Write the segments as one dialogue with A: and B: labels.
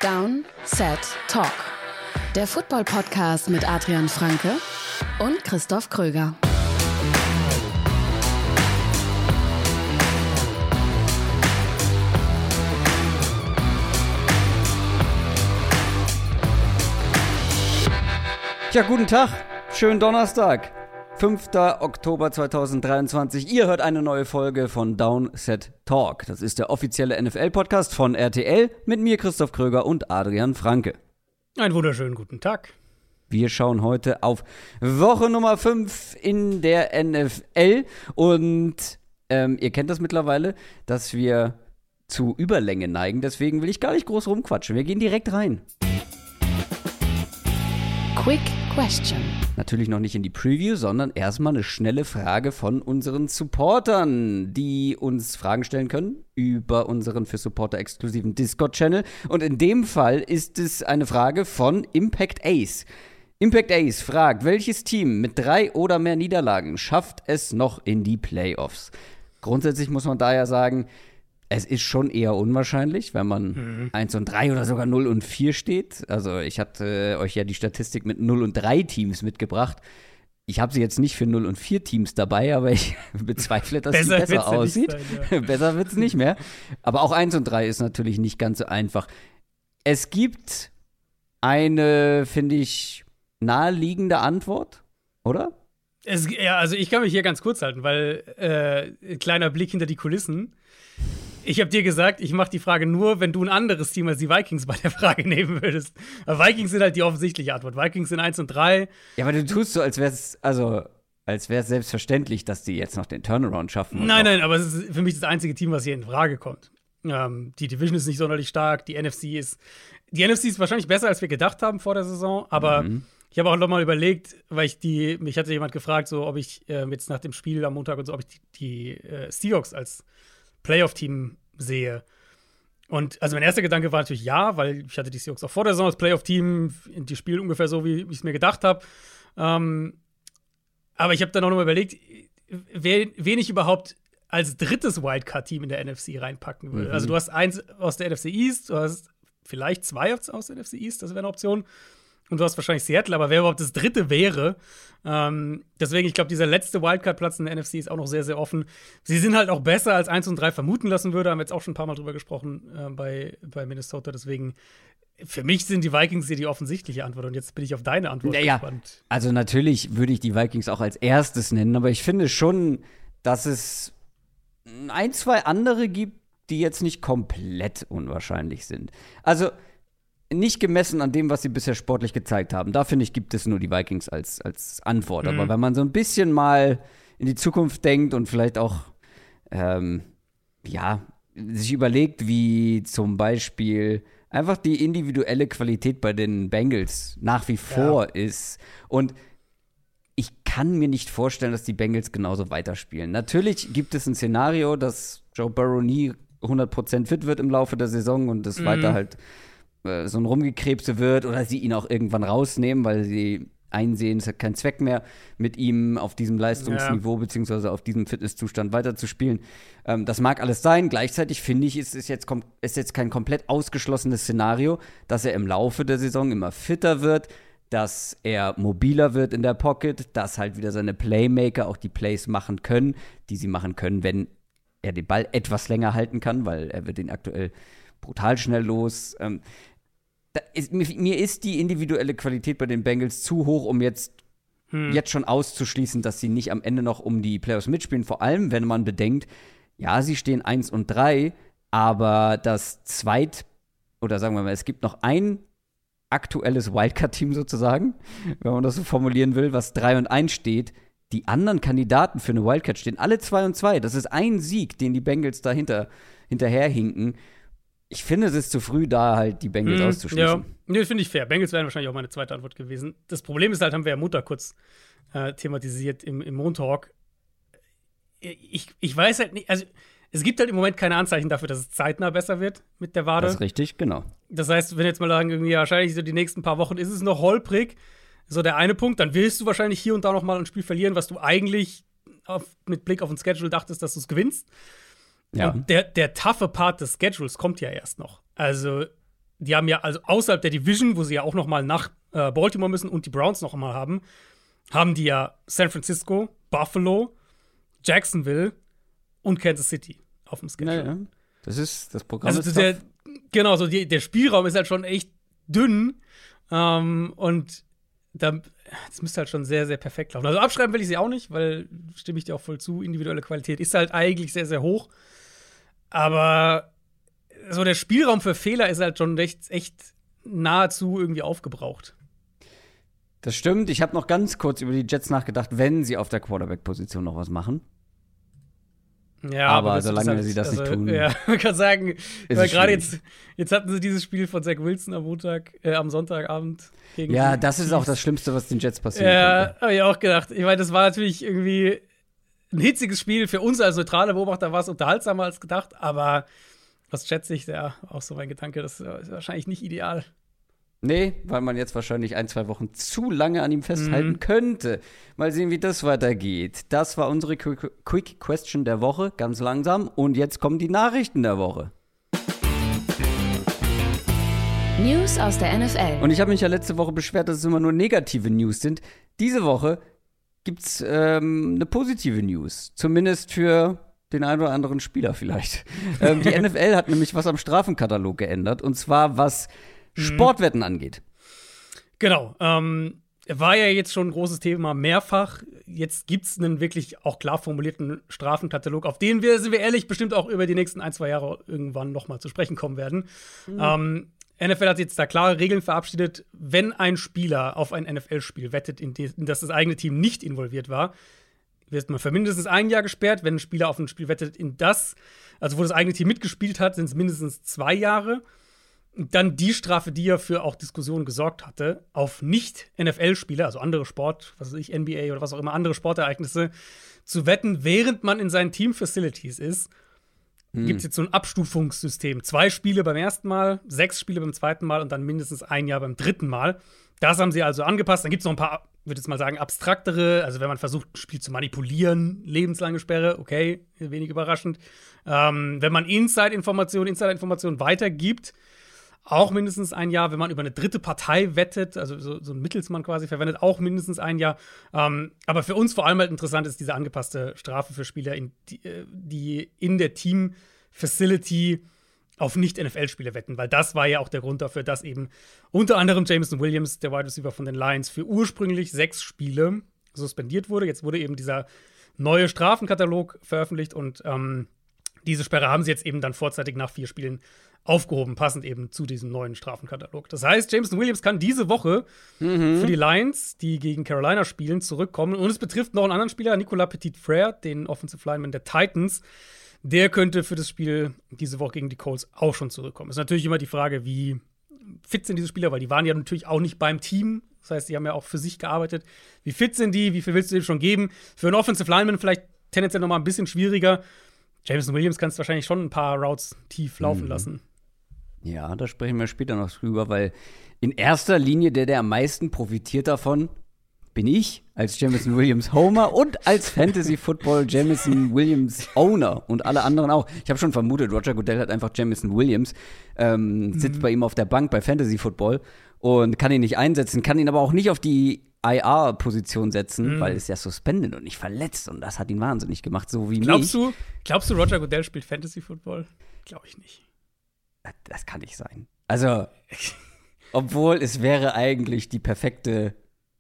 A: Down, Set, Talk. Der Football-Podcast mit Adrian Franke und Christoph Kröger.
B: Ja, guten Tag. Schönen Donnerstag. 5. Oktober 2023. Ihr hört eine neue Folge von Down, Set, Talk. Das ist der offizielle NFL-Podcast von RTL mit mir, Christoph Kröger und Adrian Franke.
C: Einen wunderschönen guten Tag.
B: Wir schauen heute auf Woche Nummer 5 in der NFL. Und ihr kennt das mittlerweile, dass wir zu Überlänge neigen. Deswegen will ich gar nicht groß rumquatschen. Wir gehen direkt rein.
A: Quick Question.
B: Natürlich noch nicht in die Preview, sondern erstmal eine schnelle Frage von unseren Supportern, die uns Fragen stellen können über unseren für Supporter exklusiven Discord-Channel. Und in dem Fall ist es eine Frage von Impact Ace. Impact Ace fragt, welches Team mit 3 oder mehr Niederlagen schafft es noch in die Playoffs? Grundsätzlich muss man da ja sagen, es ist schon eher unwahrscheinlich, wenn man 1-3 oder sogar 0-4 steht. Also ich hatte euch ja die Statistik mit 0-3 Teams mitgebracht. Ich habe sie jetzt nicht für 0-4 Teams dabei, aber ich bezweifle, dass es besser aussieht. Sein, ja. Besser wird es nicht mehr. Aber auch 1-3 ist natürlich nicht ganz so einfach. Es gibt eine, finde ich, naheliegende Antwort, oder?
C: Also ich kann mich hier ganz kurz halten, weil kleiner Blick hinter die Kulissen. Ich habe dir gesagt, ich mache die Frage nur, wenn du ein anderes Team als die Vikings bei der Frage nehmen würdest. Aber Vikings sind halt die offensichtliche Antwort. Vikings sind 1-3.
B: Ja, aber du tust so, als wäre es selbstverständlich, dass die jetzt noch den Turnaround schaffen.
C: Nein, aber es ist für mich das einzige Team, was hier in Frage kommt. Die Division ist nicht sonderlich stark. Die NFC ist wahrscheinlich besser, als wir gedacht haben vor der Saison. Aber ich habe auch noch mal überlegt, weil mich hatte jemand gefragt, so ob ich jetzt nach dem Spiel am Montag und so, ob ich die Seahawks als Playoff-Team sehe. Und also mein erster Gedanke war natürlich ja, weil ich hatte die Seahawks auch vor der Saison als Playoff-Team, die spielen ungefähr so, wie ich es mir gedacht habe. Aber ich habe dann auch noch mal überlegt, wen ich überhaupt als drittes Wildcard-Team in der NFC reinpacken würde. Also du hast eins aus der NFC East, du hast vielleicht 2 aus der NFC East, das wäre eine Option. Und du hast wahrscheinlich Seattle, aber wer überhaupt das dritte wäre. Deswegen, ich glaube, dieser letzte Wildcard-Platz in der NFC ist auch noch sehr, sehr offen. Sie sind halt auch besser, als 1-3 vermuten lassen würde. Haben wir jetzt auch schon ein paar Mal drüber gesprochen bei Minnesota. Deswegen, für mich sind die Vikings hier die offensichtliche Antwort. Und jetzt bin ich auf deine Antwort gespannt.
B: Also natürlich würde ich die Vikings auch als erstes nennen. Aber ich finde schon, dass es 1-2 andere gibt, die jetzt nicht komplett unwahrscheinlich sind. Also nicht gemessen an dem, was sie bisher sportlich gezeigt haben. Da, finde ich, gibt es nur die Vikings als Antwort. Aber wenn man so ein bisschen mal in die Zukunft denkt und vielleicht auch sich überlegt, wie zum Beispiel einfach die individuelle Qualität bei den Bengals nach wie vor ist. Und ich kann mir nicht vorstellen, dass die Bengals genauso weiterspielen. Natürlich gibt es ein Szenario, dass Joe Burrow nie 100% fit wird im Laufe der Saison und das weiter halt so ein Rumgekrebse wird oder sie ihn auch irgendwann rausnehmen, weil sie einsehen, es hat keinen Zweck mehr, mit ihm auf diesem Leistungsniveau beziehungsweise auf diesem Fitnesszustand weiterzuspielen. Das mag alles sein. Gleichzeitig finde ich, ist jetzt kein komplett ausgeschlossenes Szenario, dass er im Laufe der Saison immer fitter wird, dass er mobiler wird in der Pocket, dass halt wieder seine Playmaker auch die Plays machen können, die sie machen können, wenn er den Ball etwas länger halten kann, weil er wird ihn aktuell brutal schnell los. Mir ist die individuelle Qualität bei den Bengals zu hoch, um jetzt schon auszuschließen, dass sie nicht am Ende noch um die Playoffs mitspielen. Vor allem, wenn man bedenkt, ja, sie stehen 1-3, aber das oder sagen wir mal, es gibt noch ein aktuelles Wildcard-Team sozusagen, wenn man das so formulieren will, was 3-1 steht. Die anderen Kandidaten für eine Wildcard stehen alle 2-2. Das ist ein Sieg, den die Bengals da hinterherhinken. Ich finde, es ist zu früh, da halt die Bengals auszuschließen.
C: Ja, nee, finde ich fair. Bengals wären wahrscheinlich auch meine zweite Antwort gewesen. Das Problem ist halt, haben wir ja Montag kurz thematisiert im Montalk. Ich weiß halt nicht, also es gibt halt im Moment keine Anzeichen dafür, dass es zeitnah besser wird mit der Wade.
B: Das ist richtig, genau.
C: Das heißt, wenn jetzt mal sagen, irgendwie wahrscheinlich so die nächsten paar Wochen ist es noch holprig, so der eine Punkt, dann willst du wahrscheinlich hier und da noch mal ein Spiel verlieren, was du eigentlich mit Blick auf den Schedule dachtest, dass du es gewinnst.
B: Ja.
C: Und der toughe Part des Schedules kommt ja erst noch. Also die haben ja also außerhalb der Division, wo sie ja auch noch mal nach Baltimore müssen und die Browns noch mal haben die ja San Francisco, Buffalo, Jacksonville und Kansas City auf dem Schedule.
B: Ja. Das Programm
C: Also
B: ist
C: der Spielraum ist halt schon echt dünn. Und das müsste halt schon sehr, sehr perfekt laufen. Also abschreiben will ich sie auch nicht, weil, stimme ich dir auch voll zu, individuelle Qualität ist halt eigentlich sehr, sehr hoch. Aber so der Spielraum für Fehler ist halt schon echt nahezu irgendwie aufgebraucht.
B: Das stimmt. Ich habe noch ganz kurz über die Jets nachgedacht, wenn sie auf der Quarterback-Position noch was machen.
C: Ja,
B: aber solange sie das nicht tun.
C: Ja, man kann sagen, weil gerade jetzt hatten sie dieses Spiel von Zach Wilson am Sonntagabend gegen
B: Ja,
C: die
B: das ist
C: Chiefs.
B: auch das Schlimmste, was den Jets passieren
C: Ja, habe ich auch gedacht. Ich meine, das war natürlich irgendwie ein hitziges Spiel. Für uns als neutrale Beobachter war es unterhaltsamer als gedacht, aber was schätze ich, ja, auch so mein Gedanke, das ist wahrscheinlich nicht ideal.
B: Nee, weil man jetzt wahrscheinlich 1-2 Wochen zu lange an ihm festhalten könnte. Mal sehen, wie das weitergeht. Das war unsere Quick Question der Woche, ganz langsam. Und jetzt kommen die Nachrichten der Woche.
A: News aus der NFL.
B: Und ich habe mich ja letzte Woche beschwert, dass es immer nur negative News sind. Diese Woche gibt's eine positive News. Zumindest für den einen oder anderen Spieler vielleicht. Die NFL hat nämlich was am Strafenkatalog geändert. Und zwar was Sportwetten angeht.
C: Genau. War ja jetzt schon ein großes Thema mehrfach. Jetzt gibt es einen wirklich auch klar formulierten Strafenkatalog, auf den wir, sind wir ehrlich, bestimmt auch über die nächsten 1-2 Jahre irgendwann noch mal zu sprechen kommen werden. NFL hat jetzt da klare Regeln verabschiedet. Wenn ein Spieler auf ein NFL-Spiel wettet, in das das eigene Team nicht involviert war, wird man für mindestens 1 Jahr gesperrt. Wenn ein Spieler auf ein Spiel wettet, wo das eigene Team mitgespielt hat, sind es mindestens 2 Jahre. Dann die Strafe, die ja für auch Diskussionen gesorgt hatte, auf Nicht-NFL-Spieler, also andere Sport, was weiß ich, NBA oder was auch immer, andere Sportereignisse, zu wetten, während man in seinen Team-Facilities ist, gibt es jetzt so ein Abstufungssystem. 2 Spiele beim ersten Mal, 6 Spiele beim zweiten Mal und dann mindestens 1 Jahr beim dritten Mal. Das haben sie also angepasst. Dann gibt es noch ein paar, würde ich jetzt mal sagen, abstraktere, also wenn man versucht, ein Spiel zu manipulieren, lebenslange Sperre, okay, wenig überraschend. Wenn man Insider-Informationen weitergibt, auch mindestens 1 Jahr, wenn man über eine dritte Partei wettet, also so ein Mittelsmann quasi verwendet, auch mindestens 1 Jahr. Aber für uns vor allem halt interessant ist diese angepasste Strafe für Spieler, die in der Team-Facility auf Nicht-NFL-Spieler wetten, weil das war ja auch der Grund dafür, dass eben unter anderem Jameson Williams, der Wide Receiver von den Lions, für ursprünglich 6 Spiele suspendiert wurde. Jetzt wurde eben dieser neue Strafenkatalog veröffentlicht und diese Sperre haben sie jetzt eben dann vorzeitig nach 4 Spielen aufgehoben, passend eben zu diesem neuen Strafenkatalog. Das heißt, Jameson Williams kann diese Woche für die Lions, die gegen Carolina spielen, zurückkommen. Und es betrifft noch einen anderen Spieler, Nicolas Petit-Frere, den Offensive Lineman der Titans. Der könnte für das Spiel diese Woche gegen die Colts auch schon zurückkommen. Ist natürlich immer die Frage, wie fit sind diese Spieler, weil die waren ja natürlich auch nicht beim Team. Das heißt, die haben ja auch für sich gearbeitet. Wie fit sind die? Wie viel willst du dem schon geben? Für einen Offensive Lineman vielleicht tendenziell noch mal ein bisschen schwieriger. Jameson Williams kannst du wahrscheinlich schon ein paar Routes tief laufen lassen.
B: Ja, da sprechen wir später noch drüber, weil in erster Linie der am meisten profitiert davon, bin ich als Jameson Williams Homer und als Fantasy Football Jameson Williams Owner und alle anderen auch. Ich habe schon vermutet, Roger Goodell hat einfach Jameson Williams, sitzt bei ihm auf der Bank bei Fantasy Football und kann ihn nicht einsetzen, kann ihn aber auch nicht auf die IR-Position setzen, weil es ja suspended und nicht verletzt und das hat ihn wahnsinnig gemacht, so wie
C: Glaubst du, Roger Goodell spielt Fantasy Football? Glaube ich nicht.
B: Das kann nicht sein. Also, obwohl es wäre eigentlich die perfekte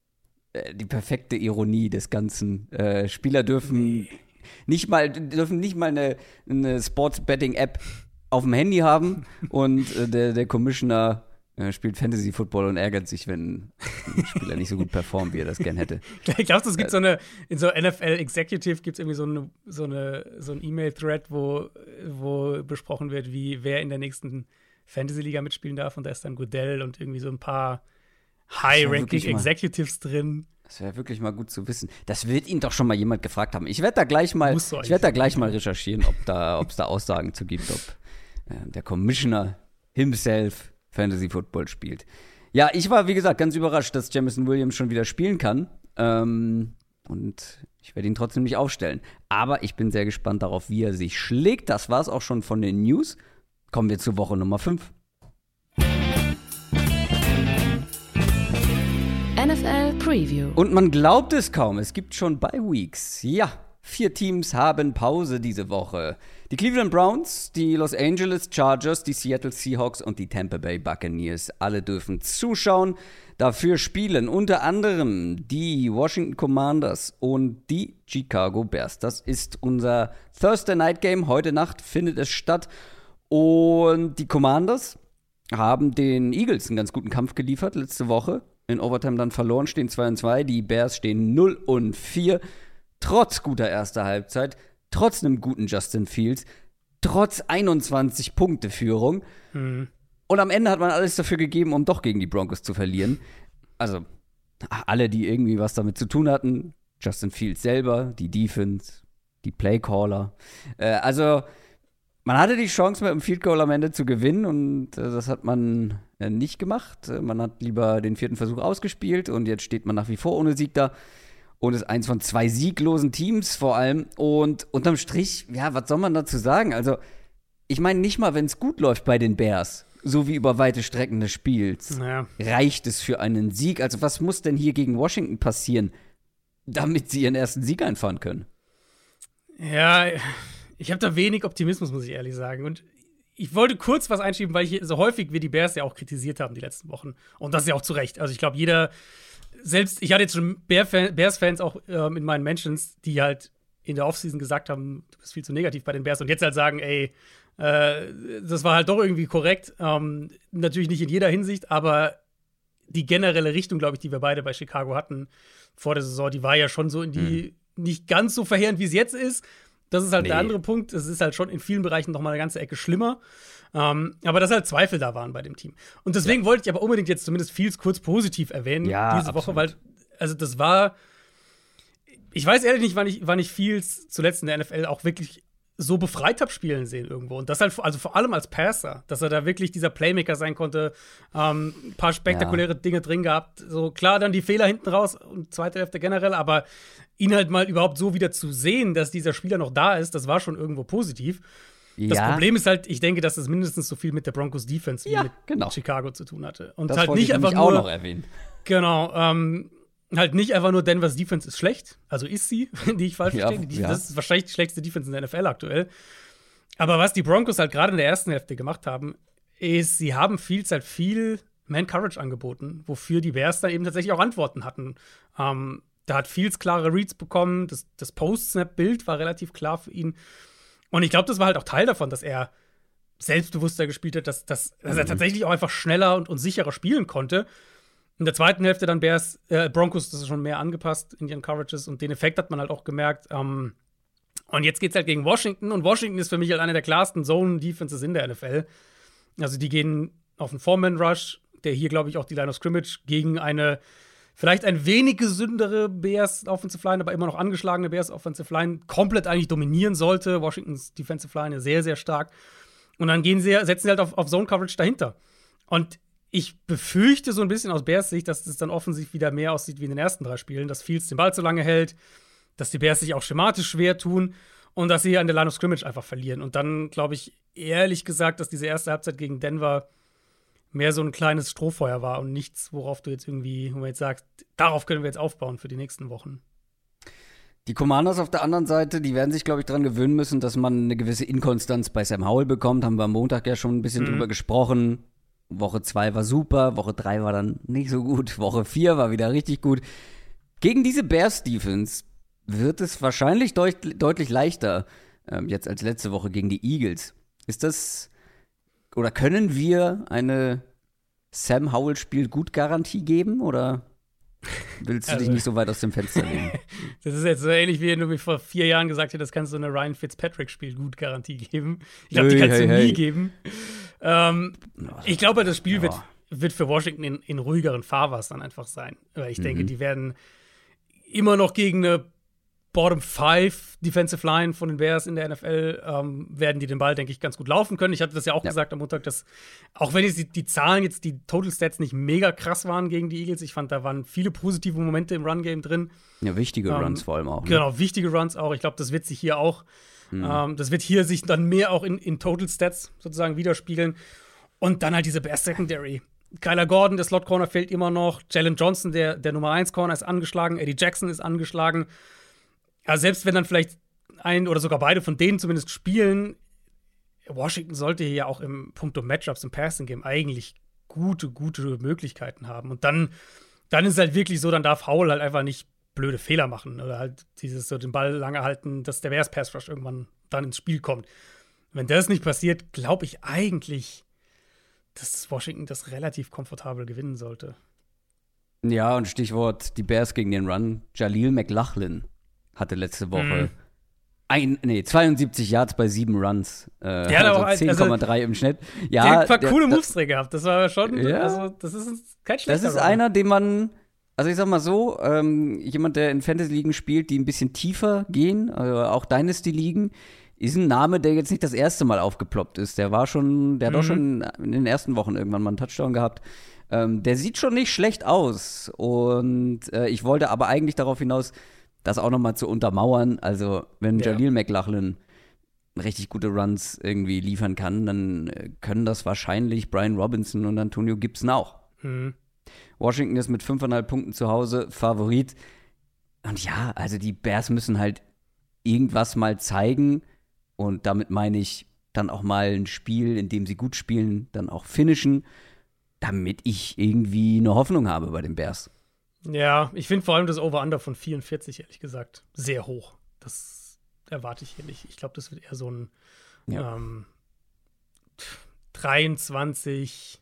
B: Ironie des Ganzen. Spieler dürfen nicht mal eine Sports-Betting-App auf dem Handy haben und der Commissioner spielt Fantasy Football und ärgert sich, wenn ein Spieler nicht so gut performt, wie er das gern hätte.
C: Ich glaube, es gibt in so NFL Executive gibt es irgendwie so ein E-Mail-Thread, wo besprochen wird, wer in der nächsten Fantasy-Liga mitspielen darf. Und da ist dann Goodell und irgendwie so ein paar High-Ranking Executives drin.
B: Das wäre wirklich mal gut zu wissen. Das wird ihn doch schon mal jemand gefragt haben. Ich werde da gleich mal recherchieren, ob es da Aussagen zu gibt, ob der Commissioner himself Fantasy Football spielt. Ja, ich war, wie gesagt, ganz überrascht, dass Jameson Williams schon wieder spielen kann. Und ich werde ihn trotzdem nicht aufstellen. Aber ich bin sehr gespannt darauf, wie er sich schlägt. Das war es auch schon von den News. Kommen wir zur Woche Nummer 5.
A: NFL Preview.
B: Und man glaubt es kaum, es gibt schon Bye-Weeks. Ja, 4 Teams haben Pause diese Woche. Die Cleveland Browns, die Los Angeles Chargers, die Seattle Seahawks und die Tampa Bay Buccaneers. Alle dürfen zuschauen. Dafür spielen unter anderem die Washington Commanders und die Chicago Bears. Das ist unser Thursday Night Game. Heute Nacht findet es statt. Und die Commanders haben den Eagles einen ganz guten Kampf geliefert letzte Woche. In Overtime dann verloren, stehen 2-2. Die Bears stehen 0-4. Trotz guter erster Halbzeit, trotz einem guten Justin Fields, trotz 21 Punkte Führung. Und am Ende hat man alles dafür gegeben, um doch gegen die Broncos zu verlieren. Also alle, die irgendwie was damit zu tun hatten, Justin Fields selber, die Defense, die Playcaller. Also man hatte die Chance, mit dem Field Goal am Ende zu gewinnen und das hat man nicht gemacht. Man hat lieber den 4. Versuch ausgespielt und jetzt steht man nach wie vor ohne Sieg da. Und ist eins von 2 sieglosen Teams vor allem. Und unterm Strich, ja, was soll man dazu sagen? Also, ich meine, nicht mal, wenn es gut läuft bei den Bears, so wie über weite Strecken des Spiels, reicht es für einen Sieg. Also, was muss denn hier gegen Washington passieren, damit sie ihren ersten Sieg einfahren können?
C: Ja, ich habe da wenig Optimismus, muss ich ehrlich sagen. Und ich wollte kurz was einschieben, weil so häufig wir die Bears ja auch kritisiert haben die letzten Wochen. Und das ist ja auch zu Recht. Also, ich glaube, selbst ich hatte jetzt schon Bears-Fans auch in meinen Mentions, die halt in der Offseason gesagt haben, du bist viel zu negativ bei den Bears und jetzt halt sagen, ey, das war halt doch irgendwie korrekt. Natürlich nicht in jeder Hinsicht, aber die generelle Richtung, glaube ich, die wir beide bei Chicago hatten vor der Saison, die war ja schon so in die nicht ganz so verheerend, wie es jetzt ist. Das ist halt der andere Punkt. Es ist halt schon in vielen Bereichen noch mal eine ganze Ecke schlimmer. Aber dass halt Zweifel da waren bei dem Team. Und deswegen wollte ich aber unbedingt jetzt zumindest Fields kurz positiv erwähnen diese Woche, weil, also das war, ich weiß ehrlich nicht, wann ich Fields zuletzt in der NFL auch wirklich so befreit habe spielen sehen irgendwo. Und das halt, also vor allem als Passer, dass er da wirklich dieser Playmaker sein konnte, ein paar spektakuläre Dinge drin gehabt. So klar, dann die Fehler hinten raus und zweite Hälfte generell, aber ihn halt mal überhaupt so wieder zu sehen, dass dieser Spieler noch da ist, das war schon irgendwo positiv. Das Problem ist halt, ich denke, dass es mindestens so viel mit der Broncos Defense wie mit Chicago zu tun hatte. Und
B: das
C: halt nicht einfach
B: auch
C: nur
B: noch erwähnen.
C: Genau, halt nicht einfach nur Denvers Defense ist schlecht, also ist sie, die ich falsch verstehe. Das ist wahrscheinlich die schlechteste Defense in der NFL aktuell. Aber was die Broncos halt gerade in der ersten Hälfte gemacht haben, ist, sie haben Fields halt viel Man-Coverage angeboten, wofür die Bears dann eben tatsächlich auch Antworten hatten. Da hat Fields klare Reads bekommen, das Post-Snap-Bild war relativ klar für ihn. Und ich glaube, das war halt auch Teil davon, dass er selbstbewusster gespielt hat, dass er tatsächlich auch einfach schneller und sicherer spielen konnte. In der zweiten Hälfte dann Broncos, das ist schon mehr angepasst in ihren Coverages und den Effekt hat man halt auch gemerkt. Und jetzt geht's halt gegen Washington und Washington ist für mich halt eine der klarsten Zone-Defenses in der NFL. Also die gehen auf einen Four-Man-Rush, der hier, glaube ich, auch die Line of Scrimmage gegen eine vielleicht ein wenig gesündere Bears Offensive Line, aber immer noch angeschlagene Bears Offensive Line komplett eigentlich dominieren sollte. Washingtons Defensive Line ist sehr, sehr stark. Und dann setzen sie halt auf Zone Coverage dahinter. Und ich befürchte so ein bisschen aus Bears Sicht, dass es dann offensiv wieder mehr aussieht wie in den ersten 3 Spielen, dass Fields den Ball zu lange hält, dass die Bears sich auch schematisch schwer tun und dass sie an der Line of Scrimmage einfach verlieren. Und dann glaube ich ehrlich gesagt, dass diese erste Halbzeit gegen Denver mehr so ein kleines Strohfeuer war und nichts, wo man jetzt sagt, darauf können wir jetzt aufbauen für die nächsten Wochen.
B: Die Commanders auf der anderen Seite, die werden sich, glaube ich, daran gewöhnen müssen, dass man eine gewisse Inkonstanz bei Sam Howell bekommt. Haben wir am Montag ja schon ein bisschen drüber gesprochen. Woche 2 war super, Woche 3 war dann nicht so gut, Woche 4 war wieder richtig gut. Gegen diese Bears-Defense wird es wahrscheinlich deutlich leichter, jetzt als letzte Woche gegen die Eagles. Ist das, oder können wir eine Sam Howell-Spiel-Gut-Garantie geben, oder willst du dich nicht so weit aus dem Fenster lehnen?
C: Das ist jetzt so ähnlich, wie du mir vor 4 Jahren gesagt hättest, kannst du eine Ryan Fitzpatrick-Spiel-Gut-Garantie geben. Ich glaube, die kannst du nie geben. Ich glaube, das Spiel wird für Washington in ruhigeren Fahrwassern einfach sein. Weil ich denke, die werden immer noch gegen eine Bottom 5 Defensive Line von den Bears in der NFL werden die den Ball, denke ich, ganz gut laufen können. Ich hatte das ja auch gesagt am Montag, dass auch wenn jetzt die Zahlen jetzt, die Total Stats nicht mega krass waren gegen die Eagles, ich fand, da waren viele positive Momente im Run-Game drin.
B: Ja, wichtige Runs vor allem auch. Ne?
C: Genau, wichtige Runs auch. Ich glaube, das wird sich hier auch das wird hier sich dann mehr auch in Total Stats sozusagen widerspiegeln. Und dann halt diese Bears Secondary. Kyler Gordon, der Slot-Corner, fehlt immer noch. Jalen Johnson, der Nummer 1-Corner, ist angeschlagen. Eddie Jackson ist angeschlagen. Also selbst wenn dann vielleicht ein oder sogar beide von denen zumindest spielen, Washington sollte hier ja auch im Punkto Matchups im Passing-Game eigentlich gute Möglichkeiten haben. Und dann ist es halt wirklich so, dann darf Howell halt einfach nicht blöde Fehler machen oder halt dieses so den Ball lange halten, dass der Bears Pass Rush irgendwann dann ins Spiel kommt. Wenn das nicht passiert, glaube ich eigentlich, dass Washington das relativ komfortabel gewinnen sollte.
B: Ja, und Stichwort die Bears gegen den Run. Jaleel McLaughlin hatte letzte Woche 72 Yards bei 7 Runs. Also 10,3 im Schnitt. Ja,
C: der hat ein paar coole Moves drin gehabt. Das war schon, also das ist kein schlechter
B: Das ist einer, den man, also ich sag mal so, jemand, der in Fantasy-Ligen spielt, die ein bisschen tiefer gehen, also auch Dynasty-Ligen, ist ein Name, der jetzt nicht das erste Mal aufgeploppt ist. Der hat auch schon in den ersten Wochen irgendwann mal einen Touchdown gehabt. Der sieht schon nicht schlecht aus. Und ich wollte aber eigentlich darauf hinaus, das auch nochmal zu untermauern. Also, wenn Jaleel McLaughlin richtig gute Runs irgendwie liefern kann, dann können das wahrscheinlich Brian Robinson und Antonio Gibson auch. Washington ist mit 5,5 Punkten zu Hause Favorit. Und ja, also die Bears müssen halt irgendwas mal zeigen. Und damit meine ich dann auch mal ein Spiel, in dem sie gut spielen, dann auch finishen, damit ich irgendwie eine Hoffnung habe bei den Bears.
C: Ja, ich finde vor allem das Over-Under von 44, ehrlich gesagt, sehr hoch. Das erwarte ich hier nicht. Ich glaube, das wird eher so ein 23,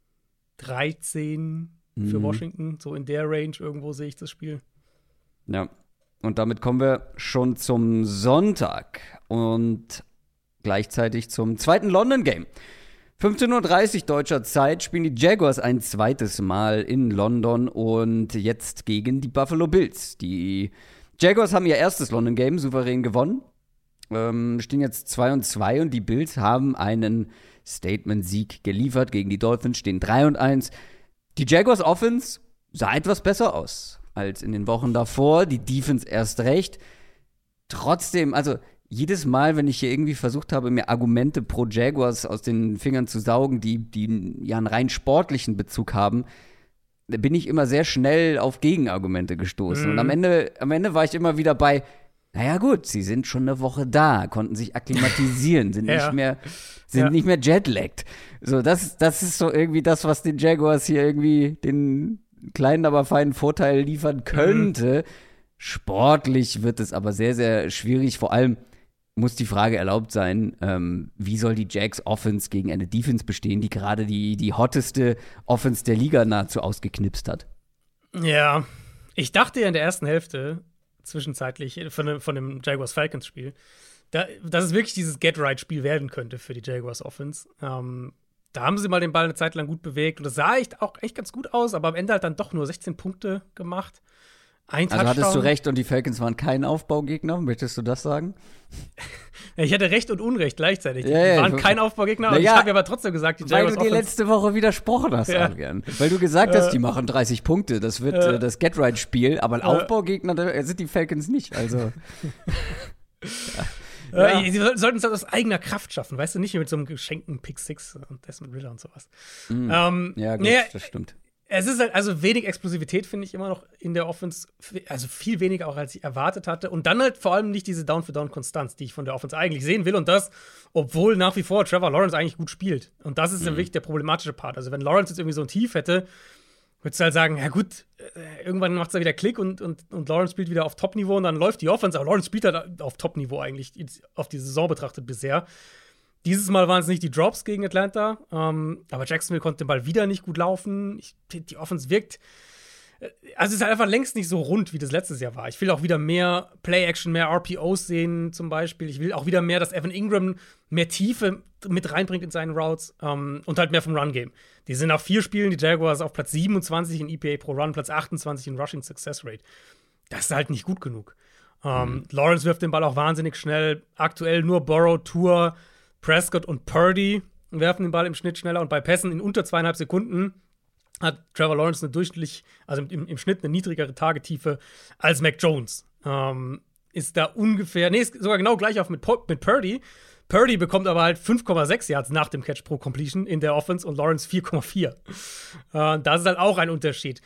C: 13 für Washington. So in der Range irgendwo sehe ich das Spiel.
B: Ja, und damit kommen wir schon zum Sonntag und gleichzeitig zum zweiten London-Game. 15:30 Uhr deutscher Zeit spielen die Jaguars ein zweites Mal in London und jetzt gegen die Buffalo Bills. Die Jaguars haben ihr erstes London-Game souverän gewonnen, stehen jetzt 2-2 und die Bills haben einen Statement-Sieg geliefert gegen die Dolphins, stehen 3-1. Die Jaguars Offense sah etwas besser aus als in den Wochen davor, die Defense erst recht. Trotzdem, also jedes Mal, wenn ich hier irgendwie versucht habe, mir Argumente pro Jaguars aus den Fingern zu saugen, die ja einen rein sportlichen Bezug haben, bin ich immer sehr schnell auf Gegenargumente gestoßen. Und am Ende war ich immer wieder bei, naja gut, sie sind schon eine Woche da, konnten sich akklimatisieren, sind nicht mehr jetlagged. So, das ist so irgendwie das, was den Jaguars hier irgendwie den kleinen, aber feinen Vorteil liefern könnte. Sportlich wird es aber sehr, sehr schwierig. Vor allem muss die Frage erlaubt sein, wie soll die Jags Offense gegen eine Defense bestehen, die gerade die hotteste Offense der Liga nahezu ausgeknipst hat.
C: Ja, ich dachte ja in der ersten Hälfte, zwischenzeitlich, von dem Jaguars-Falcons-Spiel, dass es wirklich dieses Get-Right-Spiel werden könnte für die Jaguars Offense. Da haben sie mal den Ball eine Zeit lang gut bewegt und das sah auch echt ganz gut aus, aber am Ende halt dann doch nur 16 Punkte gemacht. Ein Touchdown.
B: Also hattest du recht und die Falcons waren kein Aufbaugegner, möchtest du das sagen?
C: Ich hatte Recht und Unrecht gleichzeitig. Die waren kein Aufbaugegner, aber ich habe aber trotzdem gesagt, die Jaguars
B: Weil du dir letzte Woche widersprochen hast, Adrian. Weil du gesagt hast, die machen 30 Punkte, das wird das Get-Right-Spiel, aber ein Aufbaugegner sind die Falcons nicht, also.
C: Sie sollten es aus eigener Kraft schaffen, weißt du, nicht mit so einem geschenkten Pick 6 und Desmond Ridder und sowas.
B: Ja, gut, das stimmt.
C: Es ist halt also wenig Explosivität, finde ich immer noch in der Offense. Also viel weniger auch, als ich erwartet hatte. Und dann halt vor allem nicht diese Down-for-Down-Konstanz, die ich von der Offense eigentlich sehen will. Und das, obwohl nach wie vor Trevor Lawrence eigentlich gut spielt. Und das ist wirklich der problematische Part. Also wenn Lawrence jetzt irgendwie so ein Tief hätte, würdest du halt sagen, ja gut, irgendwann macht es ja wieder Klick und Lawrence spielt wieder auf Top-Niveau und dann läuft die Offense. Aber Lawrence spielt halt auf Top-Niveau eigentlich, auf die Saison betrachtet bisher. Dieses Mal waren es nicht die Drops gegen Atlanta, aber Jacksonville konnte den Ball wieder nicht gut laufen. Die Offense wirkt, also es ist halt einfach längst nicht so rund, wie das letztes Jahr war. Ich will auch wieder mehr Play-Action, mehr RPOs sehen zum Beispiel. Ich will auch wieder mehr, dass Evan Ingram mehr Tiefe mit reinbringt in seinen Routes und halt mehr vom Run-Game. Die sind nach 4 Spielen, die Jaguars auf Platz 27 in EPA pro Run, Platz 28 in Rushing Success Rate. Das ist halt nicht gut genug. Lawrence wirft den Ball auch wahnsinnig schnell. Aktuell nur Burrow, Tour, Prescott und Purdy werfen den Ball im Schnitt schneller und bei Pässen in unter 2,5 Sekunden hat Trevor Lawrence im Schnitt eine niedrigere Tagetiefe als Mac Jones. ist da ungefähr, ist sogar genau gleich auf mit Purdy. Purdy bekommt aber halt 5,6 Yards nach dem Catch pro Completion in der Offense und Lawrence 4,4. Das ist halt auch ein Unterschied.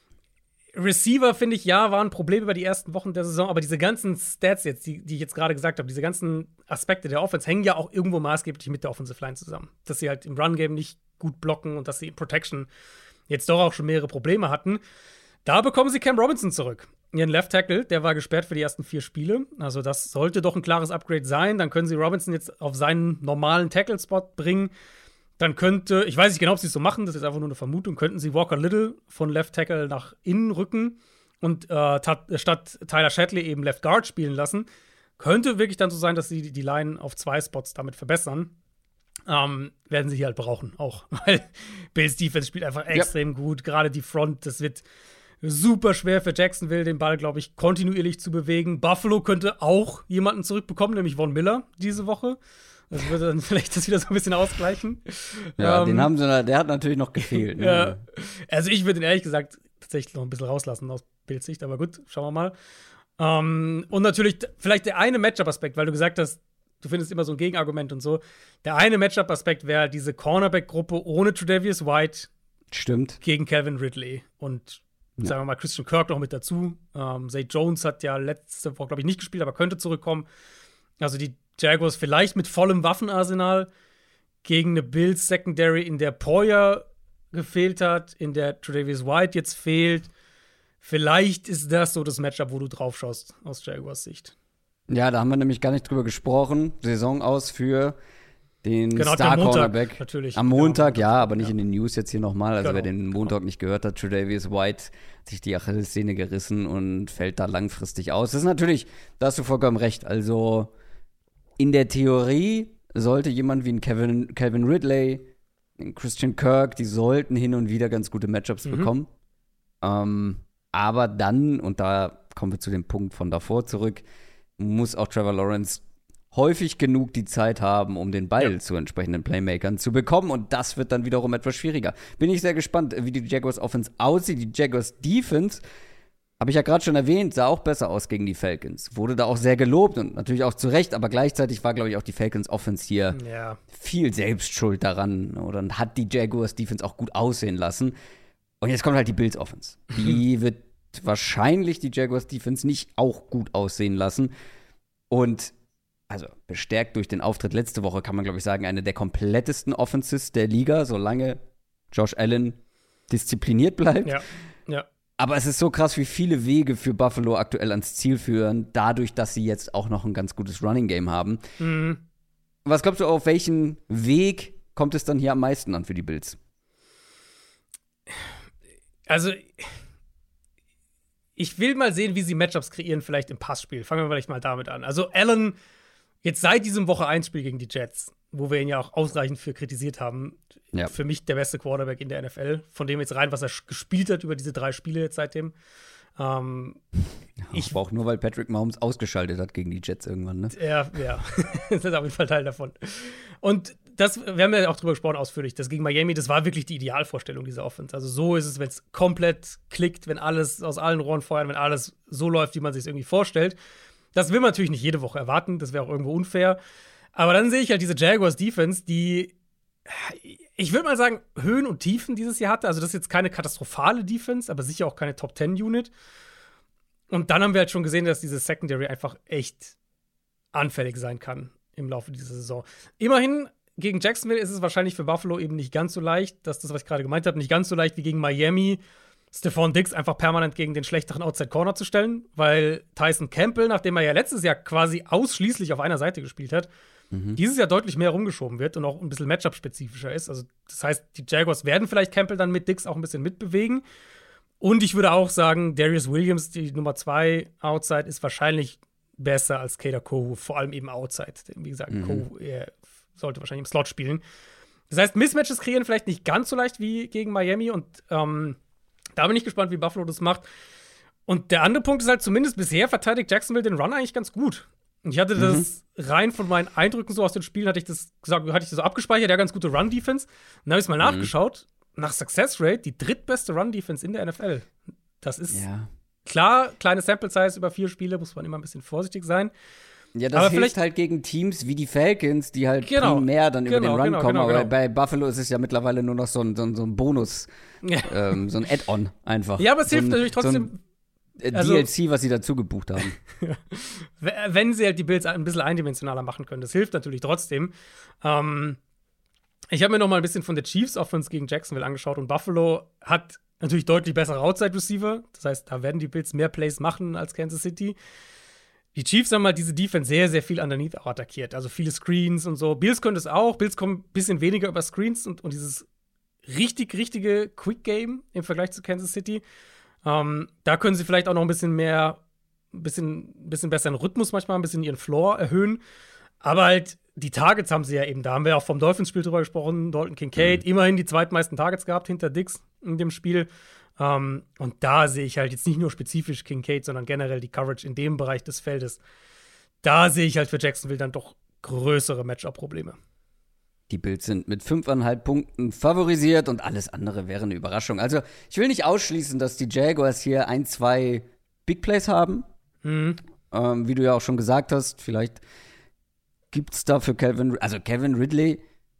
C: Receiver, finde ich, ja, waren ein Problem über die ersten Wochen der Saison, aber diese ganzen Stats jetzt, die ich jetzt gerade gesagt habe, diese ganzen Aspekte der Offense hängen ja auch irgendwo maßgeblich mit der Offensive Line zusammen. Dass sie halt im Run-Game nicht gut blocken und dass sie in Protection jetzt doch auch schon mehrere Probleme hatten. Da bekommen sie Cam Robinson zurück. Ihren Left Tackle, der war gesperrt für die ersten 4 Spiele. Also das sollte doch ein klares Upgrade sein. Dann können sie Robinson jetzt auf seinen normalen Tackle-Spot bringen. Dann könnte, ich weiß nicht genau, ob sie es so machen, das ist einfach nur eine Vermutung, könnten sie Walker Little von Left Tackle nach innen rücken und statt Tyler Shatley eben Left Guard spielen lassen. Könnte wirklich dann so sein, dass sie die Line auf 2 Spots damit verbessern. Werden sie hier halt brauchen, auch. Weil Bills Defense spielt einfach extrem gut. Gerade die Front, das wird super schwer für Jacksonville, den Ball, glaube ich, kontinuierlich zu bewegen. Buffalo könnte auch jemanden zurückbekommen, nämlich Von Miller diese Woche. Das würde dann vielleicht das wieder so ein bisschen ausgleichen.
B: Ja, der hat natürlich noch gefehlt. Ne?
C: Ja. Also ich würde ihn ehrlich gesagt tatsächlich noch ein bisschen rauslassen aus Bildsicht, aber gut, schauen wir mal. Und natürlich vielleicht der eine Matchup-Aspekt, weil du gesagt hast, du findest immer so ein Gegenargument und so. Der eine Matchup-Aspekt wäre diese Cornerback-Gruppe ohne Tre'Davious White.
B: Stimmt.
C: Gegen Calvin Ridley und sagen wir mal Christian Kirk noch mit dazu. Zay Jones hat ja letzte Woche, glaube ich, nicht gespielt, aber könnte zurückkommen. Also die Jaguars vielleicht mit vollem Waffenarsenal gegen eine Bills Secondary, in der Poyer gefehlt hat, in der Tre'Davious White jetzt fehlt. Vielleicht ist das so das Matchup, wo du drauf schaust aus Jaguars Sicht.
B: Ja, da haben wir nämlich gar nicht drüber gesprochen. Saison aus für den
C: Genau,
B: Star-Cornerback.
C: Natürlich.
B: Am Montag, ja, aber nicht in den News jetzt hier nochmal. Also wer den Montag nicht gehört hat, Tre'Davious White hat sich die Achillessehne gerissen und fällt da langfristig aus. Das ist natürlich, da hast du vollkommen recht. Also in der Theorie sollte jemand wie ein Calvin Ridley, ein Christian Kirk, die sollten hin und wieder ganz gute Matchups bekommen. Aber dann, und da kommen wir zu dem Punkt von davor zurück, muss auch Trevor Lawrence häufig genug die Zeit haben, um den Ball zu entsprechenden Playmakern zu bekommen. Und das wird dann wiederum etwas schwieriger. Bin ich sehr gespannt, wie die Jaguars Offense aussieht. Die Jaguars Defense, habe ich ja gerade schon erwähnt, sah auch besser aus gegen die Falcons. Wurde da auch sehr gelobt und natürlich auch zu Recht. Aber gleichzeitig war, glaube ich, auch die Falcons Offense hier viel Selbstschuld daran. Oder hat die Jaguars Defense auch gut aussehen lassen. Und jetzt kommt halt die Bills Offense. Die wird wahrscheinlich die Jaguars Defense nicht auch gut aussehen lassen. Und also bestärkt durch den Auftritt letzte Woche kann man, glaube ich, sagen, eine der komplettesten Offenses der Liga, solange Josh Allen diszipliniert bleibt.
C: Ja.
B: Aber es ist so krass, wie viele Wege für Buffalo aktuell ans Ziel führen, dadurch, dass sie jetzt auch noch ein ganz gutes Running Game haben. Was glaubst du, auf welchen Weg kommt es dann hier am meisten an für die Bills?
C: Also ich will mal sehen, wie sie Matchups kreieren, vielleicht im Passspiel. Fangen wir vielleicht mal damit an. Also Allen, jetzt seit diesem Woche-1-Spiel gegen die Jets, wo wir ihn ja auch ausreichend für kritisiert haben, für mich der beste Quarterback in der NFL. Von dem jetzt rein, was er gespielt hat über diese 3 Spiele jetzt seitdem.
B: Ich war auch nur, weil Patrick Mahomes ausgeschaltet hat gegen die Jets irgendwann, ne?
C: Ja. Das ist auf jeden Fall Teil davon. Und wir haben ja auch drüber gesprochen ausführlich, das gegen Miami, das war wirklich die Idealvorstellung dieser Offense. Also so ist es, wenn es komplett klickt, wenn alles aus allen Rohren feuert, wenn alles so läuft, wie man sich es irgendwie vorstellt. Das will man natürlich nicht jede Woche erwarten, das wäre auch irgendwo unfair. Aber dann sehe ich halt diese Jaguars Defense, die, ich würde mal sagen, Höhen und Tiefen dieses Jahr hatte. Also das ist jetzt keine katastrophale Defense, aber sicher auch keine Top-10-Unit. Und dann haben wir halt schon gesehen, dass diese Secondary einfach echt anfällig sein kann im Laufe dieser Saison. Immerhin, gegen Jacksonville ist es wahrscheinlich für Buffalo eben nicht ganz so leicht, das, was ich gerade gemeint habe, nicht ganz so leicht wie gegen Miami, Stephon Diggs einfach permanent gegen den schlechteren Outside-Corner zu stellen, weil Tyson Campbell, nachdem er ja letztes Jahr quasi ausschließlich auf einer Seite gespielt hat, dieses Jahr deutlich mehr rumgeschoben wird und auch ein bisschen Matchup-spezifischer ist. Also das heißt, die Jaguars werden vielleicht Campbell dann mit Diggs auch ein bisschen mitbewegen. Und ich würde auch sagen, Darius Williams, die Nummer 2 Outside, ist wahrscheinlich besser als Kader Kohu, vor allem eben Outside. Wie gesagt, Kohu sollte wahrscheinlich im Slot spielen. Das heißt, Mismatches kreieren vielleicht nicht ganz so leicht wie gegen Miami und da bin ich gespannt, wie Buffalo das macht. Und der andere Punkt ist halt, zumindest bisher verteidigt Jacksonville den Run eigentlich ganz gut. Und ich hatte das rein von meinen Eindrücken so aus den Spielen, hatte ich das so abgespeichert, ja, ganz gute Run-Defense. Und dann habe ich es mal nachgeschaut. Nach Success Rate die drittbeste Run-Defense in der NFL. Das ist klar, kleine Sample-Size über 4 Spiele, muss man immer ein bisschen vorsichtig sein.
B: Ja, das hilft halt gegen Teams wie die Falcons, die halt primär dann über den Run kommen. Aber bei Buffalo ist es ja mittlerweile nur noch so ein Bonus, so ein Add-on einfach.
C: Ja, aber es hilft natürlich trotzdem.
B: DLC, was sie dazu gebucht haben.
C: Wenn sie halt die Bills ein bisschen eindimensionaler machen können, das hilft natürlich trotzdem. Ich habe mir noch mal ein bisschen von der Chiefs Offense gegen Jacksonville angeschaut und Buffalo hat natürlich deutlich bessere Outside-Receiver. Das heißt, da werden die Bills mehr Plays machen als Kansas City. Die Chiefs haben halt diese Defense sehr, sehr viel underneath auch attackiert. Also viele Screens und so. Bills können das auch. Bills kommen ein bisschen weniger über Screens und dieses richtige Quick-Game im Vergleich zu Kansas City. Da können sie vielleicht auch noch ein bisschen besseren Rhythmus manchmal, ein bisschen ihren Floor erhöhen. Aber halt, die Targets haben sie ja eben. Da haben wir auch vom Dolphins-Spiel drüber gesprochen. Dalton Kincaid, immerhin die zweitmeisten Targets gehabt hinter Diggs in dem Spiel. Und da sehe ich halt jetzt nicht nur spezifisch Kincaid, sondern generell die Coverage in dem Bereich des Feldes. Da sehe ich halt für Jacksonville dann doch größere Matchup-Probleme.
B: Die Bills sind mit 5,5 Punkten favorisiert und alles andere wäre eine Überraschung. Also, ich will nicht ausschließen, dass die Jaguars hier 1-2 Big Plays haben. Wie du ja auch schon gesagt hast, vielleicht gibt es da für Calvin Ridley.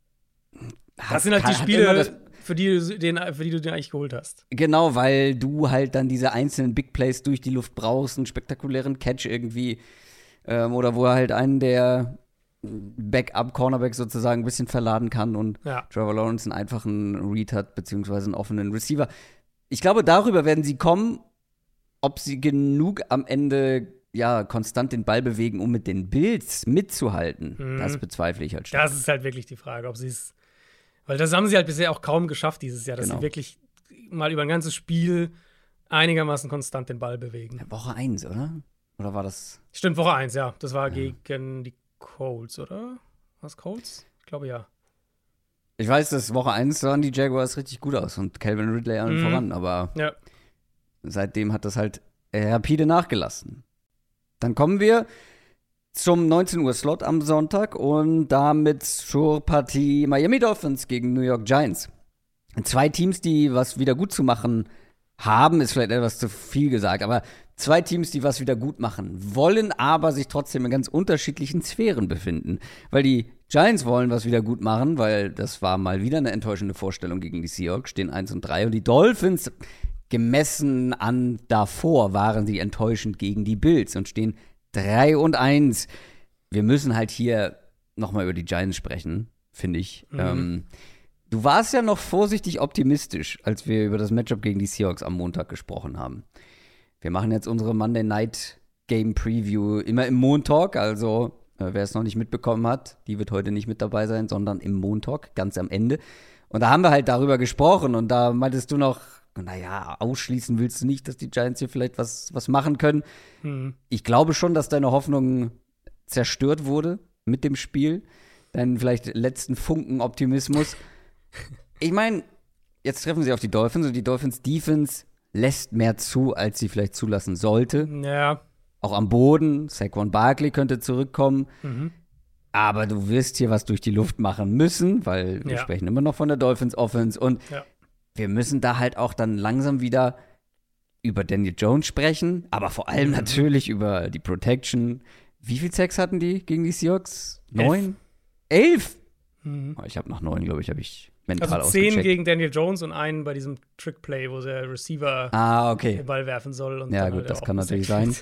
C: Das sind halt die Spiele, für die du den eigentlich geholt hast.
B: Genau, weil du halt dann diese einzelnen Big Plays durch die Luft brauchst, einen spektakulären Catch irgendwie. Oder wo er halt einen der Backup-Cornerback sozusagen ein bisschen verladen kann und Trevor Lawrence einen einfachen Read hat, beziehungsweise einen offenen Receiver. Ich glaube, darüber werden sie kommen. Ob sie genug am Ende konstant den Ball bewegen, um mit den Bills mitzuhalten, das bezweifle ich halt stark.
C: Das ist halt wirklich die Frage, ob sie es. Weil das haben sie halt bisher auch kaum geschafft dieses Jahr, dass sie wirklich mal über ein ganzes Spiel einigermaßen konstant den Ball bewegen.
B: Woche 1, oder? Oder war das?
C: Stimmt, Woche 1, ja. Das war gegen die Colts, oder? War es Colts? Ich glaube, ja.
B: Ich weiß, dass Woche 1 sahen die Jaguars richtig gut aus und Calvin Ridley allen voran, aber seitdem hat das halt rapide nachgelassen. Dann kommen wir zum 19 Uhr Slot am Sonntag und damit zur Partie Miami Dolphins gegen New York Giants. 2 Teams, die was wieder gut zu machen haben, ist vielleicht etwas zu viel gesagt, aber 2 Teams, die was wieder gut machen wollen, aber sich trotzdem in ganz unterschiedlichen Sphären befinden. Weil die Giants wollen was wieder gut machen, weil das war mal wieder eine enttäuschende Vorstellung gegen die Seahawks, stehen 1-3 und die Dolphins, gemessen an davor, waren sie enttäuschend gegen die Bills und stehen 3-1. Wir müssen halt hier nochmal über die Giants sprechen, finde ich. Du warst ja noch vorsichtig optimistisch, als wir über das Matchup gegen die Seahawks am Montag gesprochen haben. Wir machen jetzt unsere Monday Night Game Preview immer im Montalk, also wer es noch nicht mitbekommen hat, die wird heute nicht mit dabei sein, sondern im Montalk, ganz am Ende. Und da haben wir halt darüber gesprochen und da meintest du noch, naja, ausschließen willst du nicht, dass die Giants hier vielleicht was machen können. Ich glaube schon, dass deine Hoffnung zerstört wurde mit dem Spiel. Deinen vielleicht letzten Funken Optimismus. Ich meine, jetzt treffen sie auf die Dolphins und die Dolphins-Defense lässt mehr zu, als sie vielleicht zulassen sollte.
C: Ja.
B: Auch am Boden. Saquon Barkley könnte zurückkommen. Aber du wirst hier was durch die Luft machen müssen, weil wir sprechen immer noch von der Dolphins-Offense. Und wir müssen da halt auch dann langsam wieder über Daniel Jones sprechen, aber vor allem natürlich über die Protection. Wie viel Sacks hatten die gegen die Seahawks? 9? 11? Ich habe nach 9, glaube ich, mental
C: also 10 gegen Daniel Jones und einen bei diesem Trick-Play, wo der Receiver den Ball werfen soll. Und
B: ja, gut, das kann natürlich sein.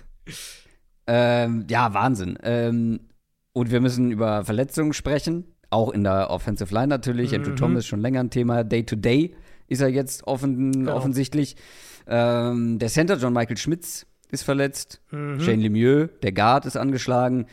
B: Wahnsinn. Und wir müssen über Verletzungen sprechen, auch in der Offensive Line natürlich. Andrew Thomas schon länger ein Thema. Day-to-Day ist er jetzt offensichtlich. Der Center John Michael Schmitz ist verletzt. Shane Lemieux, der Guard, ist angeschlagen.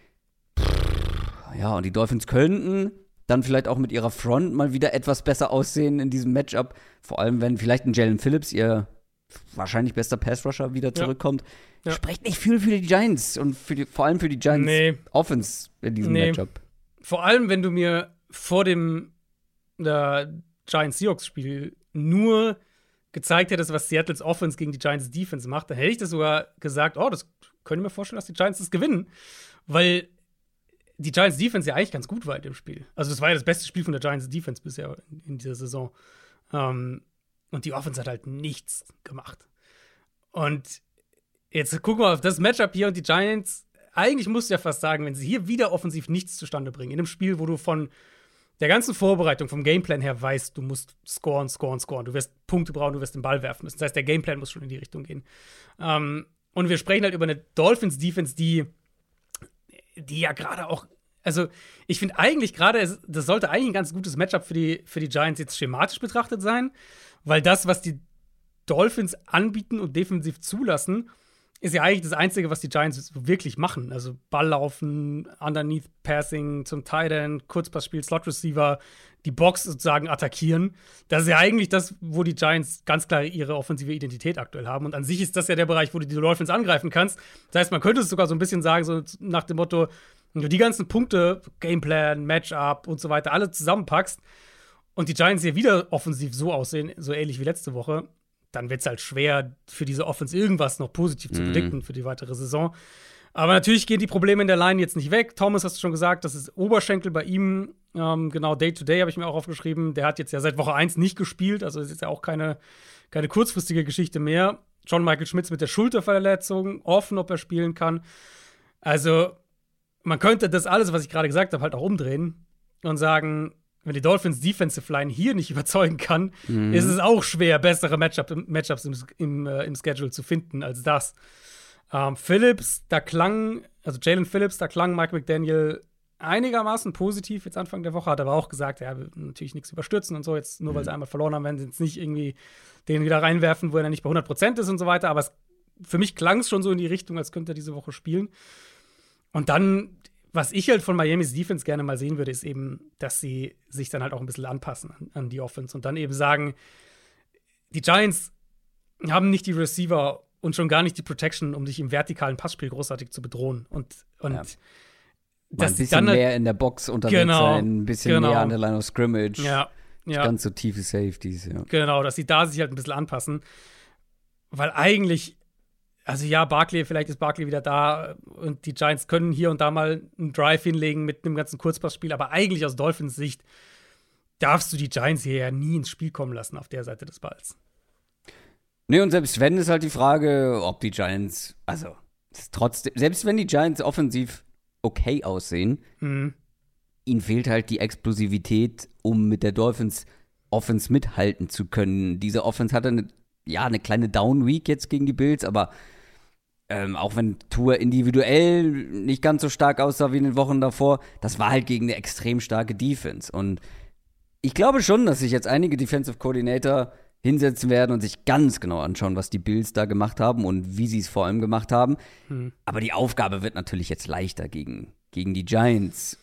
B: Ja, und die Dolphins könnten dann vielleicht auch mit ihrer Front mal wieder etwas besser aussehen in diesem Matchup. Vor allem, wenn vielleicht ein Jalen Phillips, ihr wahrscheinlich bester Pass-Rusher, wieder zurückkommt. Spricht nicht viel für die Giants und vor allem für die Giants Offense in diesem Matchup.
C: Vor allem, wenn du mir vor dem Giants-Seahawks-Spiel nur gezeigt hättest, was Seattles Offense gegen die Giants Defense macht, dann hätte ich das sogar gesagt, das könnte ich mir vorstellen, dass die Giants das gewinnen. Weil die Giants Defense ja eigentlich ganz gut war in dem Spiel. Also das war ja das beste Spiel von der Giants Defense bisher in dieser Saison. Und die Offense hat halt nichts gemacht. Und Jetzt gucken wir auf das Matchup hier und die Giants. Eigentlich musst du ja fast sagen, wenn sie hier wieder offensiv nichts zustande bringen, in einem Spiel, wo du von der ganzen Vorbereitung, vom Gameplan her weißt, du musst scoren. Du wirst Punkte brauchen, du wirst den Ball werfen müssen. Das heißt, der Gameplan muss schon in die Richtung gehen. Und wir sprechen halt über eine Dolphins-Defense, die ja gerade auch, also ich finde eigentlich gerade, das sollte eigentlich ein ganz gutes Matchup für die Giants jetzt schematisch betrachtet sein, weil das, was die Dolphins anbieten und defensiv zulassen, ist ja eigentlich das Einzige, was die Giants wirklich machen. Also Ball laufen, Underneath Passing zum Tight End, Kurzpassspiel, Slot Receiver, die Box sozusagen attackieren. Das ist ja eigentlich das, wo die Giants ganz klar ihre offensive Identität aktuell haben. Und an sich ist das ja der Bereich, wo du die Dolphins angreifen kannst. Das heißt, man könnte es sogar so ein bisschen sagen, so nach dem Motto, wenn du die ganzen Punkte, Gameplan, Matchup und so weiter, alle zusammenpackst und die Giants hier wieder offensiv so aussehen, so ähnlich wie letzte Woche, dann wird es halt schwer, für diese Offense irgendwas noch positiv zu predikten für die weitere Saison. Aber natürlich gehen die Probleme in der Line jetzt nicht weg. Thomas, hast du schon gesagt, das ist Oberschenkel bei ihm. Genau, Day-to-Day habe ich mir auch aufgeschrieben. Der hat jetzt ja seit Woche 1 nicht gespielt. Also ist jetzt ja auch keine kurzfristige Geschichte mehr. John Michael Schmitz mit der Schulterverletzung. Offen, ob er spielen kann. Also man könnte das alles, was ich gerade gesagt habe, halt auch umdrehen und sagen, wenn die Dolphins Defensive Line hier nicht überzeugen kann, ist es auch schwer, bessere Matchups im Schedule zu finden als das. Jalen Phillips, da klang Mike McDaniel einigermaßen positiv jetzt Anfang der Woche, hat aber auch gesagt, er will natürlich nichts überstürzen und so, jetzt nur weil sie einmal verloren haben, werden sie jetzt nicht irgendwie den wieder reinwerfen, wo er nicht bei 100% ist und so weiter, aber für mich klang es schon so in die Richtung, als könnte er diese Woche spielen. Und dann, was ich halt von Miamis Defense gerne mal sehen würde, ist eben, dass sie sich dann halt auch ein bisschen anpassen an die Offense und dann eben sagen, die Giants haben nicht die Receiver und schon gar nicht die Protection, um dich im vertikalen Passspiel großartig zu bedrohen. Und
B: dass ein
C: sie
B: bisschen
C: dann
B: mehr in der Box unterwegs sein, ein bisschen mehr an der Line of Scrimmage.
C: Ja.
B: Ganz so tiefe Safeties, ja.
C: Genau, dass sie da sich halt ein bisschen anpassen. Weil eigentlich, also ja, vielleicht ist Barkley wieder da und die Giants können hier und da mal einen Drive hinlegen mit einem ganzen Kurzpassspiel, aber eigentlich aus Dolphins Sicht darfst du die Giants hier ja nie ins Spiel kommen lassen auf der Seite des Balls.
B: Nee, und selbst wenn, ist halt die Frage, ob die Giants, also trotzdem, selbst wenn die Giants offensiv okay aussehen, ihnen fehlt halt die Explosivität, um mit der Dolphins Offense mithalten zu können. Diese Offense hatte eine kleine Down-Week jetzt gegen die Bills, aber auch wenn Tua individuell nicht ganz so stark aussah wie in den Wochen davor, das war halt gegen eine extrem starke Defense. Und ich glaube schon, dass sich jetzt einige Defensive Coordinator hinsetzen werden und sich ganz genau anschauen, was die Bills da gemacht haben und wie sie es vor allem gemacht haben. Aber die Aufgabe wird natürlich jetzt leichter gegen die Giants.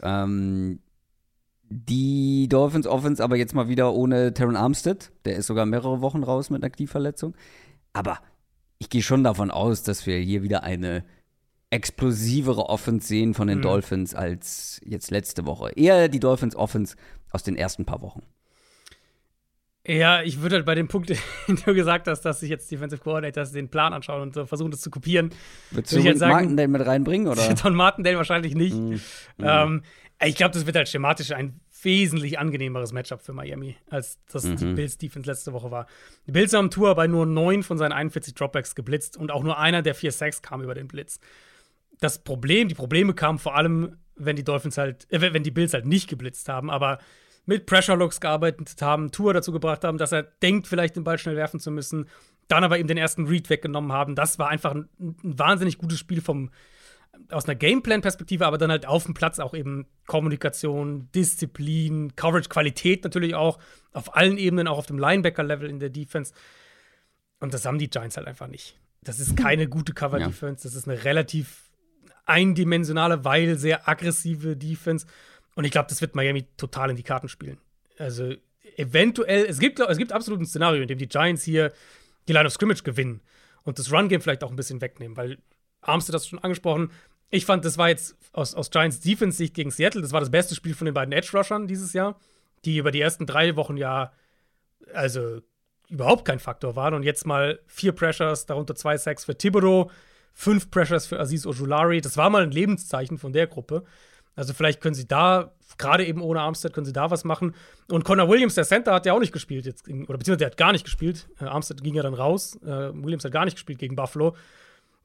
B: Die Dolphins Offense aber jetzt mal wieder ohne Terron Armstead. Der ist sogar mehrere Wochen raus mit einer Knieverletzung. Aber ich gehe schon davon aus, dass wir hier wieder eine explosivere Offense sehen von den Dolphins als jetzt letzte Woche. Eher die Dolphins Offense aus den ersten paar Wochen.
C: Ja, ich würde halt bei dem Punkt, den du gesagt hast, dass sich jetzt Defensive Coordinators den Plan anschauen und so versuchen, das zu kopieren.
B: Würdest du Don Martindale mit reinbringen, oder?
C: Don Martindale wahrscheinlich nicht. Ich glaube, das wird halt schematisch ein wesentlich angenehmeres Matchup für Miami, als das die Bills-Defense letzte Woche war. Die Bills haben Tour bei nur 9 von seinen 41 Dropbacks geblitzt und auch nur einer der 4 Sacks kam über den Blitz. Die Probleme kamen vor allem, wenn die Bills halt nicht geblitzt haben, aber mit Pressure-Looks gearbeitet haben, Tour dazu gebracht haben, dass er denkt, vielleicht den Ball schnell werfen zu müssen, dann aber eben den ersten Read weggenommen haben. Das war einfach ein wahnsinnig gutes Spiel aus einer Gameplan-Perspektive, aber dann halt auf dem Platz auch eben Kommunikation, Disziplin, Coverage-Qualität natürlich auch, auf allen Ebenen, auch auf dem Linebacker-Level in der Defense. Und das haben die Giants halt einfach nicht. Das ist keine gute Cover-Defense, das ist eine relativ eindimensionale, weil sehr aggressive Defense. Und ich glaube, das wird Miami total in die Karten spielen. Also eventuell, es gibt absolut ein Szenario, in dem die Giants hier die Line of Scrimmage gewinnen und das Run-Game vielleicht auch ein bisschen wegnehmen, weil Armstead hat das schon angesprochen. Ich fand, das war jetzt aus Giants Defense-Sicht gegen Seattle, das war das beste Spiel von den beiden Edge-Rushern dieses Jahr, die über die ersten 3 Wochen ja also überhaupt kein Faktor waren. Und jetzt mal 4 Pressures, darunter 2 Sacks für Thibodeau, 5 Pressures für Azeez Ojulari. Das war mal ein Lebenszeichen von der Gruppe. Also vielleicht können sie da, gerade eben ohne Armstead, können sie da was machen. Und Connor Williams, der Center, hat ja auch nicht gespielt, beziehungsweise der hat gar nicht gespielt. Armstead ging ja dann raus. Williams hat gar nicht gespielt gegen Buffalo.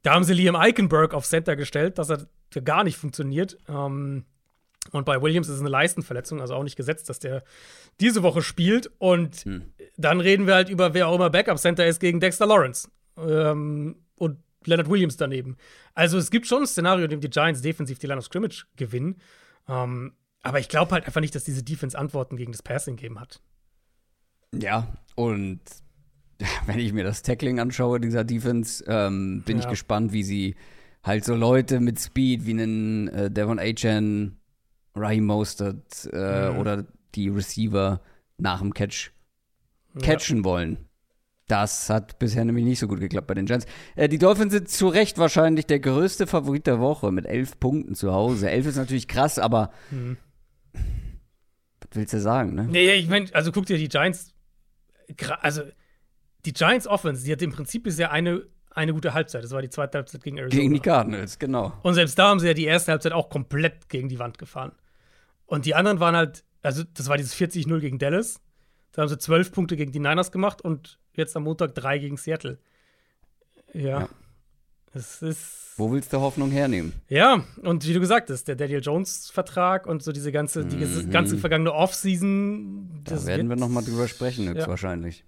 C: Da haben sie Liam Eichenberg auf Center gestellt, dass er gar nicht funktioniert. Und bei Williams ist es eine Leistenverletzung, also auch nicht gesetzt, dass der diese Woche spielt. Und dann reden wir halt über, wer auch immer Backup-Center ist gegen Dexter Lawrence. Und Leonard Williams daneben. Also es gibt schon ein Szenario, in dem die Giants defensiv die Line of Scrimmage gewinnen. Aber ich glaube halt einfach nicht, dass diese Defense Antworten gegen das Passing-Game hat.
B: Ja, und wenn ich mir das Tackling anschaue, dieser Defense, bin ich gespannt, wie sie halt so Leute mit Speed wie einen Devon Achane, Raheem Mostert oder die Receiver nach dem Catch catchen wollen. Das hat bisher nämlich nicht so gut geklappt bei den Giants. Die Dolphins sind zu Recht wahrscheinlich der größte Favorit der Woche mit 11 Punkten zu Hause. 11 ist natürlich krass, aber was willst du sagen, ne?
C: Nee, ich meine, also guck dir die Giants, also die Giants Offense, die hat im Prinzip bisher eine gute Halbzeit. Das war die zweite Halbzeit gegen Arizona.
B: Gegen die Cardinals, genau.
C: Und selbst da haben sie ja die erste Halbzeit auch komplett gegen die Wand gefahren. Und die anderen waren halt, also das war dieses 40-0 gegen Dallas. Da haben sie 12 Punkte gegen die Niners gemacht und jetzt am Montag 3 gegen Seattle. Ja. Es ist.
B: Wo willst du Hoffnung hernehmen?
C: Ja, und wie du gesagt hast, der Daniel Jones-Vertrag und so die ganze vergangene Offseason.
B: Da werden wir noch mal drüber sprechen, höchstwahrscheinlich.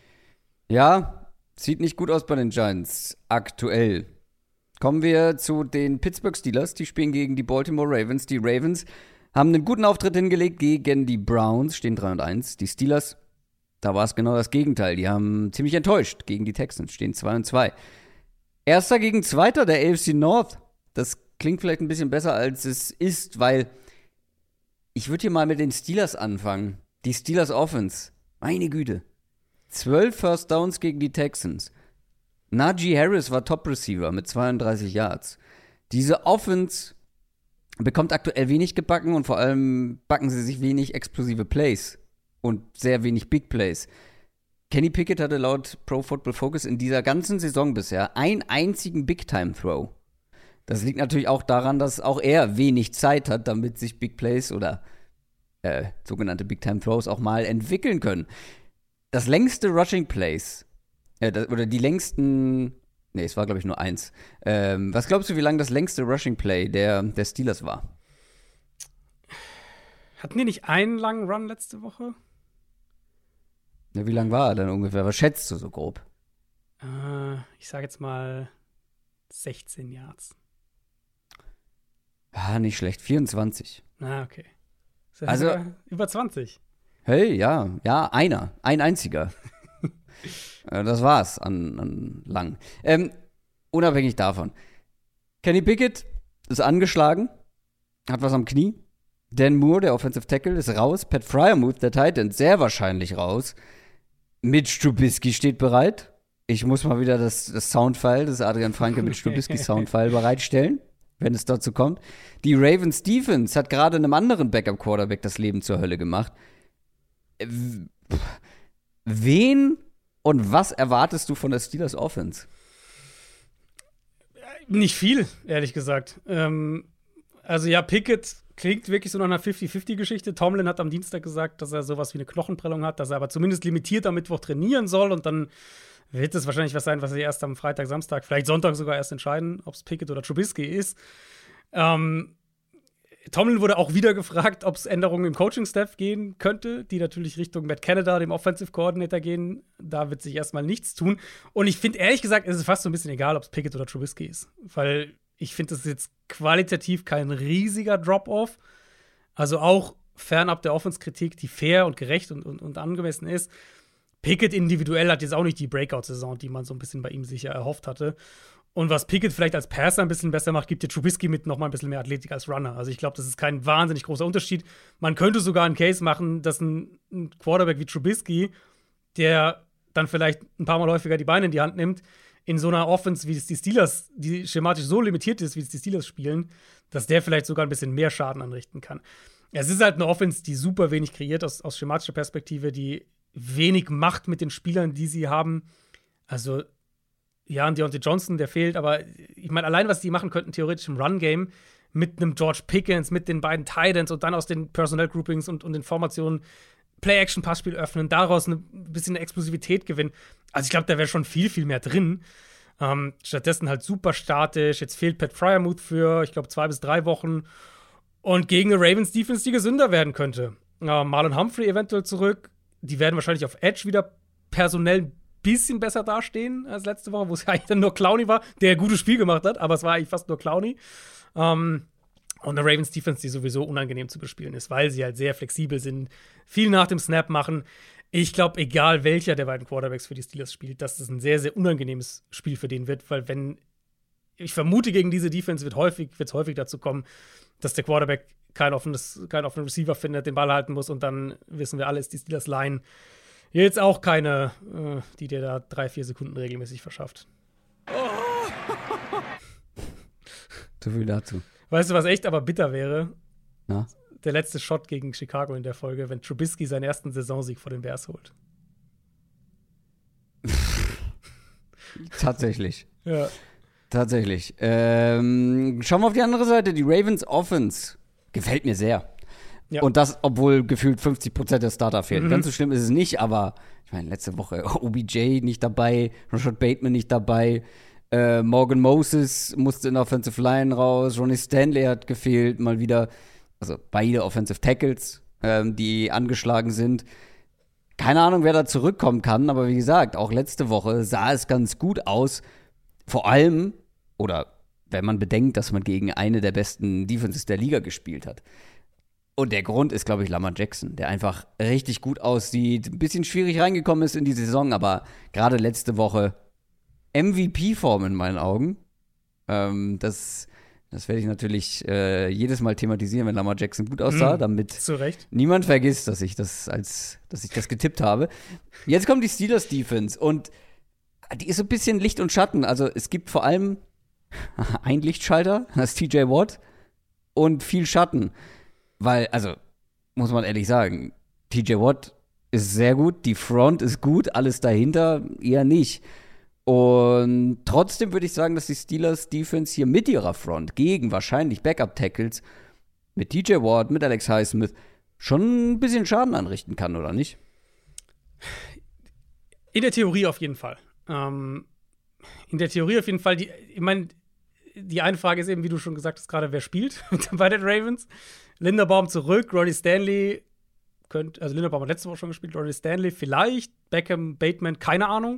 B: Ja, sieht nicht gut aus bei den Giants aktuell. Kommen wir zu den Pittsburgh Steelers. Die spielen gegen die Baltimore Ravens. Die Ravens haben einen guten Auftritt hingelegt gegen die Browns, stehen 3-1. Die Steelers, da war es genau das Gegenteil. Die haben ziemlich enttäuscht gegen die Texans, stehen 2-2. Erster gegen Zweiter der AFC North. Das klingt vielleicht ein bisschen besser, als es ist, weil ich würde hier mal mit den Steelers anfangen. Die Steelers Offense, meine Güte. 12 First Downs gegen die Texans. Najee Harris war Top-Receiver mit 32 Yards. Diese Offense bekommt aktuell wenig gebacken und vor allem backen sie sich wenig explosive Plays und sehr wenig Big Plays. Kenny Pickett hatte laut Pro Football Focus in dieser ganzen Saison bisher einen einzigen Big-Time-Throw. Das liegt natürlich auch daran, dass auch er wenig Zeit hat, damit sich Big Plays oder sogenannte Big-Time-Throws auch mal entwickeln können. Das längste Rushing Plays, oder die längsten, es war glaube ich nur eins. Was glaubst du, wie lang das längste Rushing Play der Steelers war?
C: Hatten die nicht einen langen Run letzte Woche?
B: Wie lang war er dann ungefähr? Was schätzt du so grob?
C: Ich sage jetzt mal 16 Yards.
B: Ah, nicht schlecht. 24.
C: Okay.
B: Also
C: über 20.
B: Hey, ja, ein einziger. Das war's an lang. Unabhängig davon. Kenny Pickett ist angeschlagen, hat was am Knie. Dan Moore, der Offensive Tackle, ist raus. Pat Freiermuth, der Titan, sehr wahrscheinlich raus. Mitch Trubisky steht bereit. Ich muss mal wieder das Soundfile, das Adrian Franke Mitch Trubisky Soundfile bereitstellen, wenn es dazu kommt. Die Ravens Defense hat gerade einem anderen Backup-Quarterback das Leben zur Hölle gemacht. Wen und was erwartest du von der Steelers Offense?
C: Nicht viel, ehrlich gesagt. Also ja, Pickett klingt wirklich so nach einer 50-50-Geschichte. Tomlin hat am Dienstag gesagt, dass er sowas wie eine Knochenprellung hat, dass er aber zumindest limitiert am Mittwoch trainieren soll und dann wird es wahrscheinlich was sein, was sie erst am Freitag, Samstag, vielleicht Sonntag sogar erst entscheiden, ob es Pickett oder Trubisky ist. Tomlin wurde auch wieder gefragt, ob es Änderungen im Coaching-Staff gehen könnte, die natürlich Richtung Matt Canada, dem Offensive Coordinator, gehen. Da wird sich erstmal nichts tun. Und ich finde, ehrlich gesagt, es ist fast so ein bisschen egal, ob es Pickett oder Trubisky ist. Weil ich finde, das ist jetzt qualitativ kein riesiger Drop-Off. Also auch fernab der Offense-Kritik, die fair und gerecht und angemessen ist. Pickett individuell hat jetzt auch nicht die Breakout-Saison, die man so ein bisschen bei ihm sicher erhofft hatte. Und was Pickett vielleicht als Passer ein bisschen besser macht, gibt dir Trubisky mit noch mal ein bisschen mehr Athletik als Runner. Also ich glaube, das ist kein wahnsinnig großer Unterschied. Man könnte sogar einen Case machen, dass ein Quarterback wie Trubisky, der dann vielleicht ein paar Mal häufiger die Beine in die Hand nimmt, in so einer Offense, wie es die Steelers, die schematisch so limitiert ist, wie es die Steelers spielen, dass der vielleicht sogar ein bisschen mehr Schaden anrichten kann. Es ist halt eine Offense, die super wenig kreiert aus schematischer Perspektive, die wenig macht mit den Spielern, die sie haben. Also ja, und Deontay Johnson, der fehlt, aber ich meine, allein, was die machen könnten, theoretisch im Run-Game mit einem George Pickens, mit den beiden Titans und dann aus den Personnel-Groupings und den Formationen Play-Action-Passspiel öffnen, daraus ein bisschen Explosivität gewinnen. Also ich glaube, da wäre schon viel, viel mehr drin. Stattdessen halt super statisch. Jetzt fehlt Pat Fryermuth für, ich glaube, 2 bis 3 Wochen. Und gegen eine Ravens-Defense, die gesünder werden könnte. Marlon Humphrey eventuell zurück. Die werden wahrscheinlich auf Edge wieder personell ein bisschen besser dastehen als letzte Woche, wo es eigentlich dann nur Clowney war, der ein gutes Spiel gemacht hat, aber es war eigentlich fast nur Clowney. Und eine Ravens-Defense, die sowieso unangenehm zu bespielen ist, weil sie halt sehr flexibel sind, viel nach dem Snap machen. Ich glaube, egal welcher der beiden Quarterbacks für die Steelers spielt, dass das ein sehr, sehr unangenehmes Spiel für den wird, weil ich vermute, gegen diese Defense wird es häufig dazu kommen, dass der Quarterback keinen offenen Receiver findet, den Ball halten muss und dann wissen wir alle, ist die Steelers Line jetzt auch keine, die dir da 3-4 Sekunden regelmäßig verschafft.
B: Zu viel dazu.
C: Weißt du, was echt aber bitter wäre?
B: Na?
C: Der letzte Shot gegen Chicago in der Folge, wenn Trubisky seinen ersten Saisonsieg vor den Bears holt.
B: Tatsächlich.
C: Ja.
B: Tatsächlich. Schauen wir auf die andere Seite. Die Ravens Offense gefällt mir sehr. Ja. Und das, obwohl gefühlt 50% der Starter fehlen. Ganz so schlimm ist es nicht, aber ich meine, letzte Woche OBJ nicht dabei, Rashad Bateman nicht dabei, Morgan Moses musste in der Offensive Line raus, Ronnie Stanley hat gefehlt, mal wieder. Also beide Offensive Tackles, die angeschlagen sind. Keine Ahnung, wer da zurückkommen kann, aber wie gesagt, auch letzte Woche sah es ganz gut aus. Vor allem, oder wenn man bedenkt, dass man gegen eine der besten Defenses der Liga gespielt hat. Und der Grund ist, glaube ich, Lamar Jackson, der einfach richtig gut aussieht, ein bisschen schwierig reingekommen ist in die Saison, aber gerade letzte Woche MVP-Form in meinen Augen. Das werde ich natürlich jedes Mal thematisieren, wenn Lamar Jackson gut aussah, damit niemand vergisst, dass ich das getippt habe. Jetzt kommt die Steelers-Defense und die ist so ein bisschen Licht und Schatten. Also es gibt vor allem ein Lichtschalter, das ist TJ Watt, und viel Schatten. Weil, also, muss man ehrlich sagen, TJ Watt ist sehr gut, die Front ist gut, alles dahinter eher nicht. Und trotzdem würde ich sagen, dass die Steelers Defense hier mit ihrer Front gegen wahrscheinlich Backup-Tackles mit TJ Watt, mit Alex Highsmith schon ein bisschen Schaden anrichten kann, oder nicht?
C: In der Theorie auf jeden Fall. In der Theorie auf jeden Fall. Ich meine, die eine Frage ist eben, wie du schon gesagt hast, gerade wer spielt bei den Ravens. Linderbaum zurück, Ronnie Stanley Linderbaum hat letzte Woche schon gespielt, Ronnie Stanley vielleicht, Beckham, Bateman, keine Ahnung.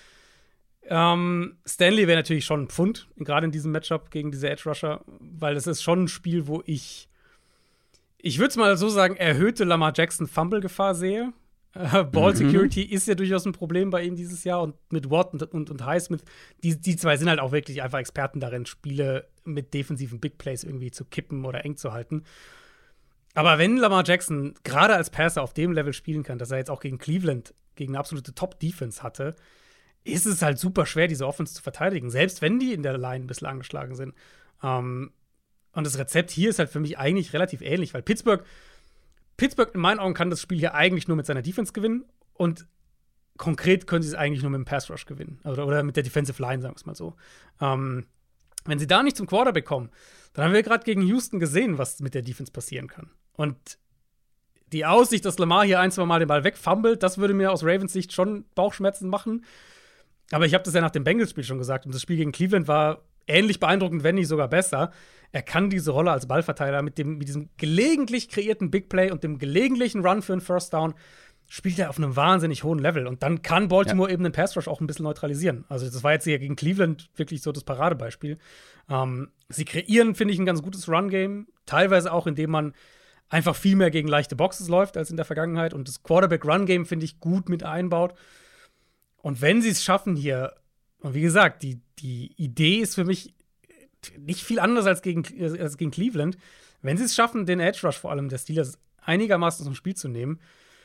C: Stanley wäre natürlich schon ein Pfund, gerade in diesem Matchup gegen diese Edge Rusher, weil das ist schon ein Spiel, wo ich würde es mal so sagen, erhöhte Lamar Jackson Fumble-Gefahr sehe. Ball Security ist ja durchaus ein Problem bei ihm dieses Jahr und mit Watt und Highsmith, die zwei sind halt auch wirklich einfach Experten darin, Spiele mit defensiven Big Plays irgendwie zu kippen oder eng zu halten. Aber wenn Lamar Jackson gerade als Passer auf dem Level spielen kann, dass er jetzt auch gegen Cleveland gegen eine absolute Top-Defense hatte, ist es halt super schwer, diese Offense zu verteidigen, selbst wenn die in der Line ein bisschen angeschlagen sind. Und das Rezept hier ist halt für mich eigentlich relativ ähnlich, weil Pittsburgh in meinen Augen kann das Spiel hier eigentlich nur mit seiner Defense gewinnen und konkret können sie es eigentlich nur mit dem Pass Rush gewinnen. Oder mit der Defensive Line, sagen wir es mal so. Wenn sie da nicht zum Quarterback kommen, dann haben wir gerade gegen Houston gesehen, was mit der Defense passieren kann. Und die Aussicht, dass Lamar hier 1-2 Mal den Ball wegfummelt, das würde mir aus Ravens Sicht schon Bauchschmerzen machen. Aber ich habe das ja nach dem Bengals-Spiel schon gesagt. Und das Spiel gegen Cleveland war ähnlich beeindruckend, wenn nicht sogar besser. Er kann diese Rolle als Ballverteiler mit diesem gelegentlich kreierten Big Play und dem gelegentlichen Run für einen First Down spielt er auf einem wahnsinnig hohen Level. Und dann kann Baltimore eben den Pass Rush auch ein bisschen neutralisieren. Also das war jetzt hier gegen Cleveland wirklich so das Paradebeispiel. Sie kreieren, finde ich, ein ganz gutes Run-Game. Teilweise auch, indem man einfach viel mehr gegen leichte Boxes läuft als in der Vergangenheit. Und das Quarterback-Run-Game, finde ich, gut mit einbaut. Und wenn sie es schaffen hier, und wie gesagt, die Idee ist für mich nicht viel anders als gegen Cleveland. Wenn sie es schaffen, den Edge Rush vor allem der Steelers einigermaßen zum Spiel zu nehmen,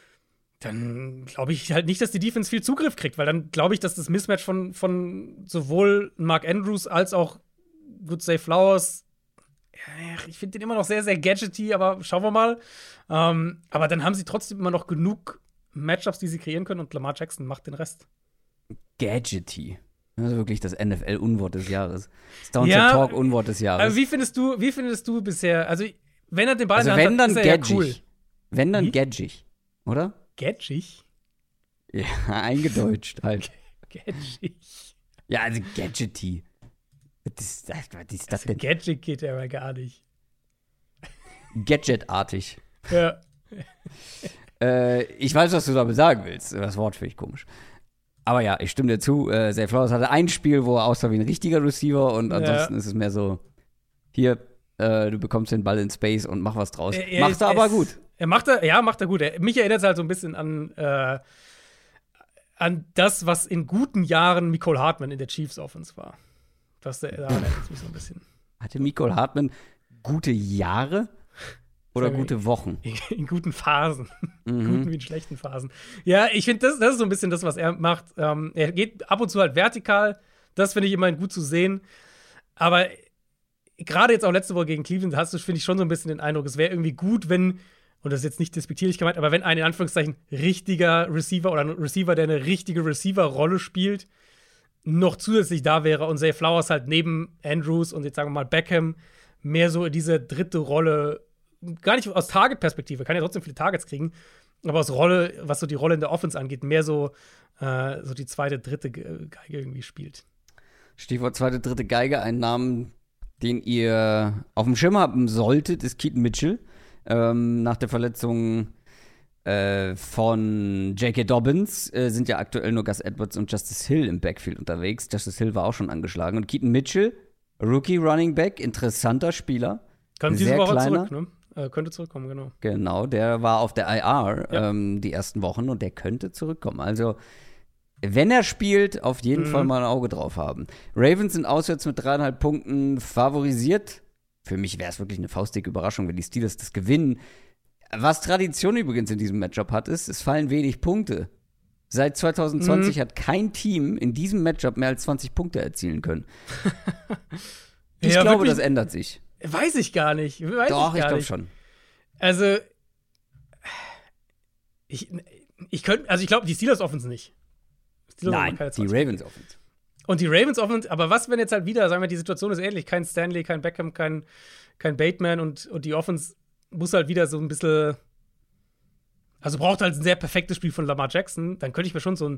C: dann glaube ich halt nicht, dass die Defense viel Zugriff kriegt, weil dann glaube ich, dass das Mismatch von sowohl Mark Andrews als auch Good Save Flowers, ich finde den immer noch sehr, sehr gadgety, aber schauen wir mal. Aber dann haben sie trotzdem immer noch genug Matchups, die sie kreieren können und Lamar Jackson macht den Rest.
B: Gadgety. Das ist wirklich das NFL-Unwort des Jahres. Das Downset-Talk-Unwort des Jahres.
C: Also wie findest du bisher, also wenn er den Ball
B: in der Hand hat, ist er ja cool. Wenn dann gadgig, oder?
C: Gadgig?
B: Ja, eingedeutscht halt.
C: Gadgig.
B: Ja, also Gadgety. Was ist das denn?
C: Gadget geht ja aber gar nicht.
B: Gadgetartig.
C: Ja.
B: Ich weiß, was du damit sagen willst. Das Wort finde ich komisch. Aber ja, ich stimme dir zu. Zay Flowers hatte ein Spiel, wo er aussah wie ein richtiger Receiver und ansonsten ist es mehr so, hier, du bekommst den Ball in Space und mach was draus. Macht er aber gut.
C: Macht er gut. Mich erinnert es halt so ein bisschen an das, was in guten Jahren Mecole Hardman in der Chiefs Offense war. Da erinnert es mich so ein bisschen.
B: Hatte Mecole Hardman gute Jahre? Oder gute Wochen?
C: In guten Phasen. Guten wie in schlechten Phasen. Ja, ich finde, das ist so ein bisschen das, was er macht. Er geht ab und zu halt vertikal. Das finde ich immerhin gut zu sehen. Aber gerade jetzt auch letzte Woche gegen Cleveland hast du, finde ich, schon so ein bisschen den Eindruck, es wäre irgendwie gut, wenn, und das ist jetzt nicht despektierlich gemeint, aber wenn ein in Anführungszeichen richtiger Receiver oder ein Receiver, der eine richtige Receiver-Rolle spielt, noch zusätzlich da wäre und Zay Flowers halt neben Andrews und jetzt sagen wir mal Beckham mehr so in diese dritte Rolle, gar nicht aus Target-Perspektive, kann ja trotzdem viele Targets kriegen, aber aus Rolle, was so die Rolle in der Offense angeht, mehr so die zweite, dritte Geige irgendwie spielt.
B: Stichwort zweite, dritte Geige, ein Namen, den ihr auf dem Schirm haben solltet, ist Keaton Mitchell. Nach der Verletzung von J.K. Dobbins sind ja aktuell nur Gus Edwards und Justice Hill im Backfield unterwegs. Justice Hill war auch schon angeschlagen. Und Keaton Mitchell, Rookie Running Back, interessanter Spieler.
C: Kann diese Woche zurück, ne? Könnte zurückkommen, genau.
B: Genau, der war auf der IR die ersten Wochen und der könnte zurückkommen. Also, wenn er spielt, auf jeden Fall mal ein Auge drauf haben. Ravens sind auswärts mit 3,5 Punkten favorisiert. Für mich wäre es wirklich eine faustdicke Überraschung, wenn die Steelers das gewinnen. Was Tradition übrigens in diesem Matchup hat, ist, es fallen wenig Punkte. Seit 2020 hat kein Team in diesem Matchup mehr als 20 Punkte erzielen können. Ich glaube, wirklich, das ändert sich.
C: Weiß ich gar nicht.
B: Doch, ich glaube schon.
C: Also, ich glaube, die Steelers Offense nicht.
B: Nein, die Ravens Offense.
C: Und die Ravens Offense, aber was, wenn jetzt halt wieder, sagen wir, die Situation ist ähnlich, kein Stanley, kein Beckham, kein Bateman und die Offense muss halt wieder so ein bisschen, also braucht halt ein sehr perfektes Spiel von Lamar Jackson, dann könnte ich mir schon so ein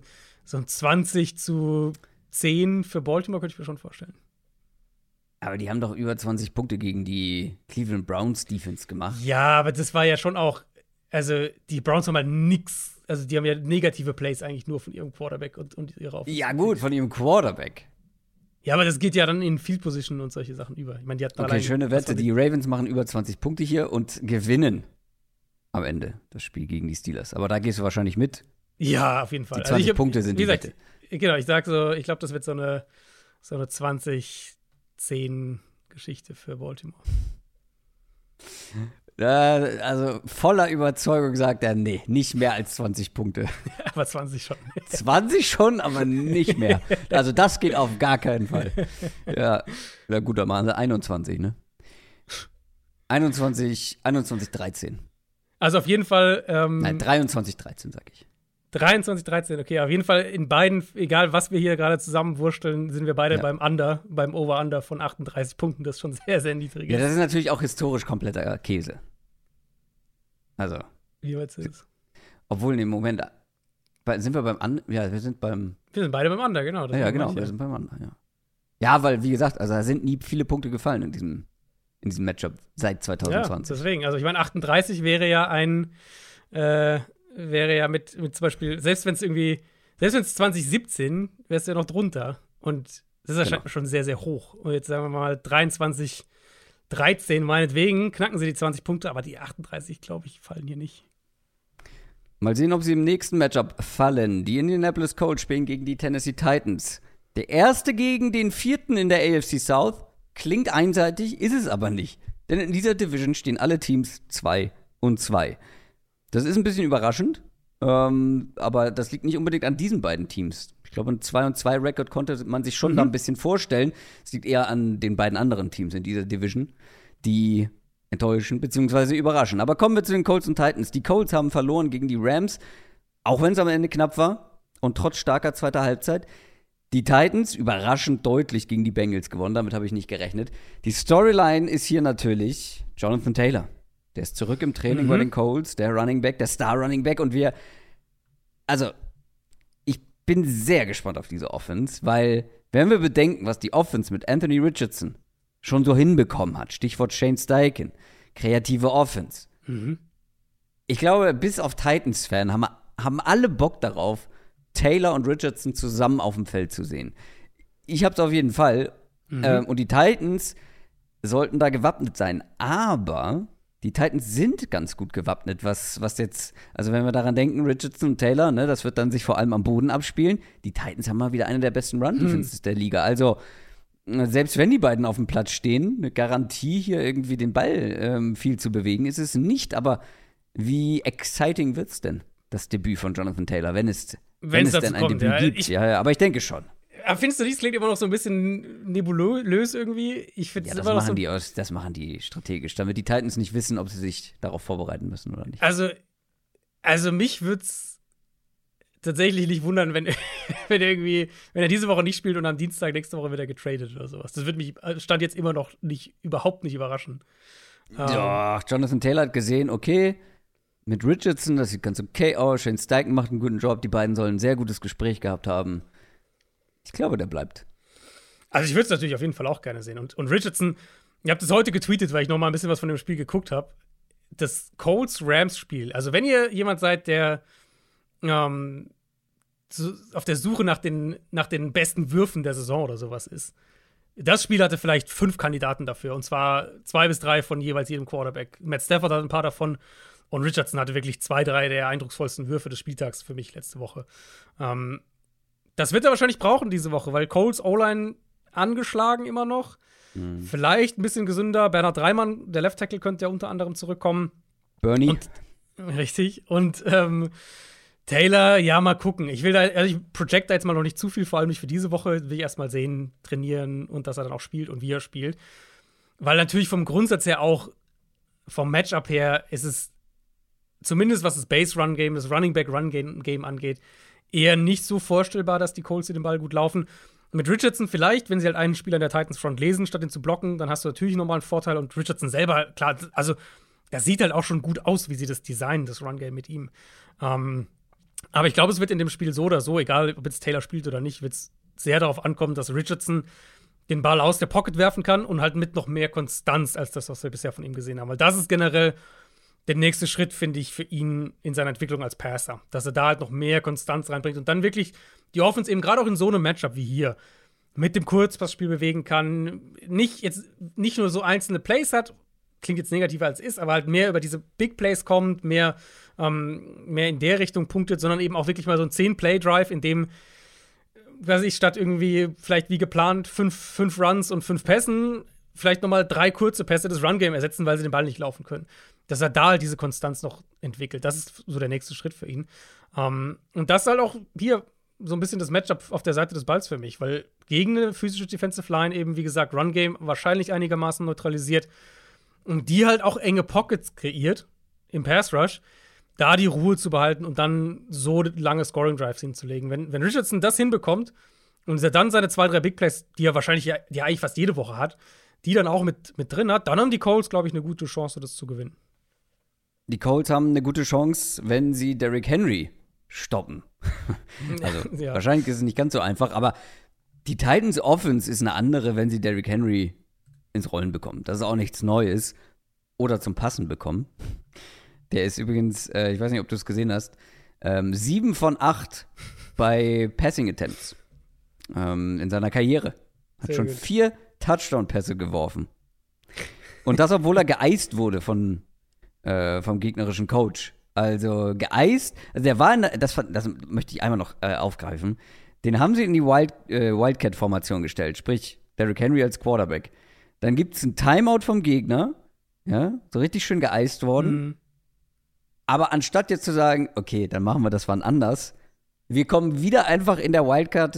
C: 20-10 für Baltimore könnte ich mir schon vorstellen.
B: Aber die haben doch über 20 Punkte gegen die Cleveland Browns Defense gemacht.
C: Ja, aber das war ja schon auch, also die Browns haben halt nix, also die haben ja negative Plays eigentlich nur von ihrem Quarterback und ihrer Offense.
B: Ja gut, von ihrem Quarterback.
C: Ja, aber das geht ja dann in Field Position und solche Sachen über. Ich meine, die hatten
B: okay, schöne Wette. Die Ravens machen über 20 Punkte hier und gewinnen am Ende das Spiel gegen die Steelers. Aber da gehst du wahrscheinlich mit.
C: Ja, auf jeden Fall.
B: Die 20 Punkte sind die Wette.
C: Genau, ich glaube, das wird so eine 20-10-Geschichte für Baltimore.
B: Also voller Überzeugung sagt er, nee, nicht mehr als 20 Punkte.
C: Aber 20 schon.
B: 20 schon, aber nicht mehr. Also das geht auf gar keinen Fall. Ja, na gut, dann machen sie 21, ne? 21-13.
C: Also auf jeden Fall
B: Nein, 23-13, sag ich.
C: 23-13, okay. Auf jeden Fall in beiden, egal was wir hier gerade zusammenwursteln, sind wir beide beim Over-Under von 38 Punkten. Das ist schon sehr, sehr niedrig.
B: Ja, das ist natürlich auch historisch kompletter Käse. Also.
C: Wie weit ist es?
B: Obwohl, im Moment, sind wir beim Under? Ja, wir sind beide
C: beim Under, genau.
B: Ja, genau, wir sind beim Under, ja. Ja, weil, wie gesagt, also da sind nie viele Punkte gefallen in diesem Matchup seit 2020.
C: Ja, deswegen, also ich meine, 38 wäre ja mit zum Beispiel, selbst wenn es 2017, wäre es ja noch drunter. Und das ist ja schon sehr, sehr hoch. Und jetzt sagen wir mal 23-13, meinetwegen, knacken sie die 20 Punkte, aber die 38, glaube ich, fallen hier nicht.
B: Mal sehen, ob sie im nächsten Matchup fallen. Die Indianapolis Colts spielen gegen die Tennessee Titans. Der erste gegen den vierten in der AFC South. Klingt einseitig, ist es aber nicht. Denn in dieser Division stehen alle Teams 2-2. Das ist ein bisschen überraschend, aber das liegt nicht unbedingt an diesen beiden Teams. Ich glaube, ein 2-2-Record konnte man sich schon da ein bisschen vorstellen. Es liegt eher an den beiden anderen Teams in dieser Division, die enttäuschen bzw. überraschen. Aber kommen wir zu den Colts und Titans. Die Colts haben verloren gegen die Rams, auch wenn es am Ende knapp war und trotz starker zweiter Halbzeit. Die Titans überraschend deutlich gegen die Bengals gewonnen, damit habe ich nicht gerechnet. Die Storyline ist hier natürlich Jonathan Taylor. Der ist zurück im Training bei den Colts, der Running Back, der Star Running Back. Und ich bin sehr gespannt auf diese Offense, weil Wenn wir bedenken, was die Offense mit Anthony Richardson schon so hinbekommen hat, Stichwort Shane Steichen, kreative Offense. Ich glaube, bis auf Titans-Fan haben alle Bock darauf, Taylor und Richardson zusammen auf dem Feld zu sehen. Ich hab's auf jeden Fall. Und die Titans sollten da gewappnet sein. Aber die Titans sind ganz gut gewappnet, was jetzt, also wenn wir daran denken, Richardson und Taylor, ne, das wird dann sich vor allem am Boden abspielen. Die Titans haben mal wieder eine der besten Run-Defenses der Liga. Also, selbst wenn die beiden auf dem Platz stehen, eine Garantie, hier irgendwie den Ball viel zu bewegen, ist es nicht. Aber wie exciting wird's denn, das Debüt von Jonathan Taylor, wenn es denn ein Debüt gibt? Ja, aber ich denke schon.
C: Aber findest du, dies klingt immer noch so ein bisschen nebulös irgendwie? Ich finde es immer noch so.
B: Das machen die strategisch, damit die Titans nicht wissen, ob sie sich darauf vorbereiten müssen oder nicht.
C: Also mich würde es tatsächlich nicht wundern, wenn er diese Woche nicht spielt und am Dienstag nächste Woche wieder getradet oder sowas. Das würde mich, Stand jetzt immer noch überhaupt nicht überraschen.
B: Ja, Jonathan Taylor hat gesehen, okay, mit Richardson, das sieht ganz okay aus, Shane Steichen macht einen guten Job, die beiden sollen ein sehr gutes Gespräch gehabt haben. Ich glaube, der bleibt.
C: Also ich würde es natürlich auf jeden Fall auch gerne sehen. Und Richardson, ihr habt es heute getweetet, weil ich noch mal ein bisschen was von dem Spiel geguckt habe. Das Colts-Rams-Spiel. Also wenn ihr jemand seid, der auf der Suche nach den besten Würfen der Saison oder sowas ist, das Spiel hatte vielleicht 5 Kandidaten dafür. Und zwar 2 bis 3 von jeweils jedem Quarterback. Matt Stafford hat ein paar davon. Und Richardson hatte wirklich 2, 3 der eindrucksvollsten Würfe des Spieltags für mich letzte Woche. Das wird er wahrscheinlich brauchen diese Woche, weil Coles O-Line angeschlagen immer noch. Vielleicht ein bisschen gesünder. Bernhard Reimann, der Left Tackle, könnte ja unter anderem zurückkommen.
B: Bernie.
C: Richtig. Und Taylor, ja, mal gucken. Ich project da jetzt mal noch nicht zu viel, vor allem nicht für diese Woche. Will ich erst mal sehen, trainieren und dass er dann auch spielt und wie er spielt. Weil natürlich vom Grundsatz her auch, vom Matchup her, ist es zumindest was das Base-Run-Game, das Running-Back-Run-Game angeht, eher nicht so vorstellbar, dass die Colts den Ball gut laufen. Mit Richardson vielleicht, wenn sie halt einen Spieler in der Titans-Front lesen, statt ihn zu blocken, dann hast du natürlich nochmal einen Vorteil. Und Richardson selber, klar, also das sieht halt auch schon gut aus, wie sie das designen, das Run-Game mit ihm. Aber ich glaube, es wird in dem Spiel so oder so, egal ob jetzt Taylor spielt oder nicht, wird es sehr darauf ankommen, dass Richardson den Ball aus der Pocket werfen kann und halt mit noch mehr Konstanz als das, was wir bisher von ihm gesehen haben. Weil das ist generell der nächste Schritt, finde ich, für ihn in seiner Entwicklung als Passer. Dass er da halt noch mehr Konstanz reinbringt und dann wirklich die Offense eben gerade auch in so einem Matchup wie hier mit dem Kurzpassspiel bewegen kann. Nicht nur so einzelne Plays hat, klingt jetzt negativer als es ist, aber halt mehr über diese Big Plays kommt, mehr in der Richtung punktet, sondern eben auch wirklich mal so ein 10-Play-Drive, in dem, statt irgendwie vielleicht wie geplant 5 Runs und 5 Pässen, vielleicht nochmal 3 kurze Pässe das Run-Game ersetzen, weil sie den Ball nicht laufen können. Dass er da halt diese Konstanz noch entwickelt. Das ist so der nächste Schritt für ihn. Und das ist halt auch hier so ein bisschen das Matchup auf der Seite des Balls für mich, weil gegen eine physische Defensive Line eben, wie gesagt, Run-Game wahrscheinlich einigermaßen neutralisiert und die halt auch enge Pockets kreiert im Pass-Rush, da die Ruhe zu behalten und dann so lange Scoring-Drives hinzulegen. Wenn Richardson das hinbekommt und er dann seine 2, 3 Big Plays, die er wahrscheinlich eigentlich fast jede Woche hat, die dann auch mit drin hat, dann haben die Colts, glaube ich, eine gute Chance, das zu gewinnen.
B: Die Colts haben eine gute Chance, wenn sie Derrick Henry stoppen. Also ja. Wahrscheinlich ist es nicht ganz so einfach, aber die Titans Offense ist eine andere, wenn sie Derrick Henry ins Rollen bekommen. Das ist auch nichts Neues. Oder zum Passen bekommen. Der ist übrigens, ich weiß nicht, ob du es gesehen hast, 7 von 8 bei Passing Attempts in seiner Karriere. Hat sehr schon gut. 4 Touchdown-Pässe geworfen. Und das, obwohl er geeist wurde vom gegnerischen Coach. Also geeist, also der war das möchte ich einmal noch aufgreifen. Den haben sie in die Wildcat-Formation gestellt, sprich Derrick Henry als Quarterback. Dann gibt es ein Timeout vom Gegner, ja, so richtig schön geeist worden. Aber anstatt jetzt zu sagen, okay, dann machen wir das wann anders, wir kommen wieder einfach in der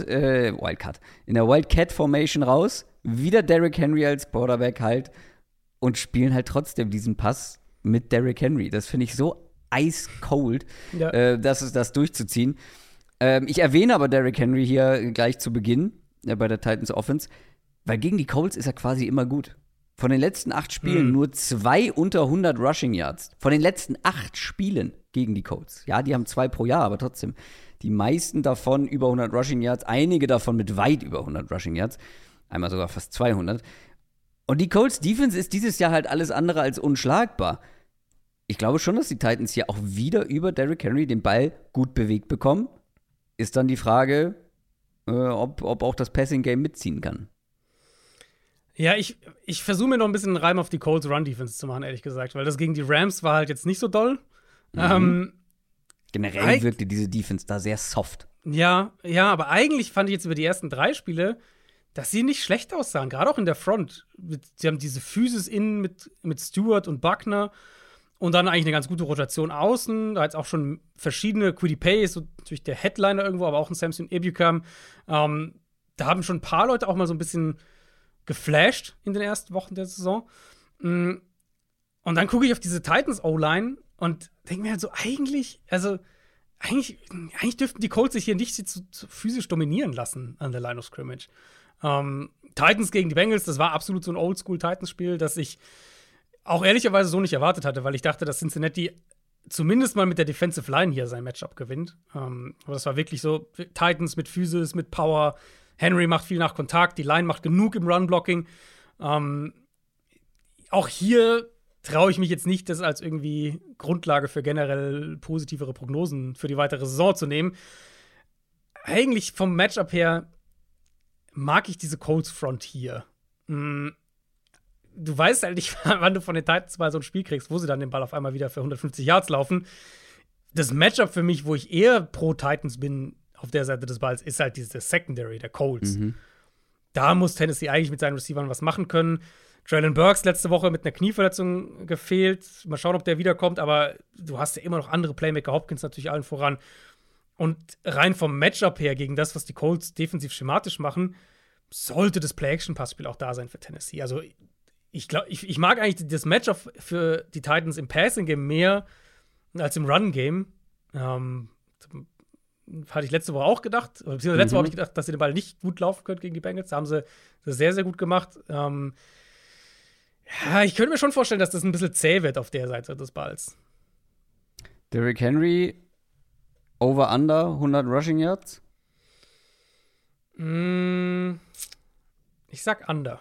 B: in der Wildcat-Formation raus, wieder Derrick Henry als Quarterback halt und spielen halt trotzdem diesen Pass mit Derrick Henry. Das finde ich so ice cold, ja. Das durchzuziehen. Ich erwähne aber Derrick Henry hier gleich zu Beginn bei der Titans Offense, weil gegen die Colts ist er quasi immer gut. Von den letzten 8 Spielen nur 2 unter 100 Rushing Yards. Von den letzten 8 Spielen gegen die Colts. Ja, die haben 2 pro Jahr, aber trotzdem. Die meisten davon über 100 Rushing Yards, einige davon mit weit über 100 Rushing Yards. Einmal sogar fast 200. Und die Colts Defense ist dieses Jahr halt alles andere als unschlagbar. Ich glaube schon, dass die Titans hier auch wieder über Derrick Henry den Ball gut bewegt bekommen. Ist dann die Frage, ob auch das Passing-Game mitziehen kann.
C: Ja, ich versuche mir noch ein bisschen einen Reim auf die Colts Run-Defense zu machen, ehrlich gesagt, weil das gegen die Rams war halt jetzt nicht so doll.
B: Generell wirkte diese Defense da sehr soft.
C: Ja, aber eigentlich fand ich jetzt über die ersten 3 Spiele, dass sie nicht schlecht aussahen, gerade auch in der Front. Sie haben diese Physis innen mit Stewart und Buckner und dann eigentlich eine ganz gute Rotation außen. Da jetzt auch schon verschiedene Kwity Paye ist so natürlich der Headliner irgendwo, aber auch ein Samson Ebukam. Da haben schon ein paar Leute auch mal so ein bisschen geflasht in den ersten Wochen der Saison. Und dann gucke ich auf diese Titans O-Line und denke mir halt so, eigentlich dürften die Colts sich hier nicht zu physisch dominieren lassen an der Line of Scrimmage. Titans gegen die Bengals, das war absolut so ein Oldschool-Titans-Spiel, das ich auch ehrlicherweise so nicht erwartet hatte, weil ich dachte, dass Cincinnati zumindest mal mit der Defensive Line hier sein Matchup gewinnt. Aber das war wirklich so, Titans mit Physis, mit Power. Henry macht viel nach Kontakt, die Line macht genug im Run-Blocking. Auch hier traue ich mich jetzt nicht, das als irgendwie Grundlage für generell positivere Prognosen für die weitere Saison zu nehmen. Eigentlich vom Matchup her mag ich diese Colts-Front hier. Du weißt halt nicht, wann du von den Titans mal so ein Spiel kriegst, wo sie dann den Ball auf einmal wieder für 150 Yards laufen. Das Matchup für mich, wo ich eher pro Titans bin, auf der Seite des Balls, ist halt diese Secondary der Colts. Da muss Tennessee eigentlich mit seinen Receivern was machen können. Traylon Burks letzte Woche mit einer Knieverletzung gefehlt. Mal schauen, ob der wiederkommt, aber du hast ja immer noch andere Playmaker, Hopkins natürlich allen voran. Und rein vom Matchup her gegen das, was die Colts defensiv schematisch machen, sollte das Play-Action-Passspiel auch da sein für Tennessee. Also ich glaube, ich mag eigentlich das Matchup für die Titans im Passing-Game mehr als im Run-Game. Hatte ich letzte Woche auch gedacht, beziehungsweise letzte Woche habe ich gedacht, dass sie den Ball nicht gut laufen können gegen die Bengals. Da haben sie das sehr, sehr gut gemacht. Ja, ich könnte mir schon vorstellen, dass das ein bisschen zäh wird auf der Seite des Balls.
B: Derrick Henry, over-under 100 Rushing Yards?
C: Ich sag under.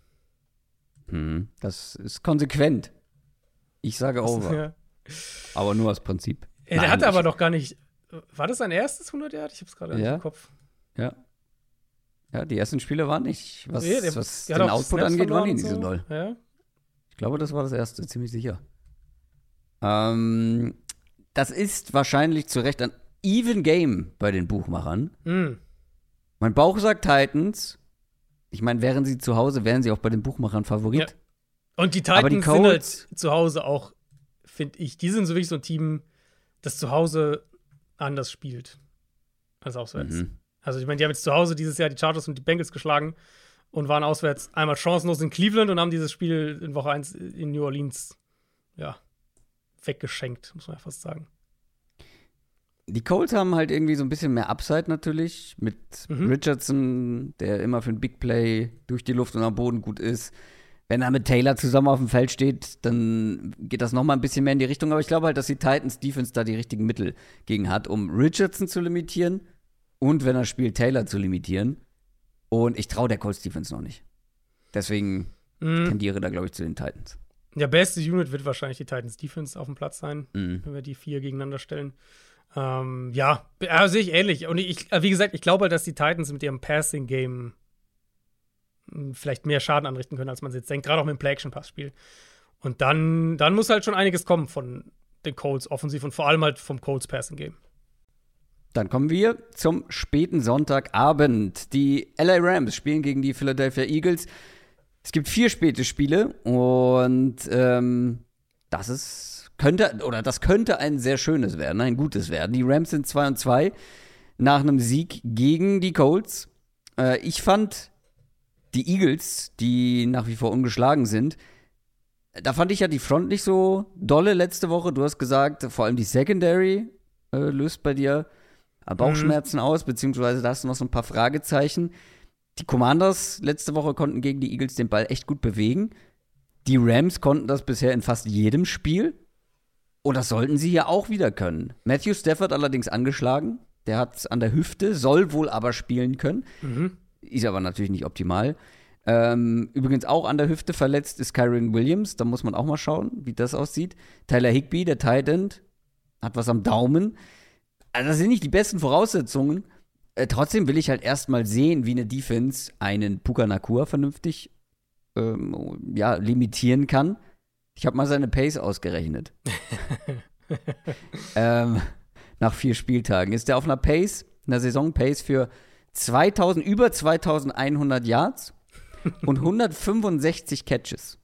B: Das ist konsequent. Ich sage over.
C: Ja.
B: Aber nur aus Prinzip.
C: Der hatte aber doch gar nicht. War das sein erstes 100 Yard? Ich hab's gerade im Kopf.
B: Ja. Ja, die ersten Spiele waren nicht, was den Output
C: Snaps
B: angeht, waren die nicht
C: so
B: so doll.
C: Ja.
B: Ich glaube, das war das erste, ziemlich sicher. Das ist wahrscheinlich zu Recht ein Even Game bei den Buchmachern. Mein Bauch sagt Titans. Ich meine, wären sie zu Hause, wären sie auch bei den Buchmachern Favorit.
C: Ja. Und die Titans sind halt zu Hause auch, finde ich, die sind so wirklich so ein Team, das zu Hause anders spielt als auswärts. Also ich meine, die haben jetzt zu Hause dieses Jahr die Chargers und die Bengals geschlagen und waren auswärts einmal chancenlos in Cleveland und haben dieses Spiel in Woche 1 in New Orleans, weggeschenkt, muss man ja fast sagen.
B: Die Colts haben halt irgendwie so ein bisschen mehr Upside natürlich mit Richardson, der immer für ein Big Play durch die Luft und am Boden gut ist. Wenn er mit Taylor zusammen auf dem Feld steht, dann geht das noch mal ein bisschen mehr in die Richtung. Aber ich glaube halt, dass die Titans Defense da die richtigen Mittel gegen hat, um Richardson zu limitieren und, wenn er spielt, Taylor zu limitieren. Und ich traue der Colts Defense noch nicht. Deswegen tendiere da, glaube ich, zu den Titans.
C: Der beste Unit wird wahrscheinlich die Titans Defense auf dem Platz sein, wenn wir die 4 gegeneinander stellen. Sehe ich ähnlich. Und wie gesagt, ich glaube halt, dass die Titans mit ihrem Passing-Game vielleicht mehr Schaden anrichten können, als man jetzt denkt, gerade auch mit dem Play-Action-Pass-Spiel. Und dann muss halt schon einiges kommen von den Colts offensiv und vor allem halt vom Colts Passing-Game.
B: Dann kommen wir zum späten Sonntagabend. Die LA Rams spielen gegen die Philadelphia Eagles. Es gibt 4 späte Spiele und das könnte ein sehr schönes werden, ein gutes werden. Die Rams sind 2-2 nach einem Sieg gegen die Colts. Ich fand die Eagles, die nach wie vor ungeschlagen sind, da fand ich ja die Front nicht so dolle letzte Woche. Du hast gesagt, vor allem die Secondary löst bei dir Bauchschmerzen aus, beziehungsweise da hast du noch so ein paar Fragezeichen. Die Commanders letzte Woche konnten gegen die Eagles den Ball echt gut bewegen. Die Rams konnten das bisher in fast jedem Spiel. Und das sollten sie ja auch wieder können. Matthew Stafford allerdings angeschlagen. Der hat es an der Hüfte, soll wohl aber spielen können. Ist aber natürlich nicht optimal. Übrigens auch an der Hüfte verletzt ist Kyren Williams. Da muss man auch mal schauen, wie das aussieht. Tyler Higbee, der Tight End, hat was am Daumen. Also das sind nicht die besten Voraussetzungen. Trotzdem will ich halt erstmal sehen, wie eine Defense einen Puka Nacua vernünftig limitieren kann. Ich habe mal seine Pace ausgerechnet. Nach 4 Spieltagen ist er auf einer Saison-Pace für über 2100 Yards und 165 Catches.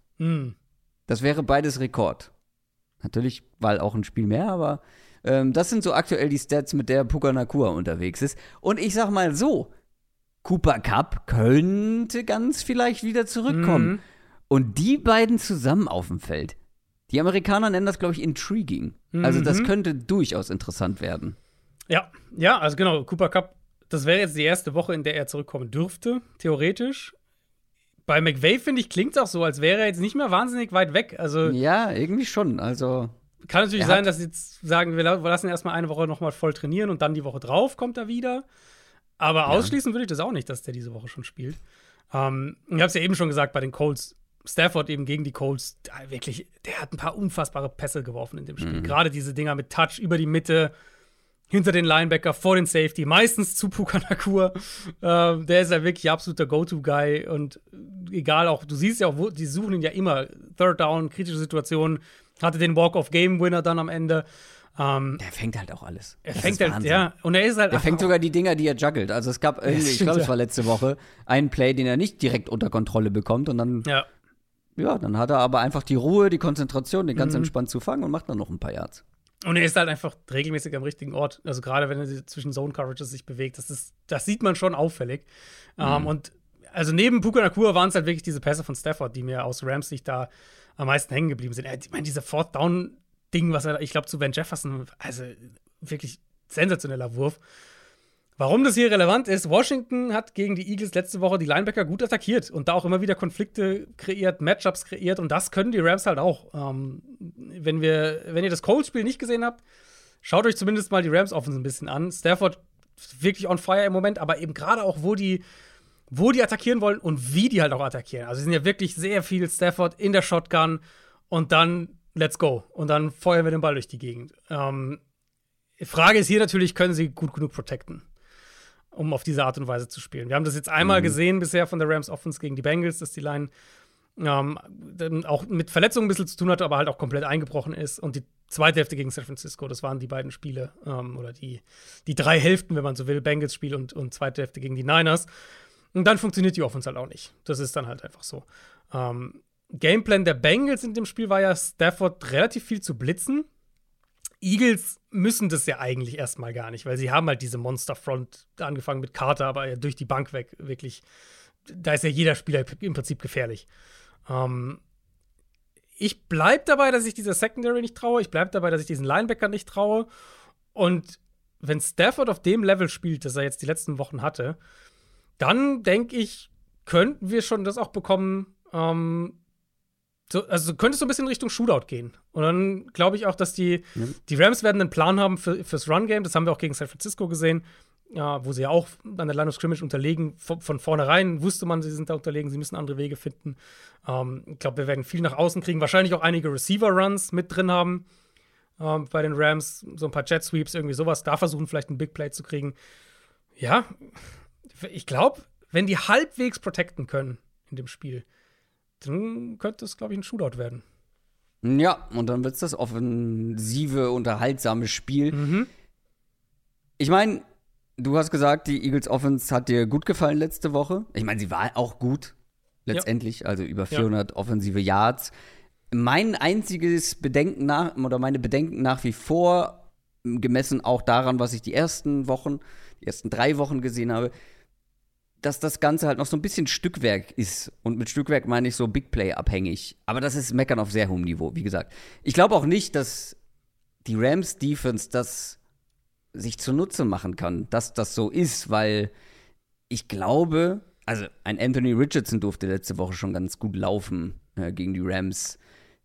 B: Das wäre beides Rekord. Natürlich, weil auch ein Spiel mehr, aber das sind so aktuell die Stats, mit der Puka Nacua unterwegs ist. Und ich sag mal so, Cooper Kupp könnte ganz vielleicht wieder zurückkommen. Und die beiden zusammen auf dem Feld. Die Amerikaner nennen das, glaube ich, intriguing. Also das könnte durchaus interessant werden.
C: Ja, also genau, Cooper Kupp, das wäre jetzt die erste Woche, in der er zurückkommen dürfte, theoretisch. Bei McVay, finde ich, klingt es auch so, als wäre er jetzt nicht mehr wahnsinnig weit weg. Also,
B: ja, irgendwie schon. Also
C: kann natürlich sein, dass sie jetzt sagen, wir lassen erstmal eine Woche nochmal voll trainieren und dann die Woche drauf kommt er wieder. Aber ausschließen würde ich das auch nicht, dass der diese Woche schon spielt. Ich habe es ja eben schon gesagt, bei den Colts, Stafford eben gegen die Colts, der hat ein paar unfassbare Pässe geworfen in dem Spiel. Gerade diese Dinger mit Touch über die Mitte, hinter den Linebacker, vor den Safety, meistens zu Puka Nacua. Der ist ja wirklich absoluter Go-To-Guy. Und egal auch, du siehst ja auch, die suchen ihn ja immer. Third Down, kritische Situationen, hatte den Walk-of-Game-Winner dann am Ende.
B: Der fängt halt auch alles.
C: Er fängt halt, ja. Und er ist halt.
B: Er fängt sogar die Dinger, die er juggelt. Also es gab irgendwie, ich glaube, es war letzte Woche, einen Play, den er nicht direkt unter Kontrolle bekommt. Und dann dann hat er aber einfach die Ruhe, die Konzentration, den ganz entspannt zu fangen und macht dann noch ein paar Yards.
C: Und er ist halt einfach regelmäßig am richtigen Ort. Also gerade wenn er zwischen Zone-Coverages sich bewegt, das sieht man schon auffällig. Und also neben Puka Nacua waren es halt wirklich diese Pässe von Stafford, die mir aus Rams Sicht da am meisten hängen geblieben sind. Ich meine, diese Fourth-Down-Ding, was er, ich glaube, zu Van Jefferson, also wirklich sensationeller Wurf. Warum das hier relevant ist, Washington hat gegen die Eagles letzte Woche die Linebacker gut attackiert und da auch immer wieder Konflikte kreiert, Matchups kreiert und das können die Rams halt auch. Wenn ihr das Colts-Spiel nicht gesehen habt, schaut euch zumindest mal die Rams-Offense ein bisschen an. Stafford wirklich on fire im Moment, aber eben gerade auch, wo die attackieren wollen und wie die halt auch attackieren. Also sie sind ja wirklich sehr viel Stafford in der Shotgun und dann let's go. Und dann feuern wir den Ball durch die Gegend. Die Frage ist hier natürlich, können sie gut genug protecten, um auf diese Art und Weise zu spielen. Wir haben das jetzt einmal gesehen bisher von der Rams Offense gegen die Bengals, dass die Line dann auch mit Verletzungen ein bisschen zu tun hatte, aber halt auch komplett eingebrochen ist. Und die zweite Hälfte gegen San Francisco, das waren die beiden Spiele, oder die 3 Hälften, wenn man so will, Bengals-Spiel und zweite Hälfte gegen die Niners. Und dann funktioniert die Offense halt auch nicht. Das ist dann halt einfach so. Gameplan der Bengals in dem Spiel war ja, Stafford relativ viel zu blitzen. Eagles müssen das ja eigentlich erstmal gar nicht, weil sie haben halt diese Monster-Front, angefangen mit Carter, aber ja durch die Bank weg, wirklich. Da ist ja jeder Spieler im Prinzip gefährlich. Ich bleib dabei, dass ich dieser Secondary nicht traue. Ich bleib dabei, dass ich diesen Linebacker nicht traue. Und wenn Stafford auf dem Level spielt, das er jetzt die letzten Wochen hatte, dann denke ich, könnten wir schon das auch bekommen. Also könnte es so ein bisschen in Richtung Shootout gehen. Und dann glaube ich auch, dass die Rams werden einen Plan haben fürs Run-Game. Das haben wir auch gegen San Francisco gesehen, wo sie ja auch an der Line of Scrimmage unterlegen. Von vornherein wusste man, sie sind da unterlegen, sie müssen andere Wege finden. Ich glaube, wir werden viel nach außen kriegen. Wahrscheinlich auch einige Receiver-Runs mit drin haben bei den Rams. So ein paar Jet-Sweeps, irgendwie sowas. Da versuchen vielleicht einen Big Play zu kriegen. Ja, ich glaube, wenn die halbwegs protecten können in dem Spiel, dann könnte es, glaube ich, ein Shootout werden.
B: Ja, und dann wird es das offensive, unterhaltsame Spiel. Ich meine, du hast gesagt, die Eagles Offense hat dir gut gefallen letzte Woche. Ich meine, sie war auch gut, letztendlich, also über 400 offensive Yards. Mein einziges Bedenken meine Bedenken nach wie vor, gemessen auch daran, was ich die ersten 3 Wochen gesehen habe, dass das Ganze halt noch so ein bisschen Stückwerk ist. Und mit Stückwerk meine ich so Big Play abhängig. Aber das ist Meckern auf sehr hohem Niveau, wie gesagt. Ich glaube auch nicht, dass die Rams Defense das sich zunutze machen kann, dass das so ist, weil ich glaube, also ein Anthony Richardson durfte letzte Woche schon ganz gut laufen gegen die Rams.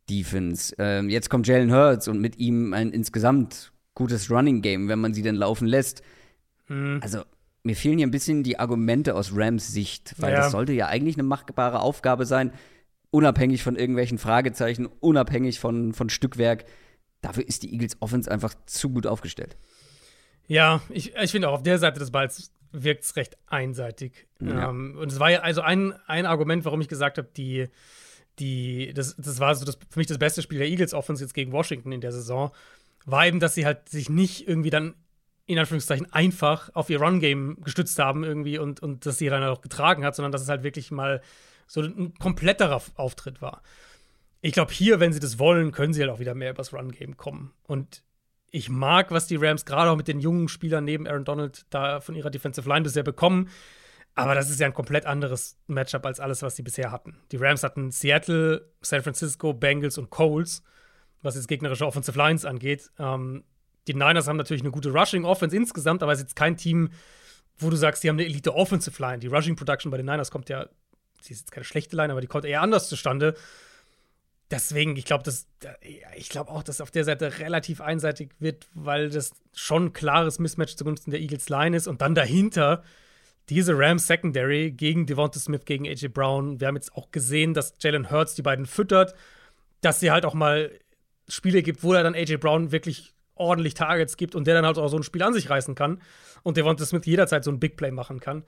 B: Defense. Jetzt kommt Jalen Hurts und mit ihm ein insgesamt gutes Running Game, wenn man sie denn laufen lässt. Also, mir fehlen hier ein bisschen die Argumente aus Rams Sicht, weil das sollte ja eigentlich eine machbare Aufgabe sein, unabhängig von irgendwelchen Fragezeichen, unabhängig von Stückwerk. Dafür ist die Eagles Offense einfach zu gut aufgestellt. Ja,
C: ich finde auch, auf der Seite des Balls wirkt es recht einseitig.
B: Ja.
C: Und es war ja also ein Argument, warum ich gesagt habe, das war so für mich das beste Spiel der Eagles Offense jetzt gegen Washington in der Saison, war eben, dass sie halt sich nicht irgendwie dann in Anführungszeichen einfach auf ihr Run-Game gestützt haben irgendwie und dass sie dann auch getragen hat, sondern dass es halt wirklich mal so ein kompletterer Auftritt war. Ich glaube, hier, wenn sie das wollen, können sie halt auch wieder mehr übers Run-Game kommen. Und ich mag, was die Rams gerade auch mit den jungen Spielern neben Aaron Donald da von ihrer Defensive Line bisher bekommen. Aber das ist ja ein komplett anderes Matchup als alles, was sie bisher hatten. Die Rams hatten Seattle, San Francisco, Bengals und Colts, was jetzt gegnerische Offensive Lines angeht. Die Niners haben natürlich eine gute Rushing-Offense insgesamt, aber es ist jetzt kein Team, wo du sagst, die haben eine Elite-Offensive Line. Die Rushing-Production bei den Niners kommt ja, sie ist jetzt keine schlechte Line, aber die kommt eher anders zustande. Deswegen, ich glaube auch, dass auf der Seite relativ einseitig wird, weil das schon ein klares Mismatch zugunsten der Eagles Line ist. Und dann dahinter diese Rams Secondary gegen Devonta Smith, gegen A.J. Brown. Wir haben jetzt auch gesehen, dass Jalen Hurts die beiden füttert, dass sie halt auch mal Spiele gibt, wo er dann A.J. Brown wirklich ordentlich Targets gibt und der dann halt auch so ein Spiel an sich reißen kann und Devonta Smith jederzeit so ein Big Play machen kann.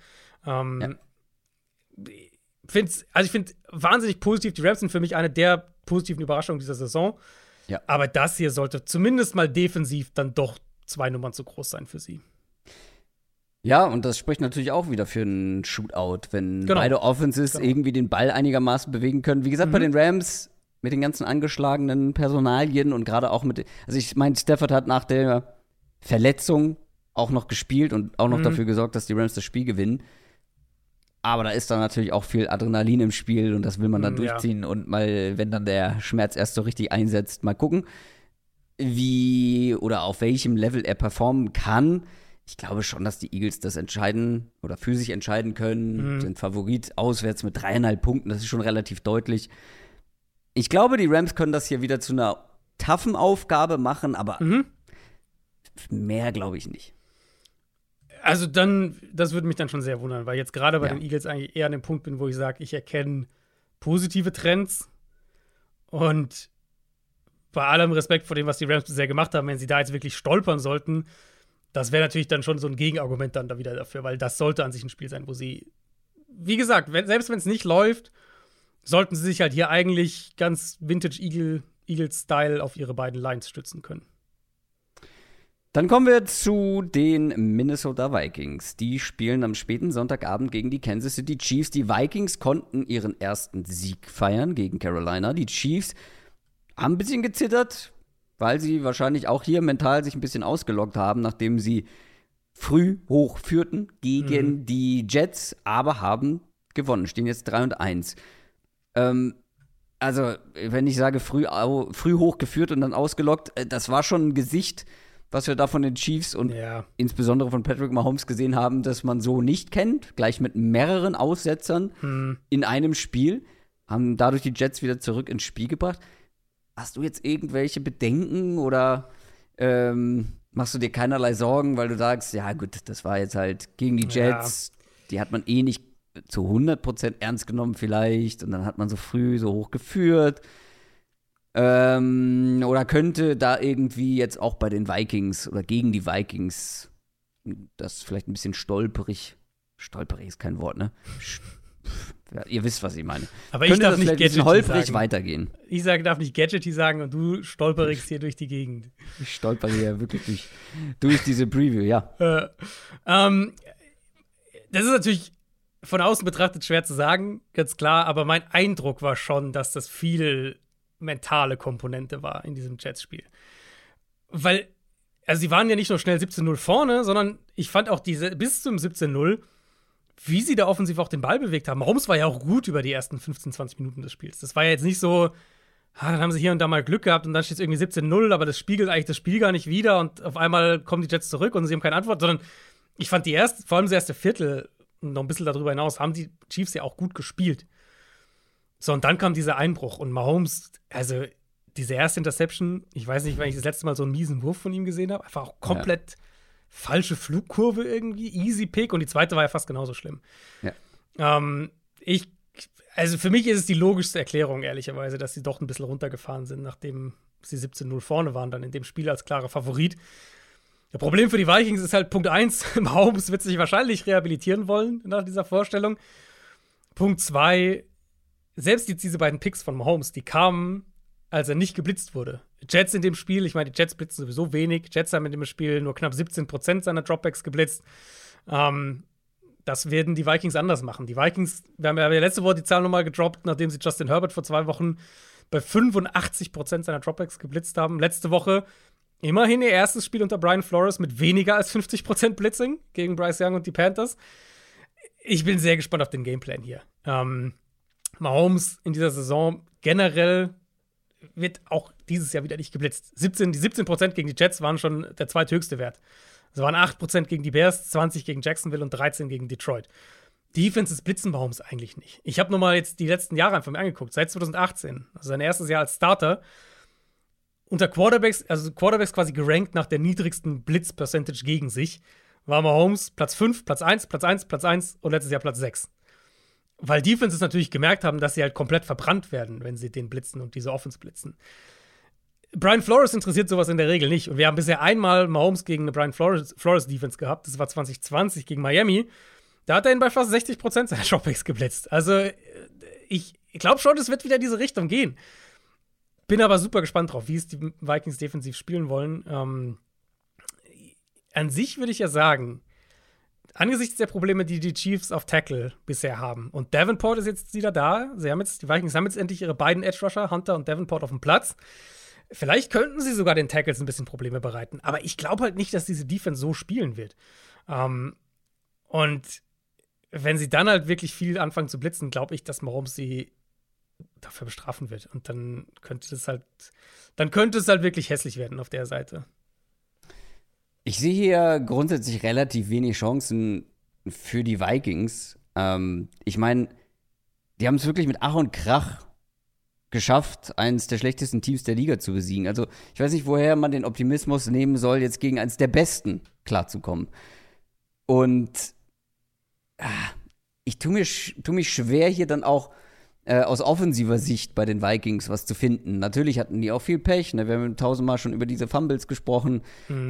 C: Ich finde wahnsinnig positiv. Die Rams sind für mich eine der positiven Überraschungen dieser Saison.
B: Ja.
C: Aber das hier sollte zumindest mal defensiv dann doch 2 Nummern zu groß sein für sie.
B: Ja, und das spricht natürlich auch wieder für einen Shootout, wenn beide Offenses irgendwie den Ball einigermaßen bewegen können. Wie gesagt, bei den Rams mit den ganzen angeschlagenen Personalien und gerade auch also ich meine, Stafford hat nach der Verletzung auch noch gespielt und auch noch dafür gesorgt, dass die Rams das Spiel gewinnen. Aber da ist dann natürlich auch viel Adrenalin im Spiel und das will man dann durchziehen und mal, wenn dann der Schmerz erst so richtig einsetzt, mal gucken, wie oder auf welchem Level er performen kann. Ich glaube schon, dass die Eagles das entscheiden oder für sich entscheiden können. Sind Favorit auswärts mit 3,5 Punkten, das ist schon relativ deutlich. Ich glaube, die Rams können das hier wieder zu einer toughen Aufgabe machen, aber mehr glaube ich nicht.
C: Also das würde mich dann schon sehr wundern, weil jetzt gerade bei den Eagles eigentlich eher an dem Punkt bin, wo ich sage, ich erkenne positive Trends und bei allem Respekt vor dem, was die Rams bisher gemacht haben, wenn sie da jetzt wirklich stolpern sollten, das wäre natürlich dann schon so ein Gegenargument dann da wieder dafür, weil das sollte an sich ein Spiel sein, wo sie, wie gesagt, selbst wenn es nicht läuft, sollten sie sich halt hier eigentlich ganz Vintage Eagles-Style auf ihre beiden Lines stützen können.
B: Dann kommen wir zu den Minnesota Vikings. Die spielen am späten Sonntagabend gegen die Kansas City Chiefs. Die Vikings konnten ihren ersten Sieg feiern gegen Carolina. Die Chiefs haben ein bisschen gezittert, weil sie wahrscheinlich auch hier mental sich ein bisschen ausgeloggt haben, nachdem sie früh hoch führten gegen die Jets, aber haben gewonnen, stehen jetzt 3-1. Also, wenn ich sage früh hoch geführt und dann ausgeloggt, das war schon ein Gesicht, was wir da von den Chiefs und insbesondere von Patrick Mahomes gesehen haben, das man so nicht kennt, gleich mit mehreren Aussetzern in einem Spiel, haben dadurch die Jets wieder zurück ins Spiel gebracht. Hast du jetzt irgendwelche Bedenken oder machst du dir keinerlei Sorgen, weil du sagst, ja gut, das war jetzt halt gegen die Jets, die hat man eh nicht zu 100% ernst genommen vielleicht und dann hat man so früh so hoch geführt. Oder könnte da irgendwie jetzt auch bei den Vikings oder gegen die Vikings das vielleicht ein bisschen stolperig ist kein Wort, ne? Ja, ihr wisst, was ich meine.
C: Aber ich darf nicht Gadgety
B: holprig
C: sagen.
B: Weitergehen.
C: Ich darf nicht Gadgety sagen und du stolperigst hier durch die Gegend.
B: Ich stolpere hier wirklich durch diese Preview, ja.
C: Das ist natürlich von außen betrachtet schwer zu sagen, ganz klar, aber mein Eindruck war schon, dass das viel mentale Komponente war in diesem Jets-Spiel. Weil, also sie waren ja nicht nur schnell 17-0 vorne, sondern ich fand auch bis zum 17-0, wie sie da offensiv auch den Ball bewegt haben. Mahomes war ja auch gut über die ersten 15, 20 Minuten des Spiels. Das war ja jetzt nicht so, dann haben sie hier und da mal Glück gehabt und dann steht es irgendwie 17-0, aber das spiegelt eigentlich das Spiel gar nicht wider und auf einmal kommen die Jets zurück und sie haben keine Antwort, sondern ich fand vor allem das erste Viertel und noch ein bisschen darüber hinaus, haben die Chiefs ja auch gut gespielt. So, und dann kam dieser Einbruch und Mahomes, also diese erste Interception, ich weiß nicht, wann ich das letzte Mal so einen miesen Wurf von ihm gesehen habe. Einfach auch komplett falsche Flugkurve irgendwie, easy Pick. Und die zweite war ja fast genauso schlimm.
B: Ja.
C: Also für mich ist es die logischste Erklärung, ehrlicherweise, dass sie doch ein bisschen runtergefahren sind, nachdem sie 17-0 vorne waren, dann in dem Spiel als klarer Favorit. Das Problem für die Vikings ist halt Punkt 1, Mahomes wird sich wahrscheinlich rehabilitieren wollen nach dieser Vorstellung. Punkt 2, selbst jetzt diese beiden Picks von Mahomes, die kamen, als er nicht geblitzt wurde. Jets in dem Spiel, ich meine, die Jets blitzen sowieso wenig. Jets haben in dem Spiel nur knapp 17% seiner Dropbacks geblitzt. Das werden die Vikings anders machen. Die Vikings, wir haben ja letzte Woche die Zahl nochmal gedroppt, nachdem sie Justin Herbert vor 2 Wochen bei 85% seiner Dropbacks geblitzt haben. Letzte Woche immerhin ihr erstes Spiel unter Brian Flores mit weniger als 50% Blitzing gegen Bryce Young und die Panthers. Ich bin sehr gespannt auf den Gameplan hier. Mahomes in dieser Saison generell wird auch dieses Jahr wieder nicht geblitzt. Die 17% gegen die Jets waren schon der zweithöchste Wert. Es waren 8% gegen die Bears, 20% gegen Jacksonville und 13% gegen Detroit. Defenses blitzen Mahomes eigentlich nicht. Ich habe nochmal jetzt die letzten Jahre einfach mal angeguckt. Seit 2018, also sein erstes Jahr als Starter, unter Quarterbacks quasi gerankt nach der niedrigsten Blitz-Percentage gegen sich, war Mahomes Platz 5, Platz 1, Platz 1, Platz 1 und letztes Jahr Platz 6. Weil Defenses natürlich gemerkt haben, dass sie halt komplett verbrannt werden, wenn sie den blitzen und diese Offense blitzen. Brian Flores interessiert sowas in der Regel nicht. Und wir haben bisher einmal Mahomes gegen eine Brian Flores Defense gehabt. Das war 2020 gegen Miami. Da hat er ihn bei fast 60% seiner Dropbacks geblitzt. Also ich glaube schon, es wird wieder in diese Richtung gehen. Bin aber super gespannt drauf, wie es die Vikings defensiv spielen wollen. An sich würde ich ja sagen, angesichts der Probleme, die die Chiefs auf Tackle bisher haben, und Davenport ist jetzt wieder da, die Vikings haben jetzt endlich ihre beiden Edge-Rusher, Hunter und Davenport, auf dem Platz. Vielleicht könnten sie sogar den Tackles ein bisschen Probleme bereiten. Aber ich glaube halt nicht, dass diese Defense so spielen wird. Und wenn sie dann halt wirklich viel anfangen zu blitzen, glaube ich, dass Mahomes sie dafür bestrafen wird. Und dann könnte es halt wirklich hässlich werden auf der Seite.
B: Ich sehe hier grundsätzlich relativ wenig Chancen für die Vikings. Ich meine, die haben es wirklich mit Ach und Krach geschafft, eines der schlechtesten Teams der Liga zu besiegen. Also ich weiß nicht, woher man den Optimismus nehmen soll, jetzt gegen eines der Besten klarzukommen. Und ich tue mich schwer, hier dann auch aus offensiver Sicht bei den Vikings was zu finden. Natürlich hatten die auch viel Pech, ne? Wir haben 1000-mal schon über diese Fumbles gesprochen.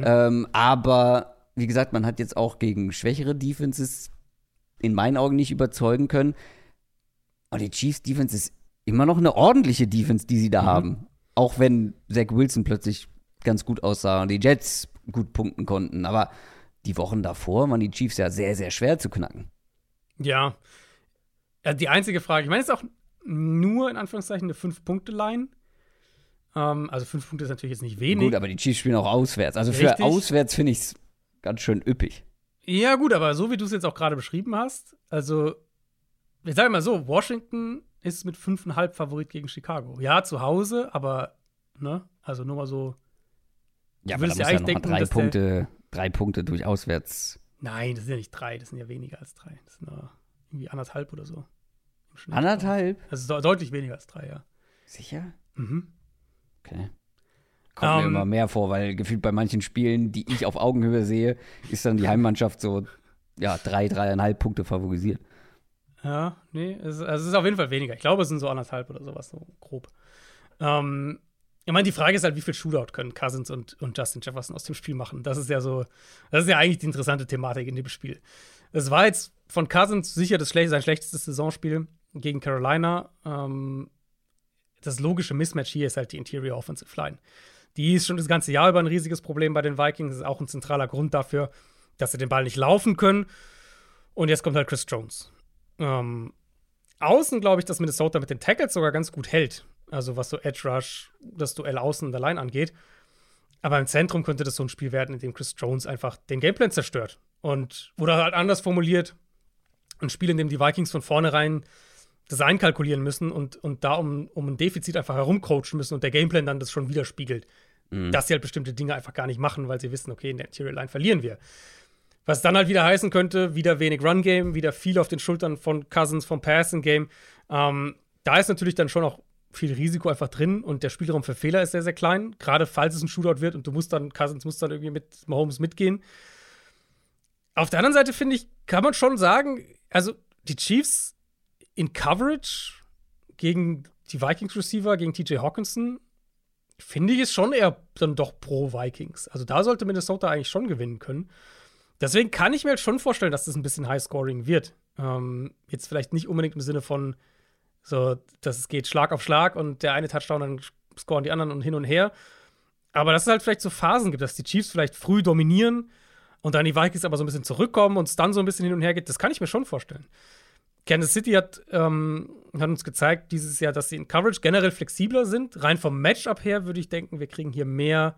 B: Aber wie gesagt, man hat jetzt auch gegen schwächere Defenses in meinen Augen nicht überzeugen können. Und die Chiefs-Defense ist immer noch eine ordentliche Defense, die sie da haben. Auch wenn Zach Wilson plötzlich ganz gut aussah und die Jets gut punkten konnten. Aber die Wochen davor waren die Chiefs ja sehr, sehr schwer zu knacken.
C: Ja. Die einzige Frage, ich meine, es ist auch nur in Anführungszeichen eine 5-Punkte-Line. Also 5 Punkte ist natürlich jetzt nicht wenig.
B: Gut, aber die Chiefs spielen auch auswärts. Also für
C: Richtig.
B: Auswärts finde ich es ganz schön üppig.
C: Ja, gut, aber so wie du es jetzt auch gerade beschrieben hast, also ich sage mal so, Washington ist mit 5,5 Favorit gegen Chicago. Ja, zu Hause, aber, ne, also nur mal so.
B: Ja, aber da muss ja noch mal 3 Punkte durch auswärts.
C: Nein, das sind ja nicht 3, das sind ja weniger als 3. Das sind nur irgendwie 1,5 oder so.
B: 1,5?
C: Das ist deutlich weniger als 3, ja.
B: Sicher?
C: Mhm.
B: Okay. Kommt mir immer mehr vor, weil gefühlt bei manchen Spielen, die ich auf Augenhöhe sehe, ist dann die Heimmannschaft so, ja, 3,5 Punkte favorisiert.
C: Ja, nee, es ist auf jeden Fall weniger. Ich glaube, es sind so 1,5 oder sowas, so grob. Ich meine, die Frage ist halt, wie viel Shootout können Cousins und Justin Jefferson aus dem Spiel machen? Das ist ja eigentlich die interessante Thematik in dem Spiel. Es war jetzt von Cousins sicher sein schlechtestes Saisonspiel gegen Carolina. Das logische Mismatch hier ist halt die Interior Offensive Line. Die ist schon das ganze Jahr über ein riesiges Problem bei den Vikings. Das ist auch ein zentraler Grund dafür, dass sie den Ball nicht laufen können. Und jetzt kommt halt Chris Jones. Außen glaube ich, dass Minnesota mit den Tackles sogar ganz gut hält. Also was so Edge Rush, das Duell außen in der Line angeht. Aber im Zentrum könnte das so ein Spiel werden, in dem Chris Jones einfach den Gameplan zerstört. Oder halt anders formuliert, ein Spiel, in dem die Vikings von vornherein das einkalkulieren müssen und da um ein Defizit einfach herumcoachen müssen und der Gameplan dann das schon widerspiegelt. Dass sie halt bestimmte Dinge einfach gar nicht machen, weil sie wissen, okay, in der Interior Line verlieren wir. Was dann halt wieder heißen könnte, wieder wenig Run-Game, wieder viel auf den Schultern von Cousins, vom Passing-Game. Da ist natürlich dann schon auch viel Risiko einfach drin und der Spielraum für Fehler ist sehr, sehr klein. Gerade falls es ein Shootout wird und Cousins muss dann irgendwie mit Mahomes mitgehen. Auf der anderen Seite, finde ich, kann man schon sagen, also die Chiefs in Coverage gegen die Vikings-Receiver, gegen TJ Hawkinson, finde ich es schon eher dann doch pro Vikings. Also da sollte Minnesota eigentlich schon gewinnen können. Deswegen kann ich mir halt schon vorstellen, dass das ein bisschen High-Scoring wird. Jetzt vielleicht nicht unbedingt im Sinne von so, dass es geht Schlag auf Schlag und der eine Touchdown, dann scoren die anderen und hin und her. Aber dass es halt vielleicht so Phasen gibt, dass die Chiefs vielleicht früh dominieren und dann die Vikings aber so ein bisschen zurückkommen und es dann so ein bisschen hin und her geht, das kann ich mir schon vorstellen. Kansas City hat uns gezeigt dieses Jahr, dass sie in Coverage generell flexibler sind. Rein vom Matchup her würde ich denken, wir kriegen hier mehr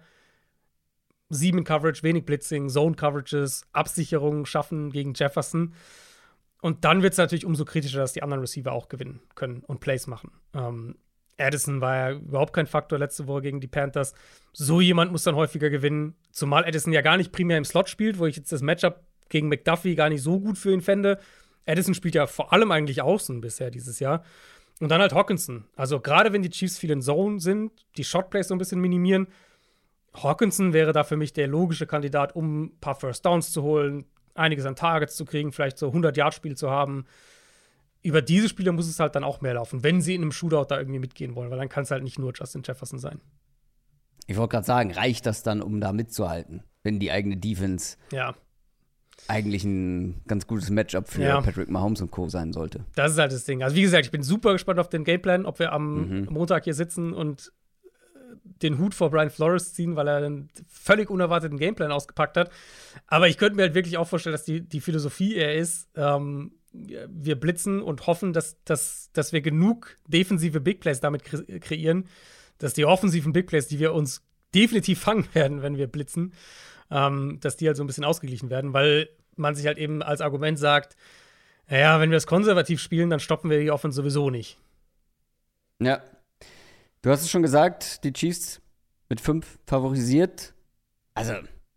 C: 7 Coverage, wenig Blitzing, Zone-Coverages, Absicherungen schaffen gegen Jefferson. Und dann wird es natürlich umso kritischer, dass die anderen Receiver auch gewinnen können und Plays machen. Addison war ja überhaupt kein Faktor letzte Woche gegen die Panthers. So jemand muss dann häufiger gewinnen. Zumal Addison ja gar nicht primär im Slot spielt, wo ich jetzt das Matchup gegen McDuffie gar nicht so gut für ihn fände. Addison spielt ja vor allem eigentlich außen bisher dieses Jahr. Und dann halt Hawkinson. Also gerade wenn die Chiefs viel in Zone sind, die Shotplays so ein bisschen minimieren, Hawkinson wäre da für mich der logische Kandidat, um ein paar First Downs zu holen, einiges an Targets zu kriegen, vielleicht so 100-Yard-Spiel zu haben. Über diese Spieler muss es halt dann auch mehr laufen, wenn sie in einem Shootout da irgendwie mitgehen wollen, weil dann kann es halt nicht nur Justin Jefferson sein.
B: Ich wollte gerade sagen, reicht das dann, um da mitzuhalten, wenn die eigene Defense eigentlich ein ganz gutes Matchup für Patrick Mahomes und Co. sein sollte?
C: Das ist halt das Ding. Also wie gesagt, ich bin super gespannt auf den Gameplan, ob wir am Montag hier sitzen und den Hut vor Brian Flores ziehen, weil er einen völlig unerwarteten Gameplan ausgepackt hat. Aber ich könnte mir halt wirklich auch vorstellen, dass die Philosophie eher ist, wir blitzen und hoffen, dass wir genug defensive Big Plays damit kreieren, dass die offensiven Big Plays, die wir uns definitiv fangen werden, wenn wir blitzen, dass die halt so ein bisschen ausgeglichen werden, weil man sich halt eben als Argument sagt, naja, wenn wir es konservativ spielen, dann stoppen wir die Offense sowieso nicht.
B: Ja. Du hast es schon gesagt, die Chiefs mit 5 favorisiert. Also,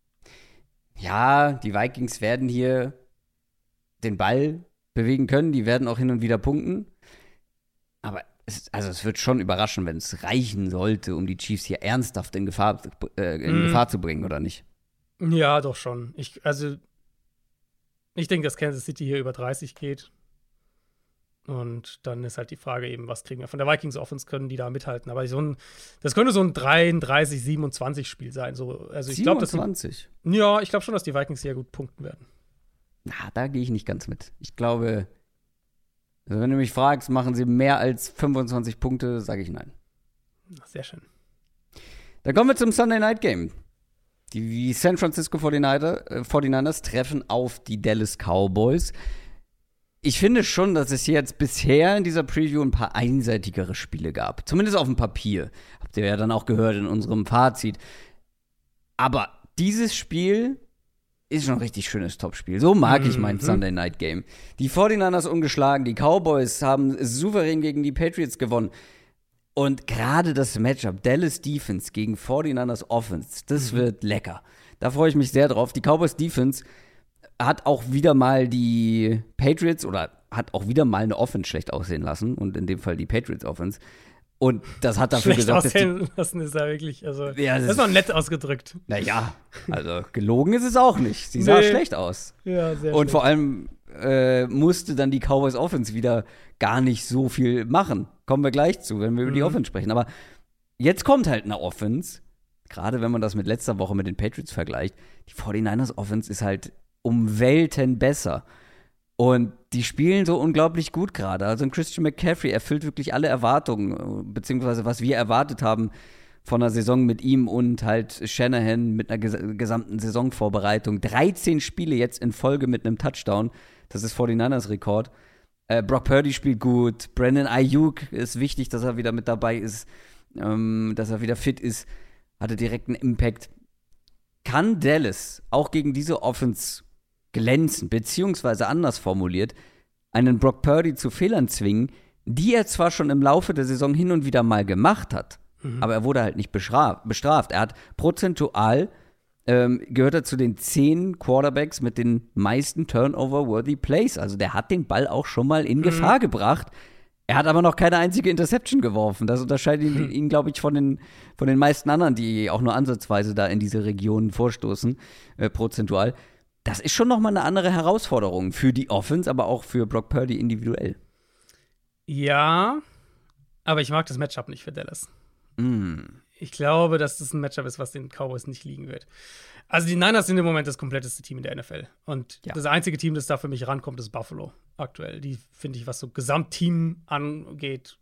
B: ja, die Vikings werden hier den Ball bewegen können. Die werden auch hin und wieder punkten. Aber es wird schon überraschen, wenn es reichen sollte, um die Chiefs hier ernsthaft in Gefahr zu bringen, oder nicht?
C: Ja, doch schon. Ich denke, dass Kansas City hier über 30 geht. Und dann ist halt die Frage eben, was kriegen wir von der Vikings Offense, können die da mithalten? Aber das könnte so ein 33-27-Spiel sein. Also ich glaube,
B: 27?
C: Ich glaube schon, dass die Vikings hier gut punkten werden.
B: Na, da gehe ich nicht ganz mit. Ich glaube, also wenn du mich fragst, machen sie mehr als 25 Punkte, sage ich nein.
C: Sehr schön.
B: Dann kommen wir zum Sunday Night Game. Die San Francisco 49ers treffen auf die Dallas Cowboys. Ich finde schon, dass es jetzt bisher in dieser Preview ein paar einseitigere Spiele gab. Zumindest auf dem Papier. Habt ihr ja dann auch gehört in unserem Fazit. Aber dieses Spiel ist schon ein richtig schönes Topspiel. So mag ich mein Sunday Night Game. Die 49ers ungeschlagen, die Cowboys haben souverän gegen die Patriots gewonnen. Und gerade das Matchup Dallas Defense gegen 49ers Offense, das wird lecker. Da freue ich mich sehr drauf. Die Cowboys Defense hat auch wieder mal die Patriots oder hat auch wieder mal eine Offense schlecht aussehen lassen. Und in dem Fall die Patriots Offense. Und das hat dafür gesorgt, dass
C: aussehen lassen ist ja wirklich, also ja, das ist noch nett ausgedrückt.
B: Naja, also gelogen ist es auch nicht. Sie sah schlecht aus.
C: Ja, sehr
B: und
C: schlecht.
B: Vor allem musste dann die Cowboys Offense wieder gar nicht so viel machen. Kommen wir gleich zu, wenn wir über die Offense sprechen. Aber jetzt kommt halt eine Offense, gerade wenn man das mit letzter Woche mit den Patriots vergleicht. Die 49ers Offense ist halt um Welten besser. Und die spielen so unglaublich gut gerade. Also ein Christian McCaffrey erfüllt wirklich alle Erwartungen, beziehungsweise was wir erwartet haben von einer Saison mit ihm und halt Shanahan mit einer gesamten Saisonvorbereitung. 13 Spiele jetzt in Folge mit einem Touchdown. Das ist 49ers Rekord. Brock Purdy spielt gut. Brandon Ayuk ist wichtig, dass er wieder mit dabei ist, dass er wieder fit ist. Hatte direkt einen Impact. Kann Dallas auch gegen diese Offense glänzen, beziehungsweise anders formuliert, einen Brock Purdy zu Fehlern zwingen, die er zwar schon im Laufe der Saison hin und wieder mal gemacht hat, aber er wurde halt nicht bestraft. Er hat prozentual, gehört er zu den 10 Quarterbacks mit den meisten Turnover-worthy Plays. Also der hat den Ball auch schon mal in Gefahr gebracht. Er hat aber noch keine einzige Interception geworfen. Das unterscheidet ihn glaube ich, von den meisten anderen, die auch nur ansatzweise da in diese Region vorstoßen, prozentual. Das ist schon nochmal eine andere Herausforderung für die Offense, aber auch für Brock Purdy individuell.
C: Ja, aber ich mag das Matchup nicht für Dallas. Ich glaube, dass das ein Matchup ist, was den Cowboys nicht liegen wird. Also die Niners sind im Moment das kompletteste Team in der NFL. Und das einzige Team, das da für mich rankommt, ist Buffalo aktuell. Die, finde ich, was so Gesamtteam angeht,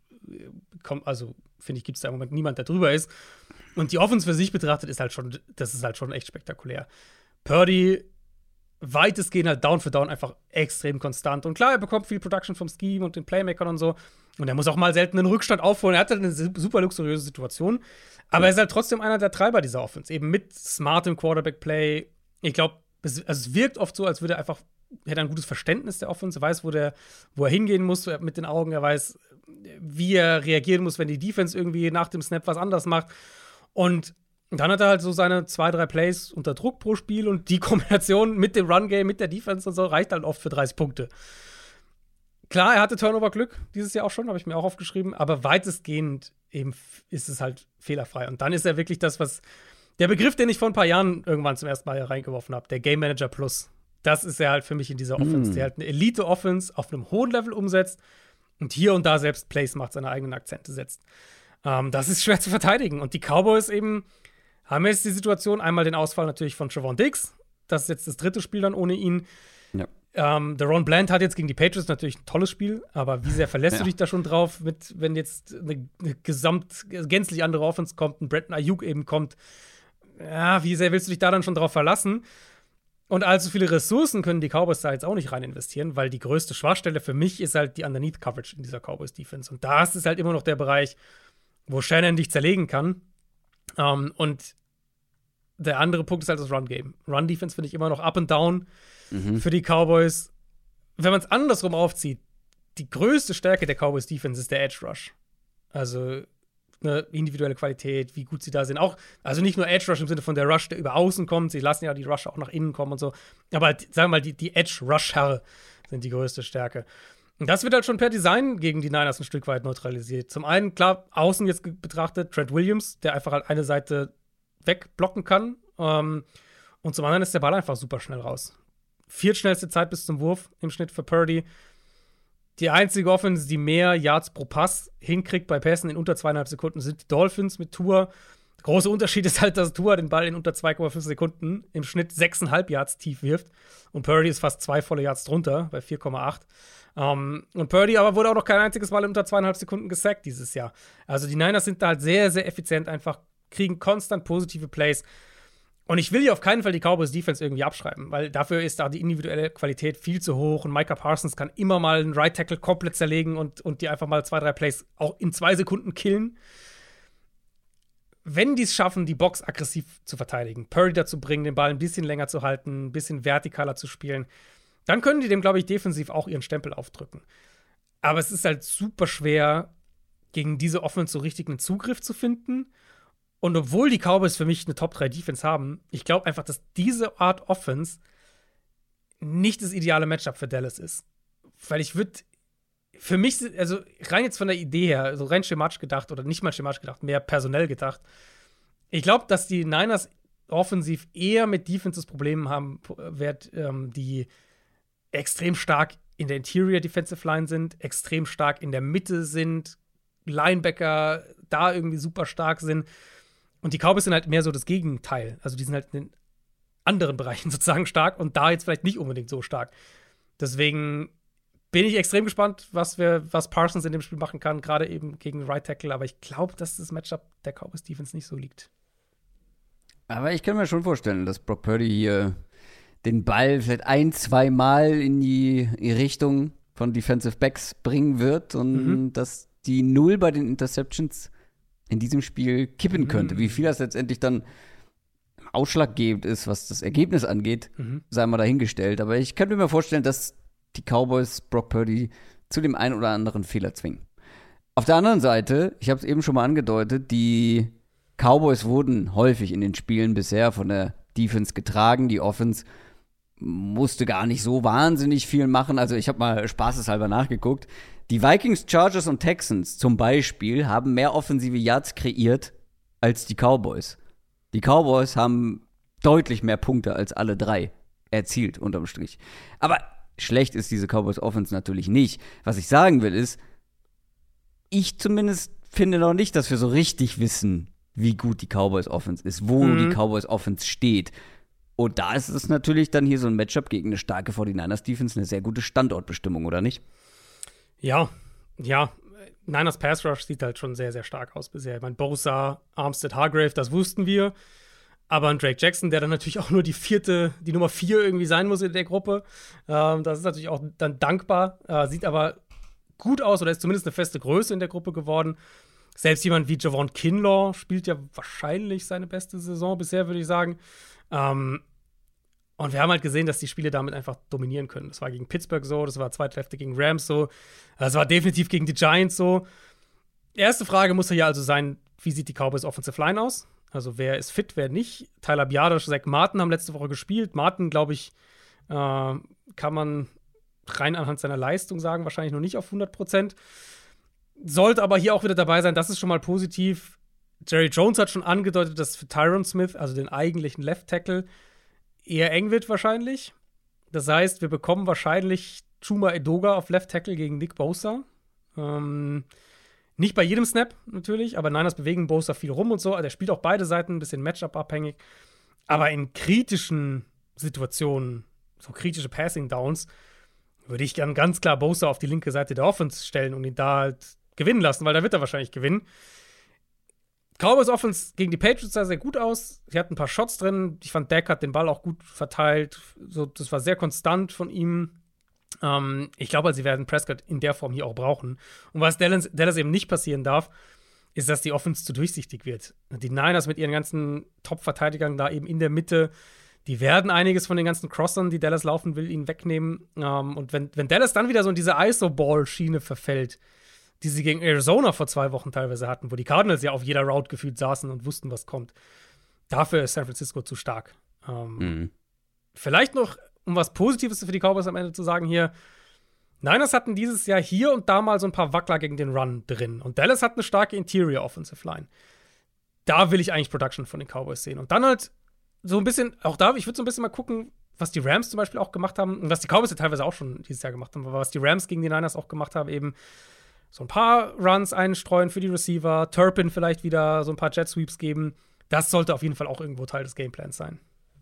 C: finde ich, gibt es da im Moment niemand, der drüber ist. Und die Offense für sich betrachtet ist halt schon echt spektakulär. Purdy weitestgehend halt Down für Down einfach extrem konstant. Und klar, er bekommt viel Production vom Scheme und den Playmakern und so. Und er muss auch mal selten einen Rückstand aufholen. Er hat halt eine super luxuriöse Situation. Aber er ist halt trotzdem einer der Treiber dieser Offense. Eben mit smartem Quarterback-Play. Ich glaube, es wirkt oft so, als würde er einfach, hätte ein gutes Verständnis der Offense. Er weiß, wo er hingehen muss mit den Augen. Er weiß, wie er reagieren muss, wenn die Defense irgendwie nach dem Snap was anders macht. Und dann hat er halt so seine 2-3 Plays unter Druck pro Spiel. Und die Kombination mit dem Run-Game, mit der Defense und so, reicht halt oft für 30 Punkte. Klar, er hatte Turnover-Glück dieses Jahr auch schon, habe ich mir auch aufgeschrieben, aber weitestgehend eben ist es halt fehlerfrei. Und dann ist er wirklich der Begriff, den ich vor ein paar Jahren irgendwann zum ersten Mal hier reingeworfen habe, der Game Manager Plus. Das ist er halt für mich in dieser Offense, der halt eine Elite-Offense auf einem hohen Level umsetzt und hier und da selbst Plays macht, seine eigenen Akzente setzt. Das ist schwer zu verteidigen. Und die Cowboys eben haben jetzt die Situation, einmal den Ausfall natürlich von Trevon Diggs, das ist jetzt das 3. Spiel dann ohne ihn. Ja. Deron Bland hat jetzt gegen die Patriots natürlich ein tolles Spiel, aber wie sehr verlässt du dich da schon drauf, wenn jetzt eine gänzlich andere Offense kommt, ein Brandon Ayuk eben kommt? Ja, wie sehr willst du dich da dann schon drauf verlassen? Und allzu viele Ressourcen können die Cowboys da jetzt auch nicht rein investieren, weil die größte Schwachstelle für mich ist halt die Underneath-Coverage in dieser Cowboys-Defense. Und das ist halt immer noch der Bereich, wo Shannon dich zerlegen kann. Und der andere Punkt ist halt das Run-Game. Run-Defense finde ich immer noch up and down für die Cowboys. Wenn man es andersrum aufzieht, die größte Stärke der Cowboys-Defense ist der Edge-Rush. Also eine individuelle Qualität, wie gut sie da sind. Auch, also nicht nur Edge-Rush im Sinne von der Rush, der über außen kommt. Sie lassen ja die Rusher auch nach innen kommen und so. Aber halt, sagen wir mal, die Edge-Rush-Herre sind die größte Stärke. Und das wird halt schon per Design gegen die Niners ein Stück weit neutralisiert. Zum einen, klar, außen jetzt betrachtet, Trent Williams, der einfach halt eine Seite wegblocken kann. Und zum anderen ist der Ball einfach super schnell raus. 4. schnellste Zeit bis zum Wurf im Schnitt für Purdy. Die einzige Offense, die mehr Yards pro Pass hinkriegt bei Pässen in unter 2,5 Sekunden, sind die Dolphins mit Tua. Der große Unterschied ist halt, dass Tua den Ball in unter 2,5 Sekunden im Schnitt 6,5 Yards tief wirft. Und Purdy ist fast 2 volle Yards drunter, bei 4,8. Und Purdy aber wurde auch noch kein einziges Mal in unter 2,5 Sekunden gesackt dieses Jahr. Also die Niners sind da halt sehr, sehr effizient, einfach kriegen konstant positive Plays. Und ich will hier auf keinen Fall die Cowboys-Defense irgendwie abschreiben, weil dafür ist da die individuelle Qualität viel zu hoch und Micah Parsons kann immer mal einen Right Tackle komplett zerlegen und die einfach mal 2-3 Plays auch in 2 Sekunden killen. Wenn die es schaffen, die Box aggressiv zu verteidigen, Purdy dazu bringen, den Ball ein bisschen länger zu halten, ein bisschen vertikaler zu spielen, dann können die dem, glaube ich, defensiv auch ihren Stempel aufdrücken. Aber es ist halt super schwer, gegen diese Offense so richtig einen Zugriff zu finden. Und obwohl die Cowboys für mich eine Top-3-Defense haben, ich glaube einfach, dass diese Art Offense nicht das ideale Matchup für Dallas ist. Weil für mich, also rein jetzt von der Idee her, also rein schematisch gedacht oder nicht mal schematisch gedacht, mehr personell gedacht, ich glaube, dass die Niners offensiv eher mit Defenses Problemen haben die extrem stark in der Interior Defensive Line sind, extrem stark in der Mitte sind, Linebacker da irgendwie super stark sind. Und die Cowboys sind halt mehr so das Gegenteil. Also die sind halt in den anderen Bereichen sozusagen stark und da jetzt vielleicht nicht unbedingt so stark. Deswegen bin ich extrem gespannt, was Parsons in dem Spiel machen kann, gerade eben gegen Right Tackle. Aber ich glaube, dass das Matchup der Cowboys Defense nicht so liegt.
B: Aber ich kann mir schon vorstellen, dass Brock Purdy hier den Ball vielleicht 1-2 Mal in die Richtung von Defensive Backs bringen wird und dass die 0 bei den Interceptions in diesem Spiel kippen könnte. Wie viel das letztendlich dann ausschlaggebend ist, was das Ergebnis angeht, sei mal dahingestellt. Aber ich kann mir vorstellen, dass die Cowboys Brock Purdy zu dem einen oder anderen Fehler zwingen. Auf der anderen Seite, ich habe es eben schon mal angedeutet, die Cowboys wurden häufig in den Spielen bisher von der Defense getragen. Die Offense musste gar nicht so wahnsinnig viel machen. Also ich habe mal spaßeshalber nachgeguckt. Die Vikings, Chargers und Texans zum Beispiel haben mehr offensive Yards kreiert als die Cowboys. Die Cowboys haben deutlich mehr Punkte als alle drei erzielt, unterm Strich. Aber schlecht ist diese Cowboys-Offense natürlich nicht. Was ich sagen will ist, ich zumindest finde noch nicht, dass wir so richtig wissen, wie gut die Cowboys-Offense ist, wo die Cowboys-Offense steht. Und da ist es natürlich dann hier so ein Matchup gegen eine starke 49ers-Defense eine sehr gute Standortbestimmung, oder nicht?
C: Ja. Niners Pass Rush sieht halt schon sehr, sehr stark aus bisher. Ich meine, Bosa, Armstead, Hargrave, das wussten wir. Aber ein Drake Jackson, der dann natürlich auch nur die Nummer 4 irgendwie sein muss in der Gruppe, das ist natürlich auch dann dankbar. Sieht aber gut aus oder ist zumindest eine feste Größe in der Gruppe geworden. Selbst jemand wie Javon Kinlaw spielt ja wahrscheinlich seine beste Saison bisher, würde ich sagen. Und wir haben halt gesehen, dass die Spiele damit einfach dominieren können. Das war gegen Pittsburgh so, das war zweite Hälfte gegen Rams so, das war definitiv gegen die Giants so. Die erste Frage muss ja also sein, wie sieht die Cowboys Offensive Line aus? Also wer ist fit, wer nicht? Tyler Biadasz, Zach Martin haben letzte Woche gespielt. Martin, glaube ich, kann man rein anhand seiner Leistung sagen, wahrscheinlich noch nicht auf 100%. Sollte aber hier auch wieder dabei sein, das ist schon mal positiv. Jerry Jones hat schon angedeutet, dass für Tyron Smith, also den eigentlichen Left Tackle, eher eng wird wahrscheinlich. Das heißt, wir bekommen wahrscheinlich Chuma Edoga auf Left Tackle gegen Nick Bosa. Nicht bei jedem Snap natürlich, aber Niners bewegen Bosa viel rum und so. Der spielt auch beide Seiten, ein bisschen Matchup-abhängig. Aber in kritischen Situationen, so kritische Passing-Downs, würde ich gern ganz klar Bosa auf die linke Seite der Offense stellen und ihn da halt gewinnen lassen, weil da wird er wahrscheinlich gewinnen. Cowboys Offense gegen die Patriots sah sehr gut aus. Sie hatten ein paar Shots drin. Ich fand, Dak hat den Ball auch gut verteilt. So, das war sehr konstant von ihm. Ich glaube, sie werden Prescott in der Form hier auch brauchen. Und was Dallas eben nicht passieren darf, ist, dass die Offense zu durchsichtig wird. Die Niners mit ihren ganzen Top-Verteidigern da eben in der Mitte, die werden einiges von den ganzen Crossern, die Dallas laufen will, ihnen wegnehmen. Und wenn Dallas dann wieder so in diese ISO-Ball-Schiene verfällt, die sie gegen Arizona vor 2 Wochen teilweise hatten, wo die Cardinals ja auf jeder Route gefühlt saßen und wussten, was kommt. Dafür ist San Francisco zu stark. Vielleicht noch, um was Positives für die Cowboys am Ende zu sagen hier, Niners hatten dieses Jahr hier und da mal so ein paar Wackler gegen den Run drin. Und Dallas hat eine starke Interior Offensive Line. Da will ich eigentlich Production von den Cowboys sehen. Und dann halt so ein bisschen, auch da, ich würde so ein bisschen mal gucken, was die Rams zum Beispiel auch gemacht haben und was die Cowboys ja teilweise auch schon dieses Jahr gemacht haben, aber was die Rams gegen die Niners auch gemacht haben, eben so ein paar Runs einstreuen für die Receiver, Turpin vielleicht wieder so ein paar Jet Sweeps geben. Das sollte auf jeden Fall auch irgendwo Teil des Gameplans sein.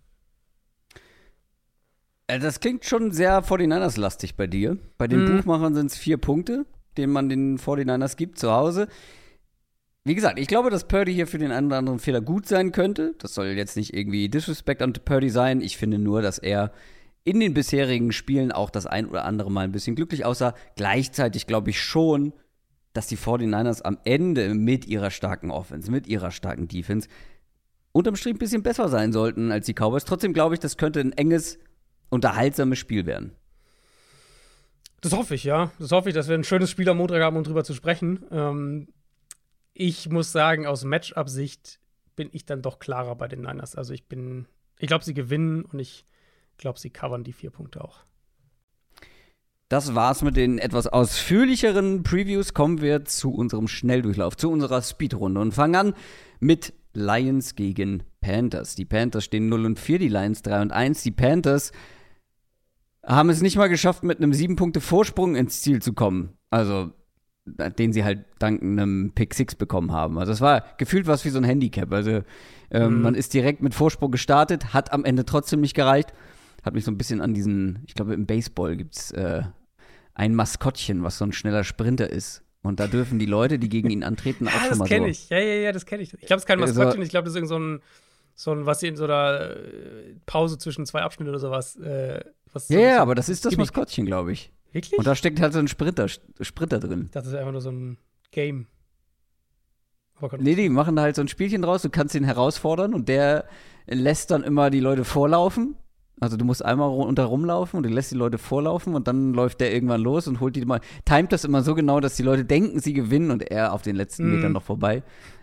B: Das klingt schon sehr 49ers-lastig bei dir. Bei den Buchmachern sind es 4 Punkte, denen man den 49ers gibt zu Hause. Wie gesagt, ich glaube, dass Purdy hier für den einen oder anderen Fehler gut sein könnte. Das soll jetzt nicht irgendwie Disrespect an Purdy sein. Ich finde nur, dass er in den bisherigen Spielen auch das ein oder andere Mal ein bisschen glücklich aussah. Gleichzeitig glaube ich schon, dass die 49ers am Ende mit ihrer starken Offense, mit ihrer starken Defense unterm Strich ein bisschen besser sein sollten als die Cowboys. Trotzdem glaube ich, das könnte ein enges, unterhaltsames Spiel werden.
C: Das hoffe ich, ja. Das hoffe ich, dass wir ein schönes Spiel am Montag haben, um drüber zu sprechen. Ich muss sagen, aus Matchup-Sicht bin ich dann doch klarer bei den Niners. Also ich glaube, sie gewinnen und ich glaube, sie covern die 4 Punkte auch.
B: Das war's mit den etwas ausführlicheren Previews. Kommen wir zu unserem Schnelldurchlauf, zu unserer Speedrunde und fangen an mit Lions gegen Panthers. Die Panthers stehen 0-4, die Lions 3-1. Die Panthers haben es nicht mal geschafft, mit einem 7-Punkte-Vorsprung ins Ziel zu kommen. Also, den sie halt dank einem Pick-6 bekommen haben. Also, es war gefühlt was wie so ein Handicap. Also, man ist direkt mit Vorsprung gestartet, hat am Ende trotzdem nicht gereicht. Hat mich so ein bisschen an ich glaube, im Baseball gibt's ein Maskottchen, was so ein schneller Sprinter ist. Und da dürfen die Leute, die gegen ihn antreten, auch schon mal so.
C: Das kenne ich. Ja, das kenne ich. Ich glaube, es ist kein Maskottchen. Ich glaube, das ist irgend so ein, was sie in so einer Pause zwischen 2 Abschnitten oder sowas.
B: Aber das ist das Maskottchen, glaube ich.
C: Wirklich?
B: Und da steckt halt so ein Sprinter drin.
C: Das ist einfach nur so ein Game.
B: Nee, die machen da halt so ein Spielchen draus. Du kannst ihn herausfordern und der lässt dann immer die Leute vorlaufen. Also du musst einmal rumlaufen und du lässt die Leute vorlaufen und dann läuft der irgendwann los und holt die mal. Timet das immer so genau, dass die Leute denken, sie gewinnen und er auf den letzten Metern noch vorbei.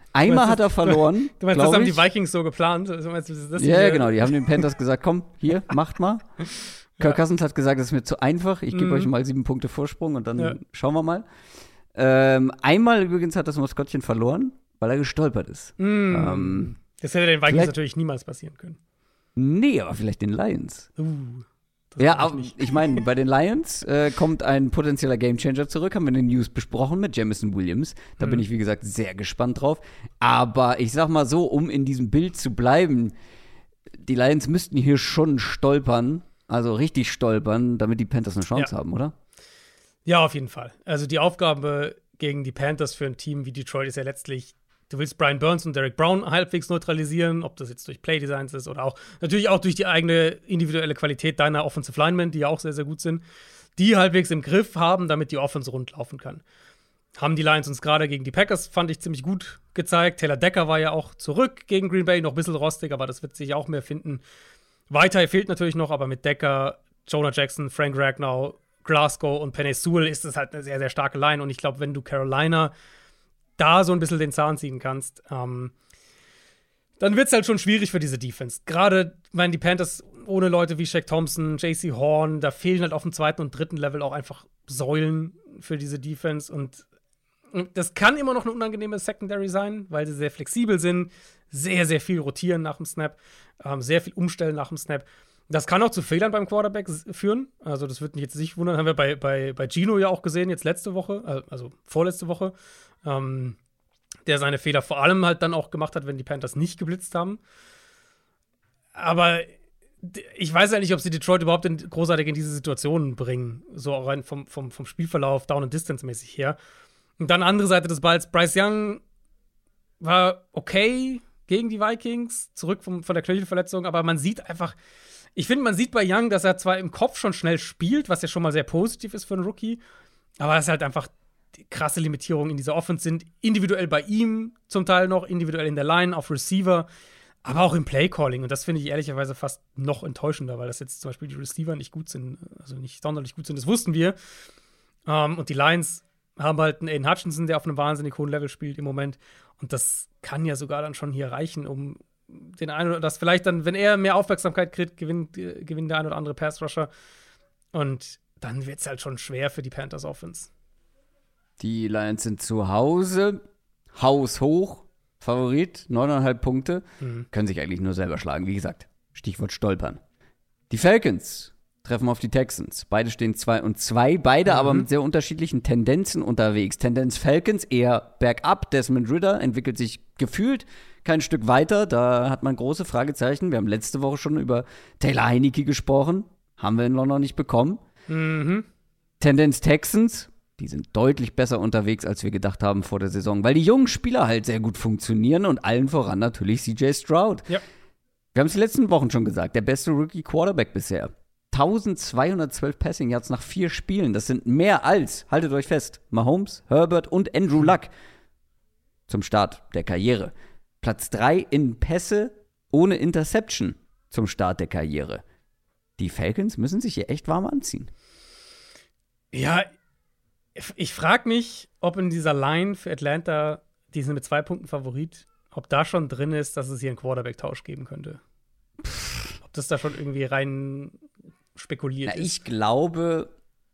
B: Einmal hat er verloren.
C: Du meinst, das haben die Vikings so geplant? Also, meinst du, das
B: ja, genau. Die haben den Panthers gesagt, komm, hier, macht mal. Kirk Cousins hat gesagt, das ist mir zu einfach. Ich gebe euch mal 7 Punkte Vorsprung und dann schauen wir mal. Einmal übrigens hat das Maskottchen verloren, weil er gestolpert ist.
C: Das hätte den Vikings natürlich niemals passieren können.
B: Nee, aber vielleicht den Lions. Ja, aber ich meine, bei den Lions kommt ein potenzieller Gamechanger zurück, haben wir in den News besprochen mit Jameson Williams. Da bin ich, wie gesagt, sehr gespannt drauf. Aber ich sag mal so, um in diesem Bild zu bleiben, die Lions müssten hier schon stolpern, also richtig stolpern, damit die Panthers eine Chance haben, oder?
C: Ja, auf jeden Fall. Also die Aufgabe gegen die Panthers für ein Team wie Detroit ist ja letztlich, du willst Brian Burns und Derek Brown halbwegs neutralisieren, ob das jetzt durch Playdesigns ist oder auch natürlich auch durch die eigene individuelle Qualität deiner Offensive Linemen, die ja auch sehr, sehr gut sind, die halbwegs im Griff haben, damit die Offense rund laufen kann. Haben die Lions uns gerade gegen die Packers, fand ich, ziemlich gut gezeigt. Taylor Decker war ja auch zurück gegen Green Bay, noch ein bisschen rostig, aber das wird sich auch mehr finden. Weiter fehlt natürlich noch, aber mit Decker, Jonah Jackson, Frank Ragnow, Glasgow und Penei Sewell ist es halt eine sehr, sehr starke Line. Und ich glaube, wenn du Carolina da so ein bisschen den Zahn ziehen kannst, dann wird es halt schon schwierig für diese Defense. Gerade, wenn die Panthers ohne Leute wie Shaq Thompson, JC Horn, da fehlen halt auf dem 2. und 3. Level auch einfach Säulen für diese Defense. Und das kann immer noch eine unangenehme Secondary sein, weil sie sehr flexibel sind, sehr, sehr viel rotieren nach dem Snap, sehr viel umstellen nach dem Snap. Das kann auch zu Fehlern beim Quarterback führen. Also, das wird mich jetzt nicht wundern. Haben wir bei Gino ja auch gesehen, jetzt letzte Woche, also vorletzte Woche, der seine Fehler vor allem halt dann auch gemacht hat, wenn die Panthers nicht geblitzt haben. Aber ich weiß ja nicht, ob sie Detroit überhaupt großartig in diese Situationen bringen. So rein vom Spielverlauf, Down- und Distance-mäßig her. Und dann andere Seite des Balls. Bryce Young war okay gegen die Vikings, zurück von der Knöchelverletzung, aber man sieht einfach, ich finde, man sieht bei Young, dass er zwar im Kopf schon schnell spielt, was ja schon mal sehr positiv ist für einen Rookie, aber es ist halt einfach die krasse Limitierung in dieser Offense sind, individuell bei ihm zum Teil noch, individuell in der Line, auf Receiver, aber auch im Playcalling. Und das finde ich ehrlicherweise fast noch enttäuschender, weil das jetzt zum Beispiel die Receiver nicht gut sind, also nicht sonderlich gut sind, das wussten wir. Und die Lions haben halt einen Aiden Hutchinson, der auf einem wahnsinnig hohen Level spielt im Moment. Und das kann ja sogar dann schon hier reichen, um den einen oder das vielleicht dann, wenn er mehr Aufmerksamkeit kriegt, gewinnt der ein oder andere Pass-Rusher. Und dann wird es halt schon schwer für die Panthers Offense.
B: Die Lions sind zu Hause, haushoch, Favorit, 9,5 Punkte. Können sich eigentlich nur selber schlagen, wie gesagt. Stichwort stolpern. Die Falcons treffen auf die Texans. Beide stehen 2-2, beide aber mit sehr unterschiedlichen Tendenzen unterwegs. Tendenz Falcons eher bergab. Desmond Ridder entwickelt sich gefühlt kein Stück weiter. Da hat man große Fragezeichen. Wir haben letzte Woche schon über Taylor Heinicke gesprochen. Haben wir ihn noch nicht bekommen. Tendenz Texans, die sind deutlich besser unterwegs, als wir gedacht haben vor der Saison, weil die jungen Spieler halt sehr gut funktionieren und allen voran natürlich CJ Stroud.
C: Ja.
B: Wir haben es die letzten Wochen schon gesagt, der beste Rookie-Quarterback bisher. 1212 Passing Yards nach 4 Spielen. Das sind mehr als, haltet euch fest, Mahomes, Herbert und Andrew Luck zum Start der Karriere. Platz 3 in Pässe ohne Interception zum Start der Karriere. Die Falcons müssen sich hier echt warm anziehen.
C: Ja, ich frage mich, ob in dieser Line für Atlanta, die sind mit 2 Punkten Favorit, ob da schon drin ist, dass es hier einen Quarterback-Tausch geben könnte. Ob das da schon irgendwie rein spekuliert ist.
B: Ich glaube,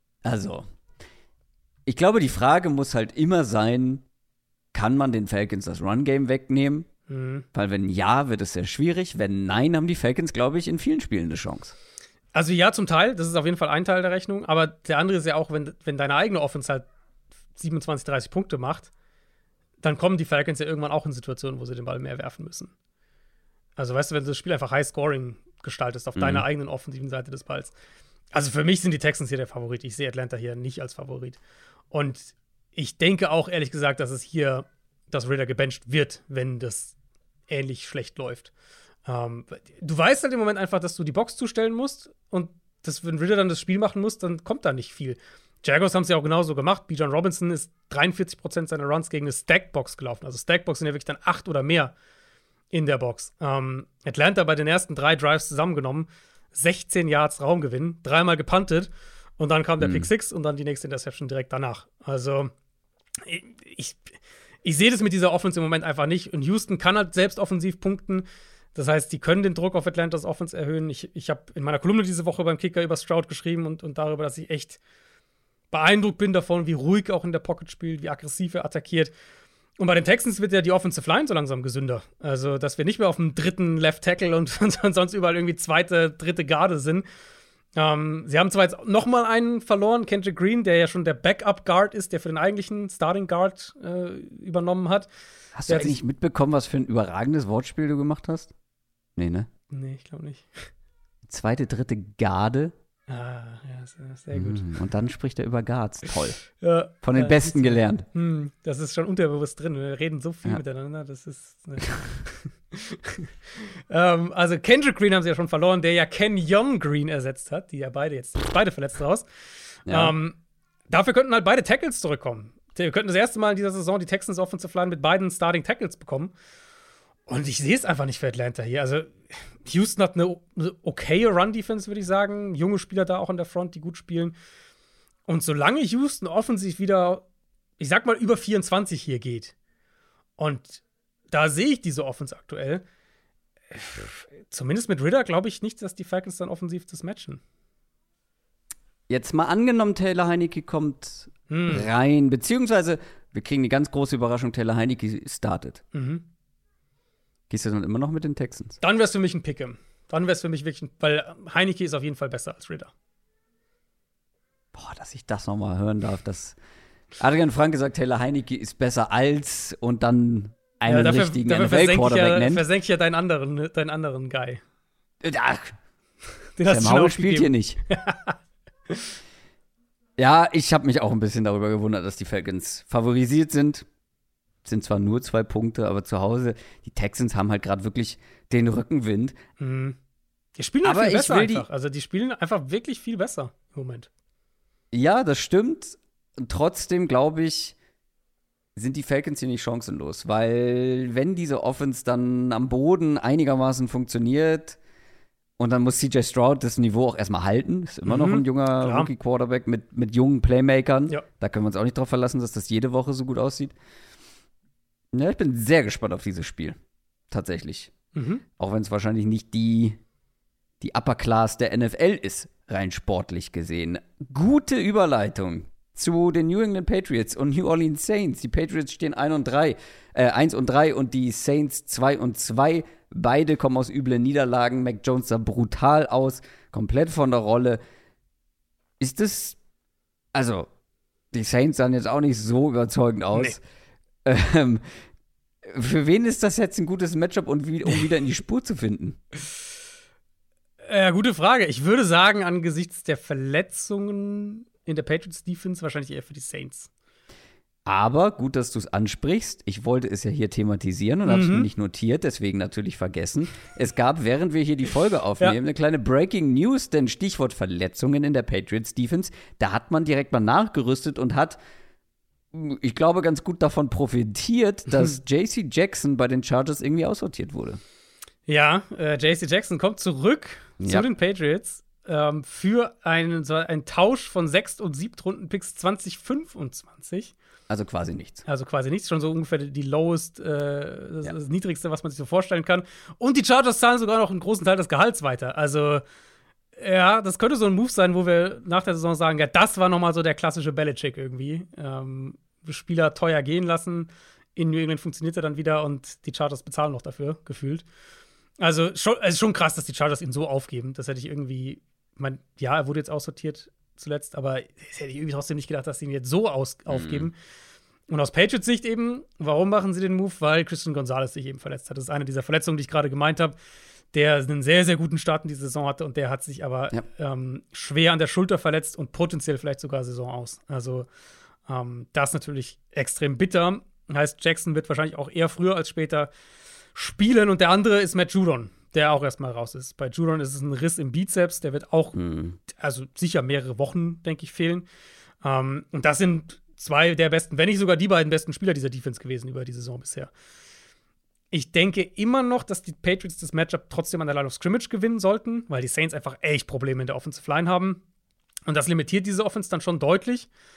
B: die Frage muss halt immer sein, kann man den Falcons das Run-Game wegnehmen? Weil wenn ja, wird es sehr schwierig. Wenn nein, haben die Falcons, glaube ich, in vielen Spielen eine Chance.
C: Also ja, zum Teil. Das ist auf jeden Fall ein Teil der Rechnung. Aber der andere ist ja auch, wenn deine eigene Offense halt 27, 30 Punkte macht, dann kommen die Falcons ja irgendwann auch in Situationen, wo sie den Ball mehr werfen müssen. Also weißt du, wenn du das Spiel einfach High-Scoring gestaltest auf deiner eigenen offensiven Seite des Balls. Also für mich sind die Texans hier der Favorit. Ich sehe Atlanta hier nicht als Favorit. Und ich denke auch, ehrlich gesagt, dass es hier dass Ridder gebencht wird, wenn das ähnlich schlecht läuft. Du weißt halt im Moment einfach, dass du die Box zustellen musst und wenn Ridder dann das Spiel machen muss, dann kommt da nicht viel. Jaguars haben es ja auch genauso gemacht. Bijan Robinson ist 43% seiner Runs gegen eine Stackbox gelaufen. Also Stackbox sind ja wirklich dann 8 oder mehr in der Box. Atlanta bei den ersten 3 Drives zusammengenommen, 16 Yards Raumgewinn, 3-mal gepuntet und dann kam der Pick 6 und dann die nächste Interception direkt danach. Also ich sehe das mit dieser Offense im Moment einfach nicht. Und Houston kann halt selbst offensiv punkten. Das heißt, die können den Druck auf Atlantas Offense erhöhen. Ich habe in meiner Kolumne diese Woche beim Kicker über Stroud geschrieben und darüber, dass ich echt beeindruckt bin davon, wie ruhig auch in der Pocket spielt, wie aggressiv er attackiert. Und bei den Texans wird ja die Offensive Line so langsam gesünder. Also, dass wir nicht mehr auf dem dritten Left Tackle und sonst überall irgendwie zweite, dritte Garde sind. Sie haben zwar jetzt noch mal einen verloren, Kendrick Green, der ja schon der Backup-Guard ist, der für den eigentlichen Starting-Guard übernommen hat.
B: Hast du eigentlich mitbekommen, was für ein überragendes Wortspiel du gemacht hast? Nee, ne?
C: Nee, ich glaube nicht.
B: Zweite, dritte Garde.
C: Ah, ja, sehr gut.
B: Und dann spricht er über Guards. Toll.
C: Ja,
B: von den Besten gelernt.
C: Das ist schon unterbewusst drin. Wir reden so viel miteinander. Das ist. Also Kendrick Green haben sie ja schon verloren, der ja Kenyon Green ersetzt hat, die ja beide verletzt raus. Ja. Dafür könnten halt beide Tackles zurückkommen. Wir könnten das erste Mal in dieser Saison die Texans Offensive Line mit beiden Starting Tackles bekommen. Und ich sehe es einfach nicht für Atlanta hier. Also Houston hat eine okaye Run-Defense, würde ich sagen. Junge Spieler da auch in der Front, die gut spielen. Und solange Houston offensiv wieder, ich sag mal, über 24 hier geht, und da sehe ich diese Offense aktuell, zumindest mit Ridder glaube ich nicht, dass die Falcons dann offensiv das matchen.
B: Jetzt mal angenommen, Taylor Heinicke kommt rein, beziehungsweise wir kriegen die ganz große Überraschung, Taylor Heinicke startet. Gehst du dann immer noch mit den Texans?
C: Dann wäre es für mich ein Pick'em. Dann wäre es für mich wirklich weil Heinicke ist auf jeden Fall besser als Ridder.
B: Boah, dass ich das noch mal hören darf, dass Adrian Franke sagt, Taylor Heinicke ist besser als und dann einen richtigen NFL-Quarterback nennt.
C: Versenke ich ja deinen anderen Guy.
B: Ach,
C: den hast
B: Sam Howell spielt hier nicht. Ja, ich habe mich auch ein bisschen darüber gewundert, dass die Falcons favorisiert sind. Sind zwar nur 2 Punkte, aber zu Hause, die Texans haben halt gerade wirklich den Rückenwind.
C: Die spielen halt viel besser einfach. Also die spielen einfach wirklich viel besser im Moment.
B: Ja, das stimmt. Und trotzdem, glaube ich, sind die Falcons hier nicht chancenlos. Weil wenn diese Offense dann am Boden einigermaßen funktioniert und dann muss CJ Stroud das Niveau auch erstmal halten. Ist immer noch ein junger Rookie-Quarterback mit jungen Playmakern. Ja. Da können wir uns auch nicht drauf verlassen, dass das jede Woche so gut aussieht. Ja, ich bin sehr gespannt auf dieses Spiel. Tatsächlich. Auch wenn es wahrscheinlich nicht die Upper Class der NFL ist, rein sportlich gesehen. Gute Überleitung zu den New England Patriots und New Orleans Saints. Die Patriots stehen 1 und 3 und die Saints 2 und 2. Beide kommen aus üblen Niederlagen. Mac Jones sah brutal aus, komplett von der Rolle. Ist es, also, die Saints sahen jetzt auch nicht so überzeugend aus. Nee. Für wen ist das jetzt ein gutes Matchup um wieder in die Spur zu finden?
C: Gute Frage. Ich würde sagen, angesichts der Verletzungen in der Patriots Defense wahrscheinlich eher für die Saints.
B: Aber gut, dass du es ansprichst. Ich wollte es ja hier thematisieren und habe es mir nicht notiert, deswegen natürlich vergessen. Es gab, während wir hier die Folge aufnehmen, eine kleine Breaking News, denn Stichwort Verletzungen in der Patriots Defense. Da hat man direkt mal nachgerüstet und hat, ich glaube, ganz gut davon profitiert, dass J.C. Jackson bei den Chargers irgendwie aussortiert wurde. Ja,
C: J.C. Jackson kommt zurück zu den Patriots für einen Tausch von 6. und 7. Runden-Picks 2025.
B: Also quasi nichts.
C: Schon so ungefähr die lowest, das Niedrigste, was man sich so vorstellen kann. Und die Chargers zahlen sogar noch einen großen Teil des Gehalts weiter. Also, ja, das könnte so ein Move sein, wo wir nach der Saison sagen, ja, das war noch mal so der klassische Belichick irgendwie. Spieler teuer gehen lassen. In New England funktioniert er dann wieder und die Chargers bezahlen noch dafür, gefühlt. Also, es ist schon krass, dass die Chargers ihn so aufgeben. Das hätte ich irgendwie, er wurde jetzt aussortiert zuletzt, aber das hätte ich irgendwie trotzdem nicht gedacht, dass sie ihn jetzt so aufgeben. Und aus Patriots Sicht eben, warum machen sie den Move? Weil Christian Gonzalez sich eben verletzt hat. Das ist eine dieser Verletzungen, die ich gerade gemeint habe, der einen sehr, sehr guten Start in die Saison hatte und der hat sich aber schwer an der Schulter verletzt und potenziell vielleicht sogar Saison aus. Also das ist natürlich extrem bitter. Heißt, Jackson wird wahrscheinlich auch eher früher als später spielen und der andere ist Matt Judon, der auch erstmal raus ist. Bei Judon ist es ein Riss im Bizeps, der wird auch also sicher mehrere Wochen, denke ich, fehlen. Und das sind 2 der besten, wenn nicht sogar die beiden besten Spieler dieser Defense gewesen über die Saison bisher. Ich denke immer noch, dass die Patriots das Matchup trotzdem an der Line of Scrimmage gewinnen sollten, weil die Saints einfach echt Probleme in der Offensive Line haben. Und das limitiert diese Offense dann schon deutlich.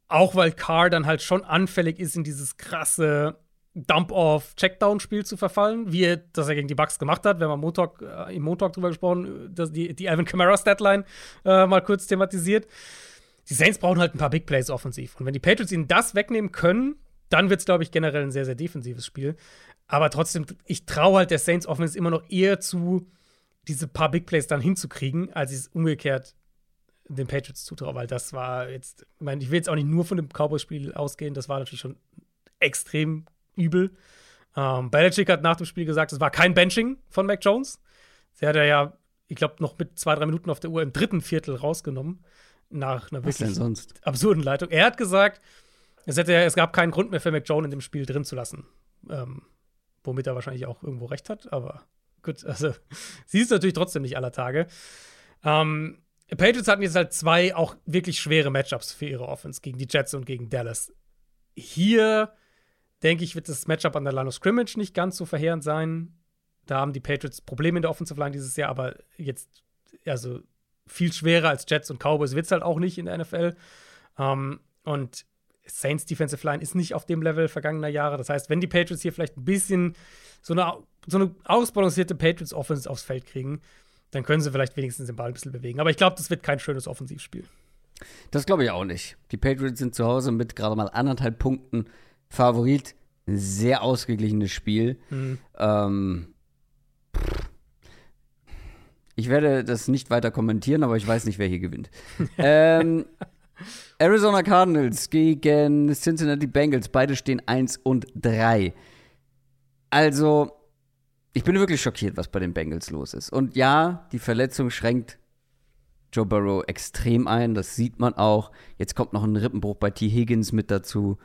C: Auch weil Carr dann halt schon anfällig ist, in dieses krasse Dump-Off-Checkdown-Spiel zu verfallen, wie er das gegen die Bucks gemacht hat. Wir haben im Montag drüber gesprochen, dass die Alvin Kamara-Statline mal kurz thematisiert. Die Saints brauchen halt ein paar Big Plays offensiv. Und wenn die Patriots ihnen das wegnehmen können, dann wird es, glaube ich, generell ein sehr, sehr defensives Spiel. Aber trotzdem, ich traue halt der Saints Offense immer noch eher zu, diese paar Big Plays dann hinzukriegen, als ich es umgekehrt den Patriots zutraue. Weil das war jetzt, ich will jetzt auch nicht nur von dem Cowboys-Spiel ausgehen, das war natürlich schon extrem übel. Belichick hat nach dem Spiel gesagt, es war kein Benching von Mac Jones. Der hat er ja, ich glaube, noch mit 2-3 Minuten auf der Uhr im dritten Viertel rausgenommen. Nach einer wirklich absurden Leitung. Er hat gesagt, es gab keinen Grund mehr für Mac Jones in dem Spiel drin zu lassen. Womit er wahrscheinlich auch irgendwo recht hat, aber gut, also sie ist natürlich trotzdem nicht aller Tage. Patriots hatten jetzt halt 2 auch wirklich schwere Matchups für ihre Offense gegen die Jets und gegen Dallas. Hier, denke ich, wird das Matchup an der Line of Scrimmage nicht ganz so verheerend sein. Da haben die Patriots Probleme in der Offensive Line dieses Jahr, aber jetzt, also viel schwerer als Jets und Cowboys wird es halt auch nicht in der NFL. Und Saints Defensive Line ist nicht auf dem Level vergangener Jahre. Das heißt, wenn die Patriots hier vielleicht ein bisschen so eine ausbalancierte Patriots Offense aufs Feld kriegen, dann können sie vielleicht wenigstens den Ball ein bisschen bewegen. Aber ich glaube, das wird kein schönes Offensivspiel.
B: Das glaube ich auch nicht. Die Patriots sind zu Hause mit gerade mal 1,5 Punkten Favorit. Ein sehr ausgeglichenes Spiel. Ich werde das nicht weiter kommentieren, aber ich weiß nicht, wer hier gewinnt. Arizona Cardinals gegen Cincinnati Bengals. Beide stehen 1-3. Also, ich bin wirklich schockiert, was bei den Bengals los ist. Und ja, die Verletzung schränkt Joe Burrow extrem ein. Das sieht man auch. Jetzt kommt noch ein Rippenbruch bei T. Higgins mit dazu.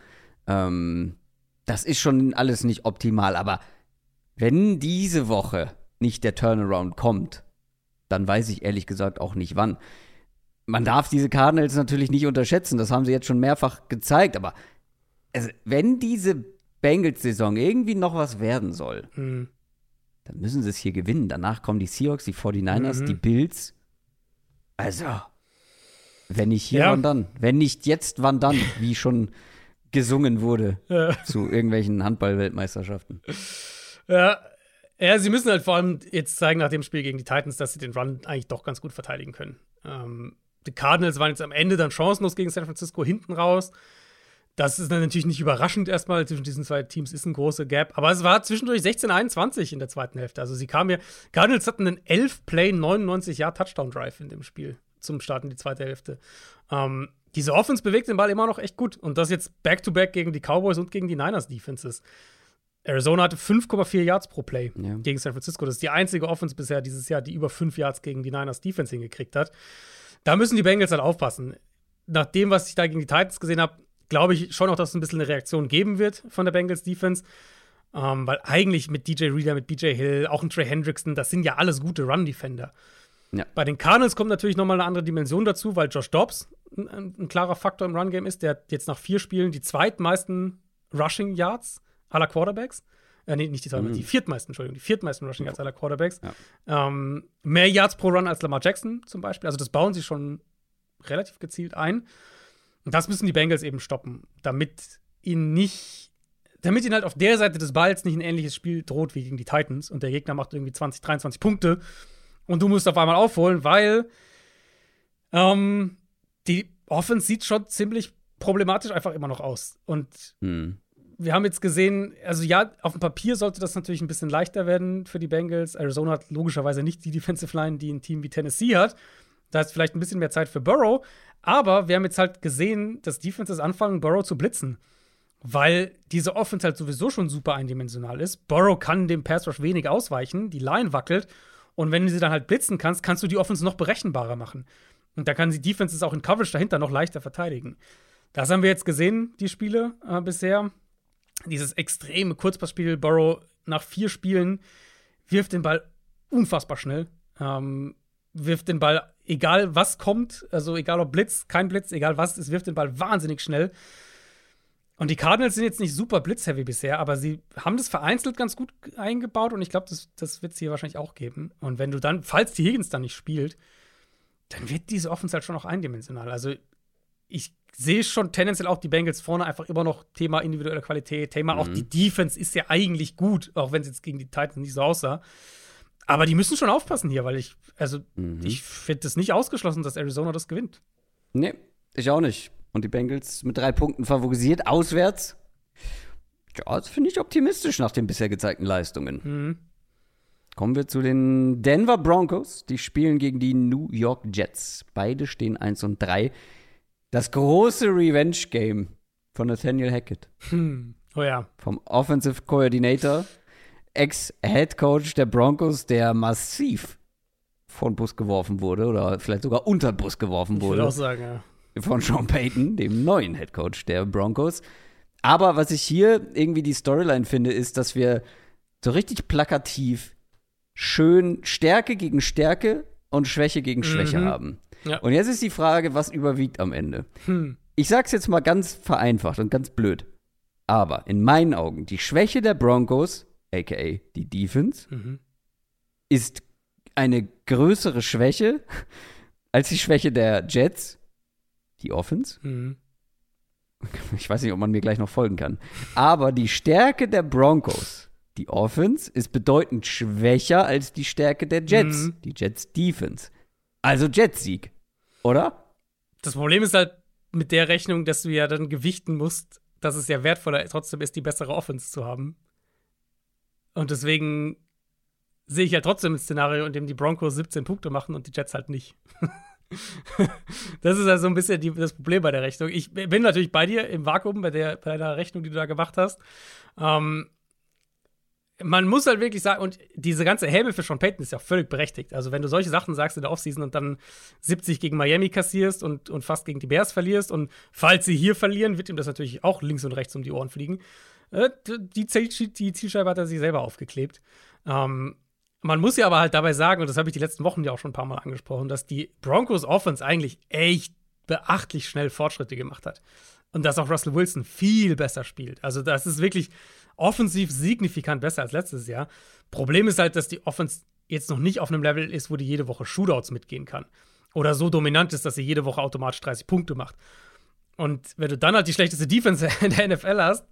B: Das ist schon alles nicht optimal. Aber wenn diese Woche nicht der Turnaround kommt, dann weiß ich ehrlich gesagt auch nicht wann. Man darf diese Cardinals natürlich nicht unterschätzen. Das haben sie jetzt schon mehrfach gezeigt. Aber also, wenn diese Bengals-Saison irgendwie noch was werden soll, dann müssen sie es hier gewinnen. Danach kommen die Seahawks, die 49ers, die Bills. Also, wenn nicht hier, wann dann? Wenn nicht jetzt, wann dann? Wie schon gesungen wurde zu irgendwelchen Handball-Weltmeisterschaften.
C: Ja, sie müssen halt vor allem jetzt zeigen nach dem Spiel gegen die Titans, dass sie den Run eigentlich doch ganz gut verteidigen können. Die Cardinals waren jetzt am Ende dann chancenlos gegen San Francisco hinten raus. Das ist dann natürlich nicht überraschend erstmal. Zwischen diesen 2 Teams ist ein großer Gap. Aber es war zwischendurch 16-21 in der zweiten Hälfte. Also Cardinals hatten einen 11-Play, 99-Yard-Touchdown-Drive in dem Spiel zum Start in die zweite Hälfte. Diese Offense bewegt den Ball immer noch echt gut. Und das jetzt Back-to-Back gegen die Cowboys und gegen die Niners-Defenses. Arizona hatte 5,4 Yards pro Play gegen San Francisco. Das ist die einzige Offense bisher dieses Jahr, die über 5 Yards gegen die Niners-Defense hingekriegt hat. Da müssen die Bengals halt aufpassen. Nach dem, was ich da gegen die Titans gesehen habe, glaube ich schon auch, dass es ein bisschen eine Reaktion geben wird von der Bengals-Defense. Weil eigentlich mit DJ Reader, mit BJ Hill, auch ein Trey Hendrickson, das sind ja alles gute Run-Defender. Ja. Bei den Cardinals kommt natürlich nochmal eine andere Dimension dazu, weil Josh Dobbs ein klarer Faktor im Run-Game ist. Der hat jetzt nach 4 Spielen die zweitmeisten Rushing-Yards aller Quarterbacks. Nicht die zweitmeisten, die viertmeisten Rushing Yards aller Quarterbacks. Ja. Mehr Yards pro Run als Lamar Jackson zum Beispiel. Also das bauen sie schon relativ gezielt ein. Und das müssen die Bengals eben stoppen, damit ihnen halt auf der Seite des Balls nicht ein ähnliches Spiel droht wie gegen die Titans und der Gegner macht irgendwie 20, 23 Punkte und du musst auf einmal aufholen, weil die Offense sieht schon ziemlich problematisch einfach immer noch aus. Und wir haben jetzt gesehen, also ja, auf dem Papier sollte das natürlich ein bisschen leichter werden für die Bengals. Arizona hat logischerweise nicht die Defensive Line, die ein Team wie Tennessee hat. Da ist vielleicht ein bisschen mehr Zeit für Burrow. Aber wir haben jetzt halt gesehen, dass Defenses anfangen, Burrow zu blitzen. Weil diese Offense halt sowieso schon super eindimensional ist. Burrow kann dem Pass Rush wenig ausweichen. Die Line wackelt. Und wenn du sie dann halt blitzen kannst, kannst du die Offense noch berechenbarer machen. Und da kann die Defenses auch in Coverage dahinter noch leichter verteidigen. Das haben wir jetzt gesehen, die Spiele bisher. Dieses extreme Kurzpassspiel. Burrow nach 4 Spielen wirft den Ball unfassbar schnell. Wirft den Ball, egal was kommt, also egal ob Blitz, kein Blitz, egal was, es wirft den Ball wahnsinnig schnell. Und die Cardinals sind jetzt nicht super blitzheavy bisher, aber sie haben das vereinzelt ganz gut eingebaut und ich glaube, das wird es hier wahrscheinlich auch geben. Und wenn du dann, falls die Higgins dann nicht spielt, dann wird diese Offense halt schon auch eindimensional. Also ich sehe schon tendenziell auch die Bengals vorne einfach immer noch Thema individuelle Qualität. Thema auch die Defense ist ja eigentlich gut, auch wenn es jetzt gegen die Titans nicht so aussah. Aber die müssen schon aufpassen hier, weil ich finde es nicht ausgeschlossen, dass Arizona das gewinnt.
B: Nee, ich auch nicht. Und die Bengals mit 3 Punkten favorisiert, auswärts. Ja, das finde ich optimistisch nach den bisher gezeigten Leistungen. Kommen wir zu den Denver Broncos. Die spielen gegen die New York Jets. Beide stehen 1-3. Das große Revenge-Game von Nathaniel Hackett.
C: Oh ja.
B: Vom Offensive Coordinator, Ex-Head-Coach der Broncos, der massiv von Bus geworfen wurde oder vielleicht sogar unter den Bus geworfen wurde.
C: Ich würde auch sagen, ja.
B: Von Sean Payton, dem neuen Headcoach der Broncos. Aber was ich hier irgendwie die Storyline finde, ist, dass wir so richtig plakativ schön Stärke gegen Stärke und Schwäche gegen Schwäche haben.
C: Ja.
B: Und jetzt ist die Frage, was überwiegt am Ende? Ich sag's jetzt mal ganz vereinfacht und ganz blöd. Aber in meinen Augen, die Schwäche der Broncos, a.k.a. die Defense, ist eine größere Schwäche als die Schwäche der Jets, die Offense. Ich weiß nicht, ob man mir gleich noch folgen kann. Aber die Stärke der Broncos, die Offense, ist bedeutend schwächer als die Stärke der Jets, die Jets Defense. Also Jets-Sieg, oder?
C: Das Problem ist halt mit der Rechnung, dass du ja dann gewichten musst, dass es ja wertvoller trotzdem ist, die bessere Offense zu haben. Und deswegen sehe ich ja trotzdem ein Szenario, in dem die Broncos 17 Punkte machen und die Jets halt nicht. Das ist also ein bisschen das Problem bei der Rechnung. Ich bin natürlich bei dir im Vakuum, bei deiner Rechnung, die du da gemacht hast. Man muss halt wirklich sagen, und diese ganze Häme für Sean Payton ist ja völlig berechtigt. Also, wenn du solche Sachen sagst in der Offseason und dann 70 gegen Miami kassierst und fast gegen die Bears verlierst und falls sie hier verlieren, wird ihm das natürlich auch links und rechts um die Ohren fliegen. Die Zielscheibe hat er sich selber aufgeklebt. Man muss ja aber halt dabei sagen, und das habe ich die letzten Wochen ja auch schon ein paar Mal angesprochen, dass die Broncos Offense eigentlich echt beachtlich schnell Fortschritte gemacht hat. Und dass auch Russell Wilson viel besser spielt. Also das ist wirklich offensiv signifikant besser als letztes Jahr. Problem ist halt, dass die Offense jetzt noch nicht auf einem Level ist, wo die jede Woche Shootouts mitgehen kann. Oder so dominant ist, dass sie jede Woche automatisch 30 Punkte macht. Und wenn du dann halt die schlechteste Defense in der NFL hast,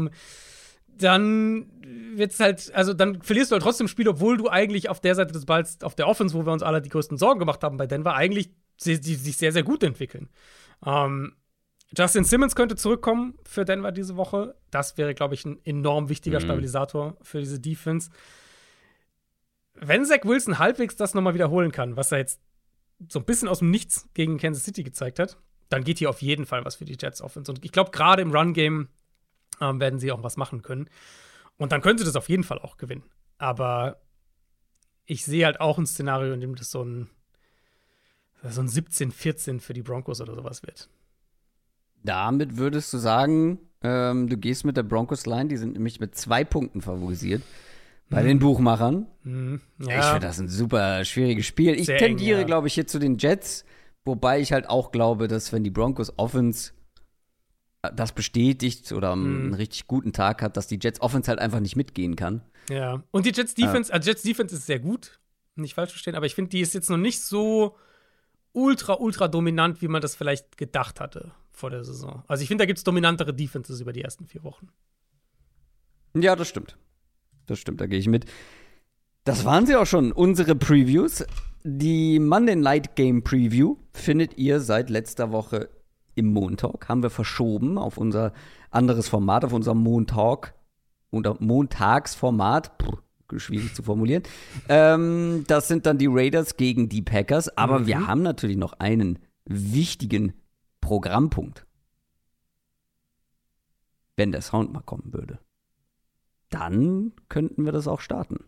C: dann wird's halt, also dann verlierst du halt trotzdem Spiel, obwohl du eigentlich auf der Seite des Balls, auf der Offense, wo wir uns alle die größten Sorgen gemacht haben bei Denver, eigentlich sich sehr, sehr gut entwickeln. Justin Simmons könnte zurückkommen für Denver diese Woche. Das wäre, glaube ich, ein enorm wichtiger Stabilisator für diese Defense. Wenn Zach Wilson halbwegs das nochmal wiederholen kann, was er jetzt so ein bisschen aus dem Nichts gegen Kansas City gezeigt hat, dann geht hier auf jeden Fall was für die Jets Offense. Und ich glaube, gerade im Run-Game werden sie auch was machen können. Und dann können sie das auf jeden Fall auch gewinnen. Aber ich sehe halt auch ein Szenario, in dem das so ein 17-14 für die Broncos oder sowas wird.
B: Damit würdest du sagen, du gehst mit der Broncos-Line, die sind nämlich mit 2 Punkten favorisiert bei den Buchmachern.
C: Ja.
B: Ich finde das ein super schwieriges Spiel. Ich
C: Sehr
B: tendiere,
C: eng, ja.
B: glaube ich, hier zu den Jets, wobei ich halt auch glaube, dass wenn die Broncos Offense das bestätigt oder einen richtig guten Tag hat, dass die Jets Offense halt einfach nicht mitgehen kann.
C: Ja. Und die Jets Defense, Jets Defense ist sehr gut, nicht falsch verstehen, aber ich finde, die ist jetzt noch nicht so ultra dominant, wie man das vielleicht gedacht hatte vor der Saison. Also ich finde, da gibt es dominantere Defenses über die ersten 4 Wochen.
B: Ja, das stimmt. Das stimmt, da gehe ich mit. Das waren sie auch schon, unsere Previews. Die Monday Night Game Preview findet ihr seit letzter Woche im Montalk. Haben wir verschoben auf unser anderes Format, auf unser Montagsformat. Schwierig zu formulieren. Das sind dann die Raiders gegen die Packers. Aber wir haben natürlich noch einen wichtigen Programmpunkt. Wenn der Sound mal kommen würde, dann könnten wir das auch starten.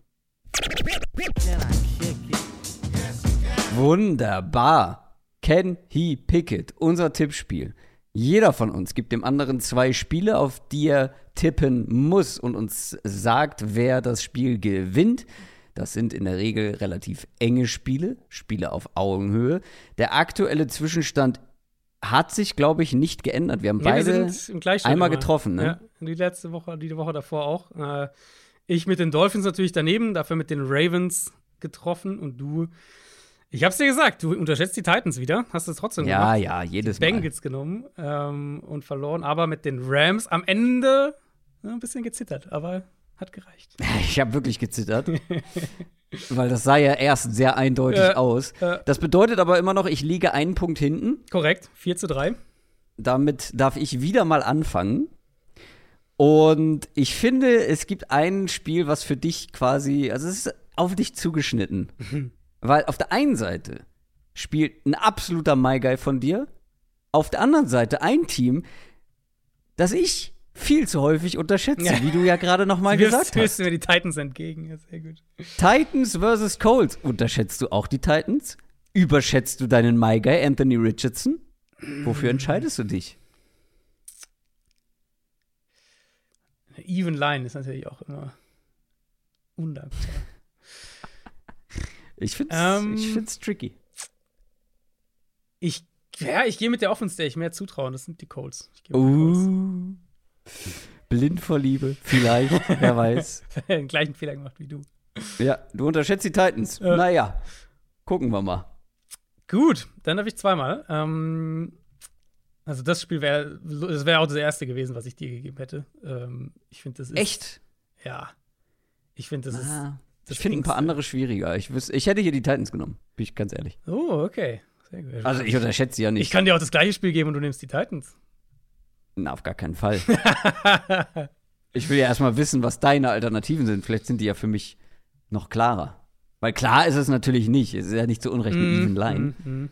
B: Wunderbar. Can he pick it? Unser Tippspiel. Jeder von uns gibt dem anderen 2 Spiele, auf die er tippen muss und uns sagt, wer das Spiel gewinnt. Das sind in der Regel relativ enge Spiele auf Augenhöhe. Der aktuelle Zwischenstand hat sich, glaube ich, nicht geändert. Wir haben beide einmal getroffen. Ne?
C: Ja, die letzte Woche, die Woche davor auch. Ich mit den Dolphins natürlich daneben, dafür mit den Ravens getroffen und du Ich hab's dir gesagt, du unterschätzt die Titans wieder. Hast es trotzdem gemacht.
B: Ja, jedes Mal.
C: Bengals genommen und verloren, aber mit den Rams am Ende ein bisschen gezittert, aber hat gereicht.
B: Ich habe wirklich gezittert. Weil das sah ja erst sehr eindeutig aus. Das bedeutet aber immer noch, ich liege einen Punkt hinten.
C: Korrekt, 4:3.
B: Damit darf ich wieder mal anfangen. Und ich finde, es gibt ein Spiel, was für dich quasi, also es ist auf dich zugeschnitten. Weil auf der einen Seite spielt ein absoluter My Guy von dir, auf der anderen Seite ein Team, das ich viel zu häufig unterschätze, wie du ja gerade noch mal gesagt hast.
C: Wirst du mir die Titans entgegen, ja, sehr gut.
B: Titans versus Colts. Unterschätzt du auch die Titans? Überschätzt du deinen My Guy, Anthony Richardson? Wofür entscheidest du dich?
C: Eine Even Line ist natürlich auch immer undankbar.
B: Ich find's tricky.
C: Ich gehe mit der Offense, der ich mehr zutraue. Das sind die Colts. Ich gehe mit den Colts.
B: Blind vor Liebe, vielleicht, wer weiß.
C: Den gleichen Fehler gemacht wie du.
B: Ja, du unterschätzt die Titans. Naja, gucken wir mal.
C: Gut, dann darf ich zweimal. Also das Spiel wäre auch das erste gewesen, was ich dir gegeben hätte. Ich finde, das ist
B: echt.
C: Ja, ich finde, das ist.
B: Ich finde ein paar andere schwieriger. Ich hätte hier die Titans genommen, bin ich ganz ehrlich.
C: Oh, okay. Sehr gut.
B: Also ich unterschätze sie ja nicht.
C: Ich kann dir auch das gleiche Spiel geben und du nimmst die Titans.
B: Na, auf gar keinen Fall. Ich will ja erstmal wissen, was deine Alternativen sind. Vielleicht sind die ja für mich noch klarer. Weil klar ist es natürlich nicht. Es ist ja nicht zu Unrecht eine Even Line.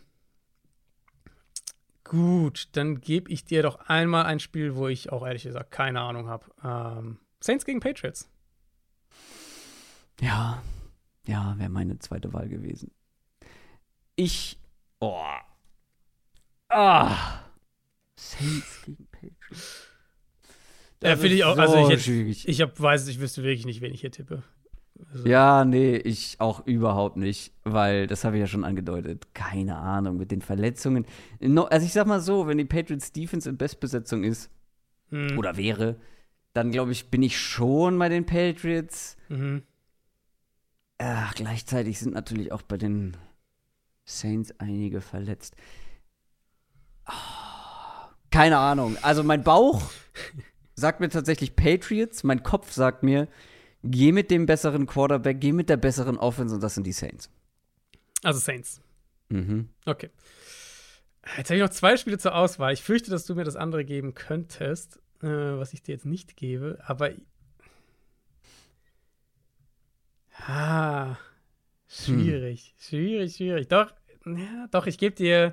C: Gut, dann gebe ich dir doch einmal ein Spiel, wo ich auch ehrlich gesagt keine Ahnung habe. Saints gegen Patriots.
B: Ja, wäre meine zweite Wahl gewesen. Saints gegen Patriots.
C: Ja, finde ich auch.
B: So
C: also
B: schwierig.
C: ich wüsste wirklich nicht, wen ich hier tippe. Also.
B: Ja, nee, ich auch überhaupt nicht, weil das habe ich ja schon angedeutet. Keine Ahnung, mit den Verletzungen. Also ich sag mal so, wenn die Patriots Defense in Bestbesetzung ist oder wäre, dann glaube ich, bin ich schon bei den Patriots. Gleichzeitig sind natürlich auch bei den Saints einige verletzt. Keine Ahnung. Also mein Bauch sagt mir tatsächlich Patriots. Mein Kopf sagt mir, geh mit dem besseren Quarterback, geh mit der besseren Offense und das sind die Saints.
C: Also Saints. Okay. Jetzt habe ich noch 2 Spiele zur Auswahl. Ich fürchte, dass du mir das andere geben könntest, was ich dir jetzt nicht gebe. Aber schwierig. Schwierig. Doch, ich gebe dir.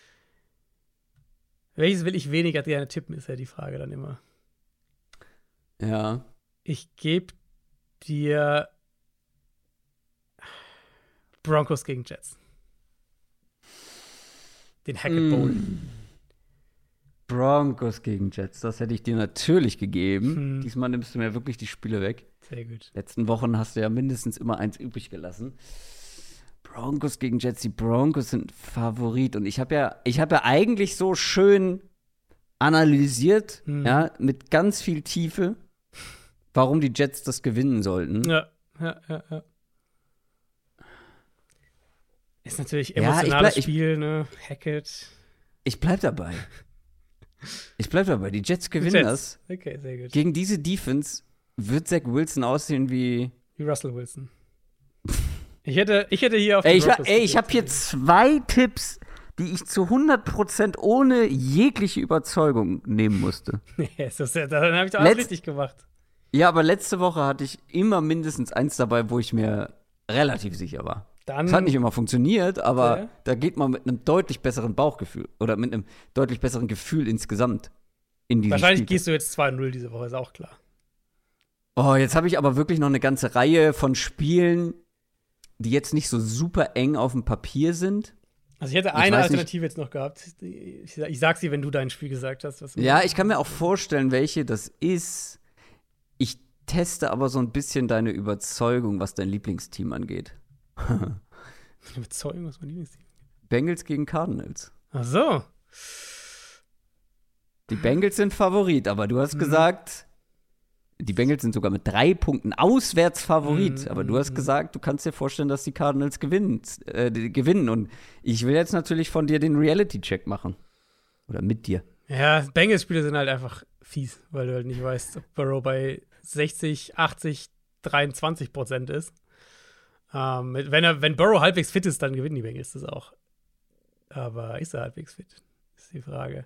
C: Welches will ich weniger gerne tippen, ist ja die Frage dann immer.
B: Ja.
C: Ich gebe dir Broncos gegen Jets. Den Hackett Bowl.
B: Broncos gegen Jets, das hätte ich dir natürlich gegeben. Diesmal nimmst du mir wirklich die Spiele weg.
C: Sehr gut.
B: Letzten Wochen hast du ja mindestens immer eins übrig gelassen. Broncos gegen Jets, die Broncos sind Favorit. Und ich hab ja eigentlich so schön analysiert, ja, mit ganz viel Tiefe, warum die Jets das gewinnen sollten.
C: Ja. Ist natürlich emotionales Spiel, ne? Hackett.
B: Ich bleib dabei. Die Jets gewinnen das.
C: Okay, sehr gut.
B: Gegen diese Defense wird Zach Wilson aussehen wie
C: Russell Wilson. Ich hätte hier auf
B: die ich habe hier 2 Tipps, die ich zu 100% ohne jegliche Überzeugung nehmen musste.
C: Dann habe ich doch alles richtig gemacht.
B: Ja, aber letzte Woche hatte ich immer mindestens eins dabei, wo ich mir relativ sicher war. Das hat nicht immer funktioniert, aber da geht man mit einem deutlich besseren Bauchgefühl oder mit einem deutlich besseren Gefühl insgesamt in diese
C: Wahrscheinlich
B: Spiele.
C: gehst du jetzt 2-0 diese Woche, ist auch klar.
B: Oh, jetzt habe ich aber wirklich noch eine ganze Reihe von Spielen, die jetzt nicht so super eng auf dem Papier sind.
C: Also ich hätte eine Alternative jetzt noch gehabt. Ich sag sie, wenn du dein Spiel gesagt hast.
B: Ja, ich kann mir auch vorstellen, welche das ist. Ich teste aber so ein bisschen deine Überzeugung, was dein Lieblingsteam angeht.
C: Überzeugung, was mein Lieblingsteam angeht?
B: Bengals gegen Cardinals.
C: Ach so.
B: Die Bengals sind Favorit, aber du hast gesagt, Die Bengals sind sogar mit 3 Punkten auswärts Favorit. Aber du hast gesagt, du kannst dir vorstellen, dass die Cardinals gewinnen. Und ich will jetzt natürlich von dir den Reality-Check machen. Oder mit dir.
C: Ja, Bengals-Spiele sind halt einfach fies, weil du halt nicht weißt, ob Burrow bei 60, 80, 23% ist. Wenn Burrow halbwegs fit ist, dann gewinnen die Bengals das auch. Aber ist er halbwegs fit? Ist die Frage.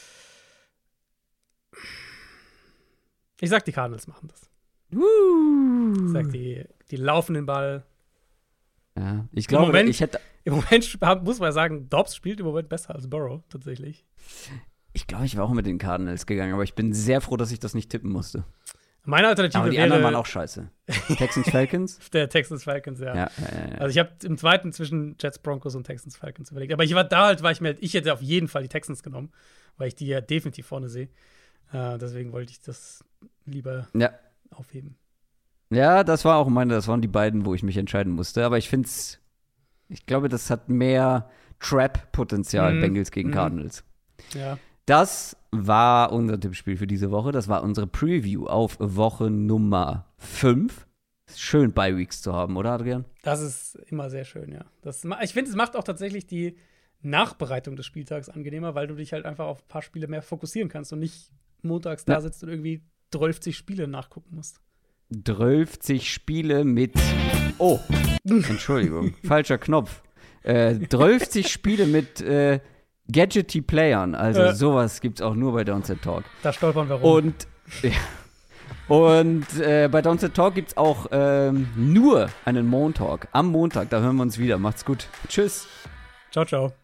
C: Ich sag, die Cardinals machen das. Ich sag, die laufen den Ball.
B: Ja, ich glaube,
C: Im Moment muss man sagen, Dobbs spielt im Moment besser als Burrow, tatsächlich.
B: Ich glaube, ich war auch mit den Cardinals gegangen, aber ich bin sehr froh, dass ich das nicht tippen musste.
C: Meine Alternative
B: aber die anderen waren auch scheiße. Texans Falcons?
C: Der Texans Falcons, ja.
B: Ja.
C: Also ich habe im zweiten zwischen Jets Broncos und Texans Falcons überlegt. Aber ich hätte auf jeden Fall die Texans genommen, weil ich die ja definitiv vorne sehe. Deswegen wollte ich das lieber aufheben.
B: Ja, das waren die beiden, wo ich mich entscheiden musste. Aber ich glaube, das hat mehr Trap-Potenzial, Bengals gegen Cardinals.
C: Ja.
B: Das war unser Tippspiel für diese Woche. Das war unsere Preview auf Woche Nummer 5. Schön, Bye-Weeks zu haben, oder, Adrian?
C: Das ist immer sehr schön, ja. Ich finde, es macht auch tatsächlich die Nachbereitung des Spieltags angenehmer, weil du dich halt einfach auf ein paar Spiele mehr fokussieren kannst und nicht montags da sitzt und irgendwie 12 Spiele nachgucken musst. 12 Spiele
B: mit Entschuldigung, falscher Knopf. 12 Spiele mit Gadgety Playern, also sowas gibt's auch nur bei Downset Talk.
C: Da stolpern wir rum.
B: Und bei Downset Talk gibt's auch nur einen Montalk. Am Montag, da hören wir uns wieder. Macht's gut. Tschüss.
C: Ciao, ciao.